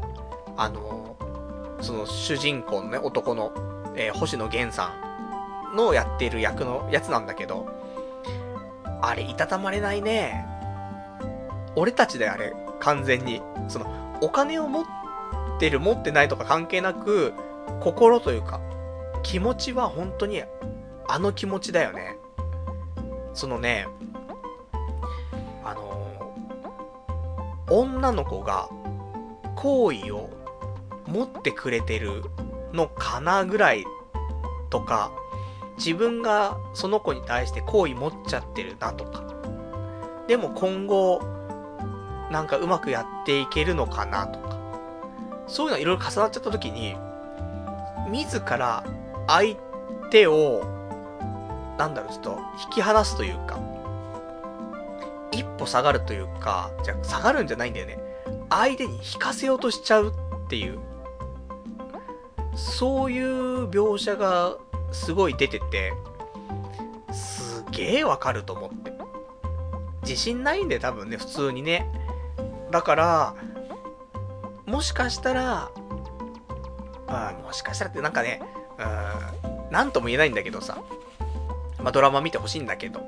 その主人公のね、男の、星野源さんのやっている役のやつなんだけど、あれ、いたたまれないね。俺たちだよ、あれ、完全に。その、お金を持ってる、持ってないとか関係なく、心というか、気持ちは本当に、あの気持ちだよね。そのね、女の子が、好意を持ってくれてるのかなぐらいとか、自分がその子に対して好意持っちゃってるなとか、でも今後なんかうまくやっていけるのかなとか、そういうのいろいろ重なっちゃった時に、自ら相手をなんだろう、ちょっと引き離すというか、一歩下がるというか、じゃあ下がるんじゃないんだよね。相手に引かせようとしちゃうっていう、そういう描写がすごい出てて、すげえわかると思って。自信ないんで多分ね、普通にね。だから、もしかしたら、もしかしたらってなんかね、なんとも言えないんだけどさ。まあ、ドラマ見てほしいんだけど。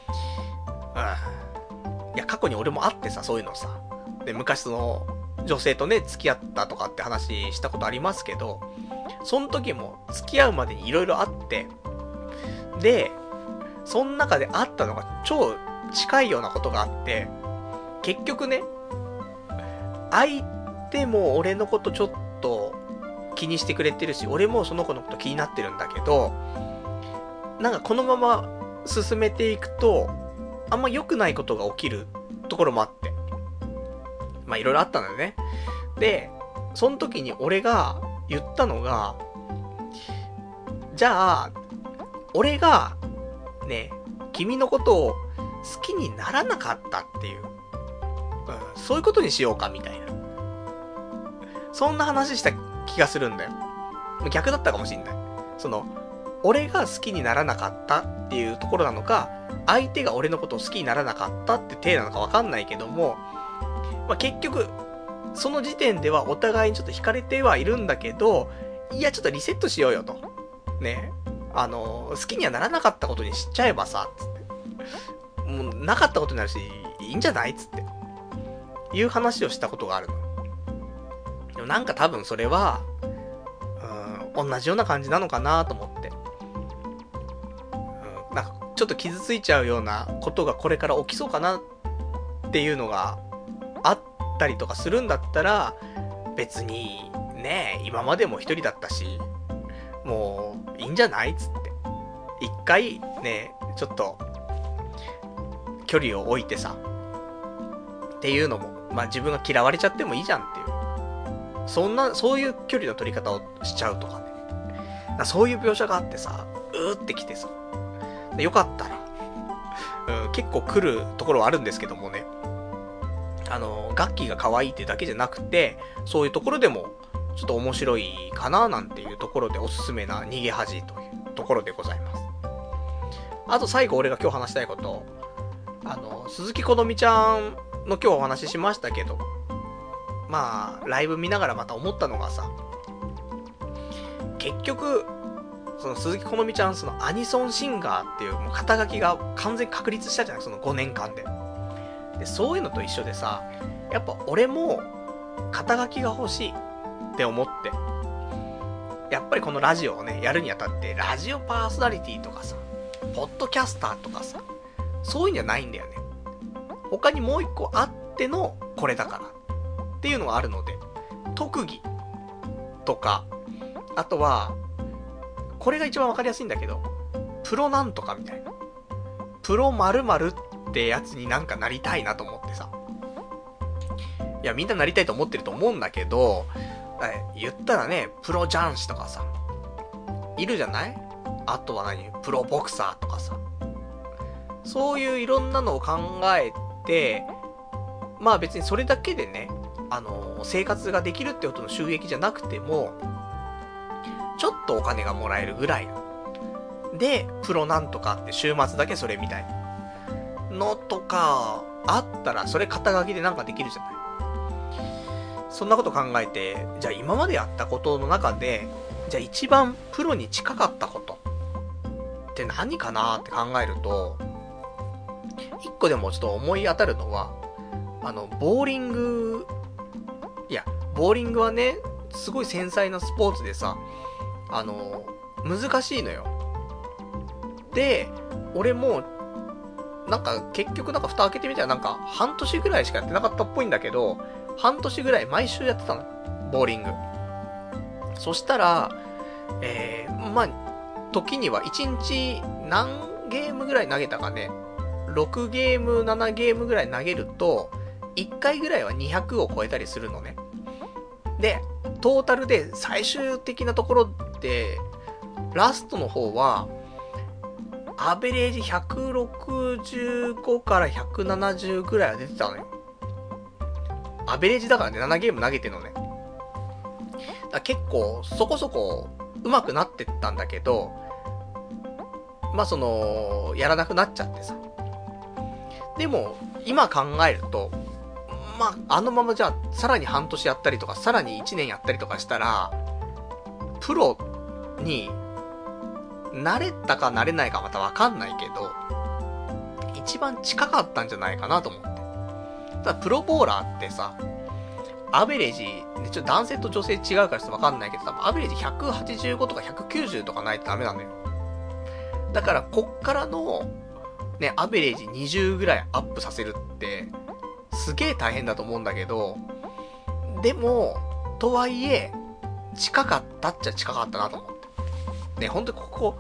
いや、過去に俺もあってさ、そういうのさ。で、昔その、女性とね、付き合ったとかって話したことありますけど、その時も付き合うまでに色々あって、で、その中であったのが超近いようなことがあって、結局ね、相手も俺のことちょっと気にしてくれてるし、俺もその子のこと気になってるんだけど、なんかこのまま進めていくと、あんま良くないことが起きるところもあって。まあいろいろあったんだよね。で、その時に俺が言ったのが、じゃあ、俺が、ね、君のことを好きにならなかったっていう、そういうことにしようかみたいな。そんな話した気がするんだよ。逆だったかもしんない。その、俺が好きにならなかったっていうところなのか、相手が俺のことを好きにならなかったって体なのかわかんないけども、まあ、結局、その時点ではお互いにちょっと惹かれてはいるんだけど、いや、ちょっとリセットしようよと。ね。好きにはならなかったことにしちゃえばさ、つって。もう、なかったことになるし、いいんじゃないつって。いう話をしたことがあるの。でもなんか多分それは、同じような感じなのかなと思って。なんか、ちょっと傷ついちゃうようなことがこれから起きそうかなっていうのがあったりとかするんだったら、別にね、今までも一人だったし、もういいんじゃないつって。一回ね、ちょっと距離を置いてさ、っていうのも、まあ自分が嫌われちゃってもいいじゃんっていう。そういう距離の取り方をしちゃうとかね。 そういう描写があってさ、うーってきてさ。よかったら、結構来るところはあるんですけどもね。ガッキーが可愛いってだけじゃなくて、そういうところでも、ちょっと面白いかななんていうところでおすすめな逃げ恥というところでございます。あと最後俺が今日話したいこと、鈴木好美ちゃんの今日お話ししましたけど、まあ、ライブ見ながらまた思ったのがさ、結局、その鈴木好美ちゃん、そのアニソンシンガーっていうもう肩書きが完全に確立したじゃない、その5年間で。で、そういうのと一緒でさ、やっぱ俺も肩書きが欲しいって思って、やっぱりこのラジオをね、やるにあたって、ラジオパーソナリティとかさ、ポッドキャスターとかさ、そういうんじゃないんだよね。他にもう一個あってのこれだからっていうのがあるので、特技とか、あとは、これが一番わかりやすいんだけど、プロなんとかみたいな。プロ〇〇ってやつになんかなりたいなと思ってさ。いや、みんななりたいと思ってると思うんだけど、言ったらね、プロ雀士とかさ、いるじゃない？あとはプロボクサーとかさ。そういういろんなのを考えて、まあ別にそれだけでね、生活ができるってことの収益じゃなくても、ちょっとお金がもらえるぐらいで、プロなんとかって週末だけそれみたいなのとかあったら、それ肩書きでなんかできるじゃない。そんなこと考えて、じゃあ今までやったことの中で、じゃあ一番プロに近かったことって何かなって考えると、一個でもちょっと思い当たるのは、ボーリング、いや、ボーリングはね、すごい繊細なスポーツでさ、難しいのよ。で、俺も、なんか結局なんか蓋開けてみたらなんか半年ぐらいしかやってなかったっぽいんだけど、半年ぐらい毎週やってたの。ボーリング。そしたら、まあ、時には1日何ゲームぐらい投げたかね。6ゲーム、7ゲームぐらい投げると、1回ぐらいは200を超えたりするのね。で、トータルで最終的なところで、ラストの方は、アベレージ165から170ぐらいは出てたのよ。アベレージだからね、7ゲーム投げてるのね。だから結構、そこそこ上手くなってったんだけど、まあやらなくなっちゃってさ。でも、今考えると、まあ、あのままじゃあ、さらに半年やったりとか、さらに1年やったりとかしたら、プロになれたかなれないかまたわかんないけど、一番近かったんじゃないかなと思って。ただプロボーラーってさ、アベレージ、ね、ちょっと男性と女性違うからちょっとわかんないけど、多分アベレージ185とか190とかないとダメなのよ。だからこっからのね、アベレージ20ぐらいアップさせるってすげえ大変だと思うんだけど、でもとはいえ近かったっちゃ近かったなと思ってね。ほんとここ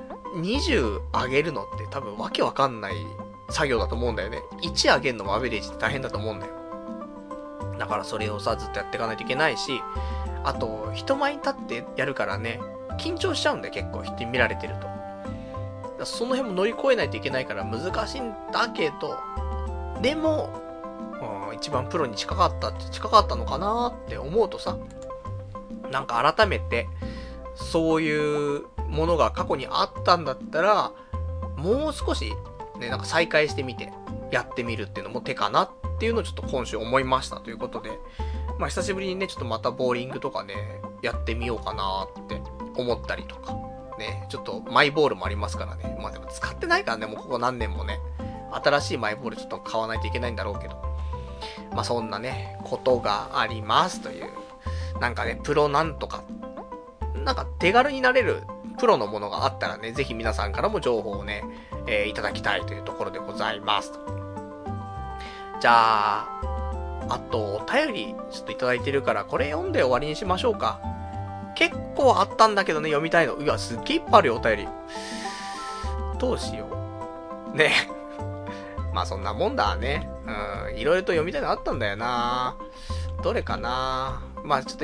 20上げるのって多分わけわかんない作業だと思うんだよね。1上げるのもアベレージって大変だと思うんだよ。だからそれをさずっとやっていかないといけないし、あと人前に立ってやるからね、緊張しちゃうんだよ結構人に見られてると。その辺も乗り越えないといけないから難しいんだけど、でも、一番プロに近かったって近かったのかなって思うとさ、なんか改めてそういうものが過去にあったんだったら、もう少しね、なんか再開してみてやってみるっていうのも手かなっていうのをちょっと今週思いましたということで、まあ久しぶりにね、ちょっとまたボーリングとかね、やってみようかなって思ったりとか。ね、ちょっとマイボールもありますからね。まあでも使ってないからね、もうここ何年もね。新しいマイボールちょっと買わないといけないんだろうけど。まあそんなね、ことがありますという。なんかね、プロなんとか。なんか手軽になれるプロのものがあったらね、ぜひ皆さんからも情報をね、いただきたいというところでございますと。じゃあ、あとお便りちょっといただいてるから、これ読んで終わりにしましょうか。結構あったんだけどね、読みたいの。うわ、すっげえいっぱいあるよ、お便り。どうしよう。ね。まあそんなもんだね。いろいろと読みたいのあったんだよな。どれかな。まあちょっと今、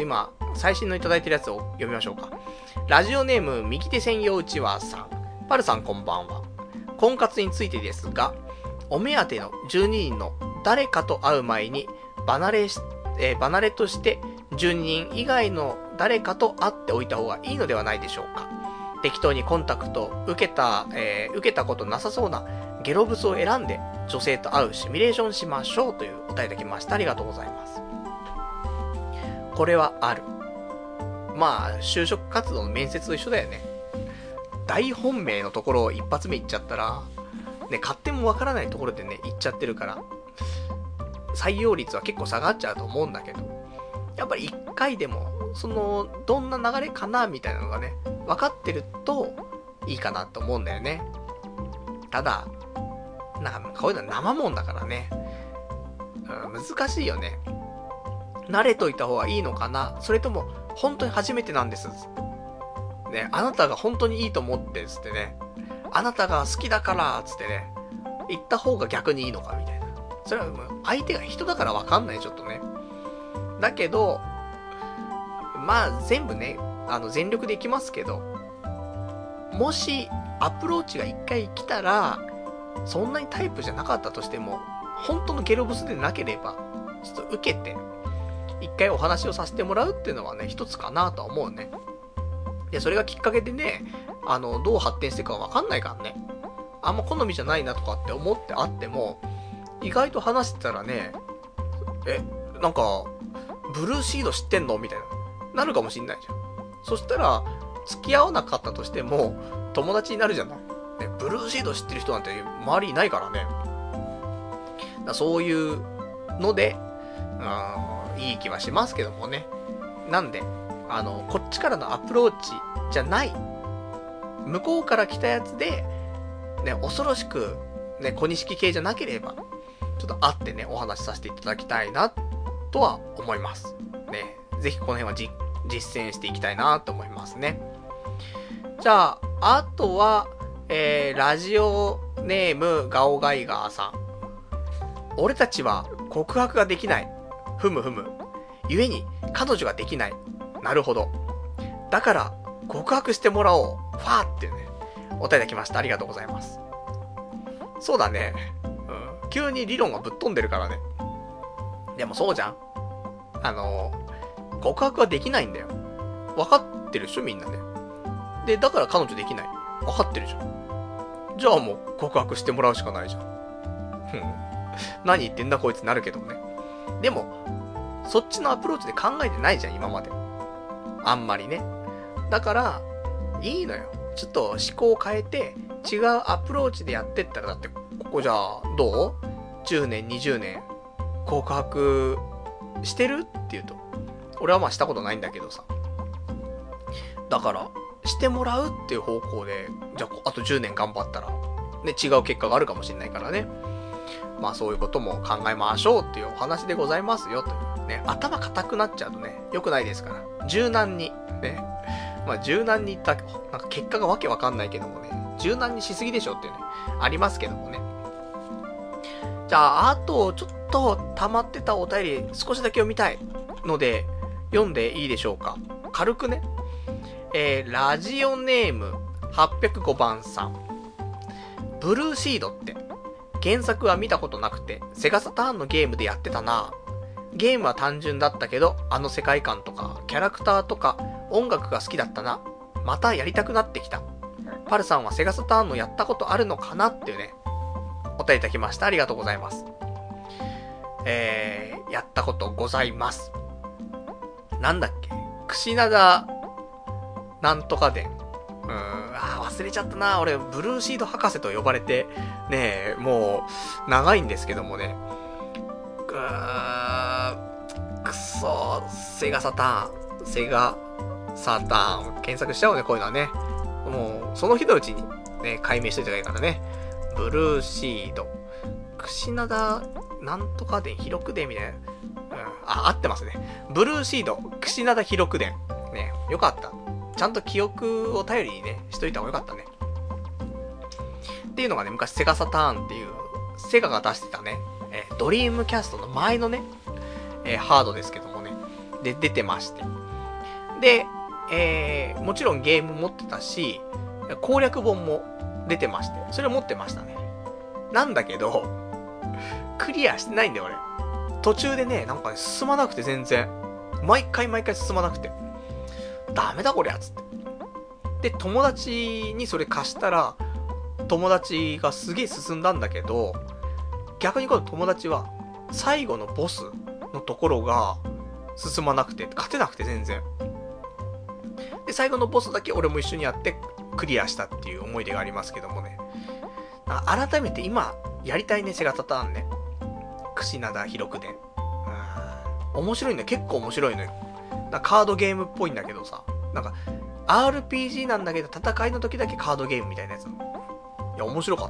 最新のいただいてるやつを読みましょうか。ラジオネーム、右手専用うちわさん。パルさんこんばんは。婚活についてですが、お目当ての12人の誰かと会う前に離れとして12人以外の誰かと会っておいた方がいいのではないでしょうか。適当にコンタクトを受けたことなさそうなゲロブスを選んで女性と会うシミュレーションしましょうというお答えいただきました。ありがとうございます。これはある。まあ就職活動の面接と一緒だよね。大本命のところを一発目行っちゃったらね、勝手もわからないところでね行っちゃってるから採用率は結構下がっちゃうと思うんだけど、やっぱり一回でもそのどんな流れかなみたいなのがね分かってるといいかなと思うんだよね。ただこういうのは生もんだからね、難しいよね。慣れといた方がいいのかな、それとも本当に初めてなんですね、あなたが本当にいいと思ってつってね、あなたが好きだからつってね言った方が逆にいいのかみたいな。それは相手が人だから分かんない、ちょっとね。だけどまあ全部ね全力でいきますけど、もしアプローチが一回来たらそんなにタイプじゃなかったとしても、本当のゲロブスでなければちょっと受けて一回お話をさせてもらうっていうのはね一つかなとは思うね。でそれがきっかけでねどう発展していくかわかんないからね。あんま好みじゃないなとかって思ってあっても、意外と話してたらね、なんかブルーシード知ってんのみたいなるかもしんないじゃん。そしたら付き合わなかったとしても友達になるじゃない、ね、ブルーシード知ってる人なんて周りいないからね。そういうのでいい気はしますけどもね。なんでこっちからのアプローチじゃない向こうから来たやつでね、恐ろしくね小錦系じゃなければちょっと会ってねお話しさせていただきたいなとは思いますね。ぜひこの辺は実践していきたいなと思いますね。じゃああとは、ラジオネームガオガイガーさん。俺たちは告白ができない。ふむふむ。ゆえに彼女ができない。なるほど。だから告白してもらおう。ファーっていうねお答えいただきました。ありがとうございます。そうだね、急に理論がぶっ飛んでるからね。でもそうじゃん。告白はできないんだよ。分かってるでしょみんなね。でだから彼女できない。分かってるじゃん。じゃあもう告白してもらうしかないじゃん。何言ってんだこいつなるけどね。でもそっちのアプローチで考えてないじゃん今まで。あんまりね。だからいいのよ。ちょっと思考を変えて違うアプローチでやってったら、だってここじゃあどう ?10 年20年告白してるって言うと、俺はまあしたことないんだけどさ。だからしてもらうっていう方向で、じゃああと10年頑張ったらね違う結果があるかもしれないからね。まあそういうことも考えましょうっていうお話でございますよというね。頭固くなっちゃうとね良くないですから、柔軟にね。まあ柔軟にいったなんか結果がわけわかんないけどもね、柔軟にしすぎでしょっていうねありますけどもね。じゃああとちょっと溜まってたお便り少しだけ読みたいので読んでいいでしょうか。軽くね。ラジオネーム805番さん。ブルーシードって原作は見たことなくてセガサターンのゲームでやってたな。ゲームは単純だったけど世界観とかキャラクターとか音楽が好きだったな。またやりたくなってきた。パルさんはセガサターンのやったことあるのかなっていうねお答えいただきました。ありがとうございます。やったことございます。なんだっけ、櫛灘なんとか伝。忘れちゃったな。俺ブルーシード博士と呼ばれてねもう長いんですけどもね。くそセガサターン検索しちゃおうね。こういうのはねもうその日のうちにね解明しといた方がいいからね。ブルーシード櫛灘なんとか伝広く伝みたいな、合ってますね。ブルーシード櫛灘広く伝ね。よかった。ちゃんと記憶を頼りにねしといた方がよかったね。っていうのがね、昔セガサターンっていうセガが出してたね、ドリームキャストの前のね、ハードですけどもねで出てまして、 で、もちろんゲーム持ってたし、攻略本も出てまして、それ持ってましたね。なんだけど、クリアしてないんだよ、俺。途中でね、なんかね、進まなくて全然。毎回進まなくて。ダメだこりゃ、つって。で、友達にそれ貸したら、友達がすげえ進んだんだけど、逆にこの友達は、最後のボスのところが進まなくて、勝てなくて全然。で、最後のボスだけ俺も一緒にやってクリアしたっていう思い出がありますけどもね。改めて今、やりたいね、セガサターンね。櫛灘広く伝。面白いね、結構面白いのよ。カードゲームっぽいんだけどさ、なんか、RPG なんだけど、戦いの時だけカードゲームみたいなやつ。いや、面白かった。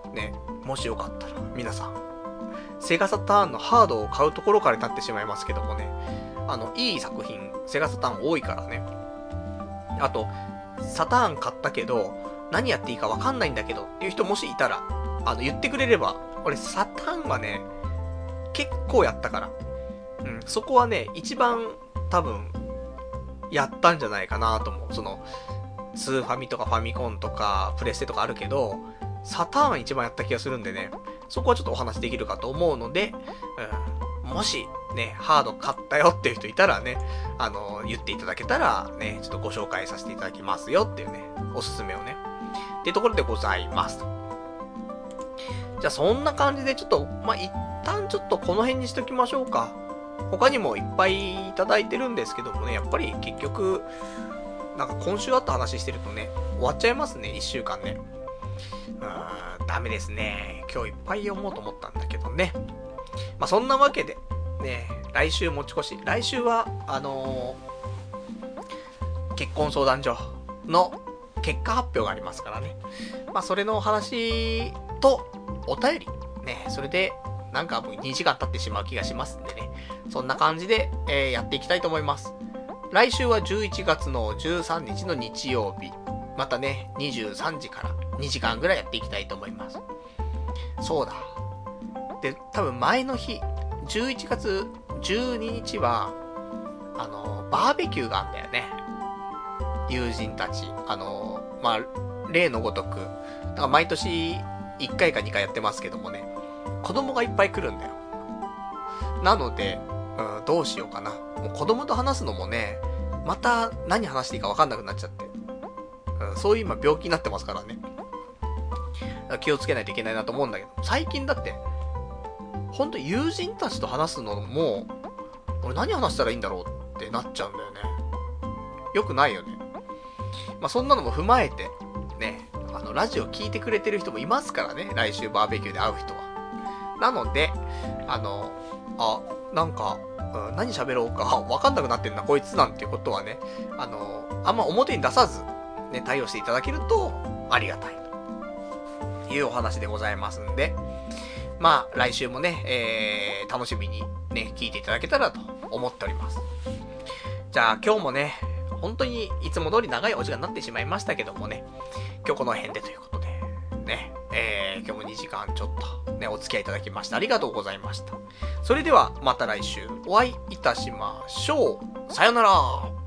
ね、もしよかったら、皆さん、セガサターンのハードを買うところから立ってしまいますけどもね、いい作品、セガサターン多いからね。あと、サターン買ったけど、何やっていいかわかんないんだけどっていう人もしいたら、言ってくれれば、俺サターンはね、結構やったから。そこはね、一番多分、やったんじゃないかなと思う。その、スーファミとかファミコンとか、プレステとかあるけど、サターン一番やった気がするんでね、そこはちょっとお話できるかと思うので、もし、ね、ハード買ったよっていう人いたらね、言っていただけたら、ね、ちょっとご紹介させていただきますよっていうね、おすすめをね。っていうところでございます。じゃあそんな感じでちょっと、一旦ちょっとこの辺にしときましょうか。他にもいっぱいいただいてるんですけどもね、やっぱり結局、なんか今週あった話してるとね、終わっちゃいますね、1週間ね。ダメですね。今日いっぱい読もうと思ったんだけどね。そんなわけで、ね、来週持ち越し。来週は、結婚相談所の結果発表がありますからね。それの話と、お便り。ね、それで、なんか2時間経ってしまう気がしますんでね。そんな感じで、やっていきたいと思います。来週は11月の13日の日曜日。またね、23時から2時間ぐらいやっていきたいと思います。そうだ。で、多分前の日、11月12日は、バーベキューがあんだよね。友人たち。例のごとく、だから毎年1回か2回やってますけどもね、子供がいっぱい来るんだよ。なので、どうしようかな。もう子供と話すのもね、また何話していいか分かんなくなっちゃって。そういう今病気になってますからね。気をつけないといけないなと思うんだけど、最近だって、ほんと友人たちと話すのも、俺何話したらいいんだろうってなっちゃうんだよね。よくないよね。そんなのも踏まえて、ね、ラジオ聞いてくれてる人もいますからね、来週バーベキューで会う人は。なので、なんか、何喋ろうかわかんなくなってんな、こいつなんていうことはね、あんま表に出さず、ね、対応していただけると、ありがたい。というお話でございますんで、来週もね、楽しみにね、聞いていただけたらと思っております。じゃあ今日もね、本当にいつも通り長いお時間になってしまいましたけどもね、今日この辺でということで、ね、今日も2時間ちょっとね、お付き合いいただきましてありがとうございました。それではまた来週お会いいたしましょう。さよなら。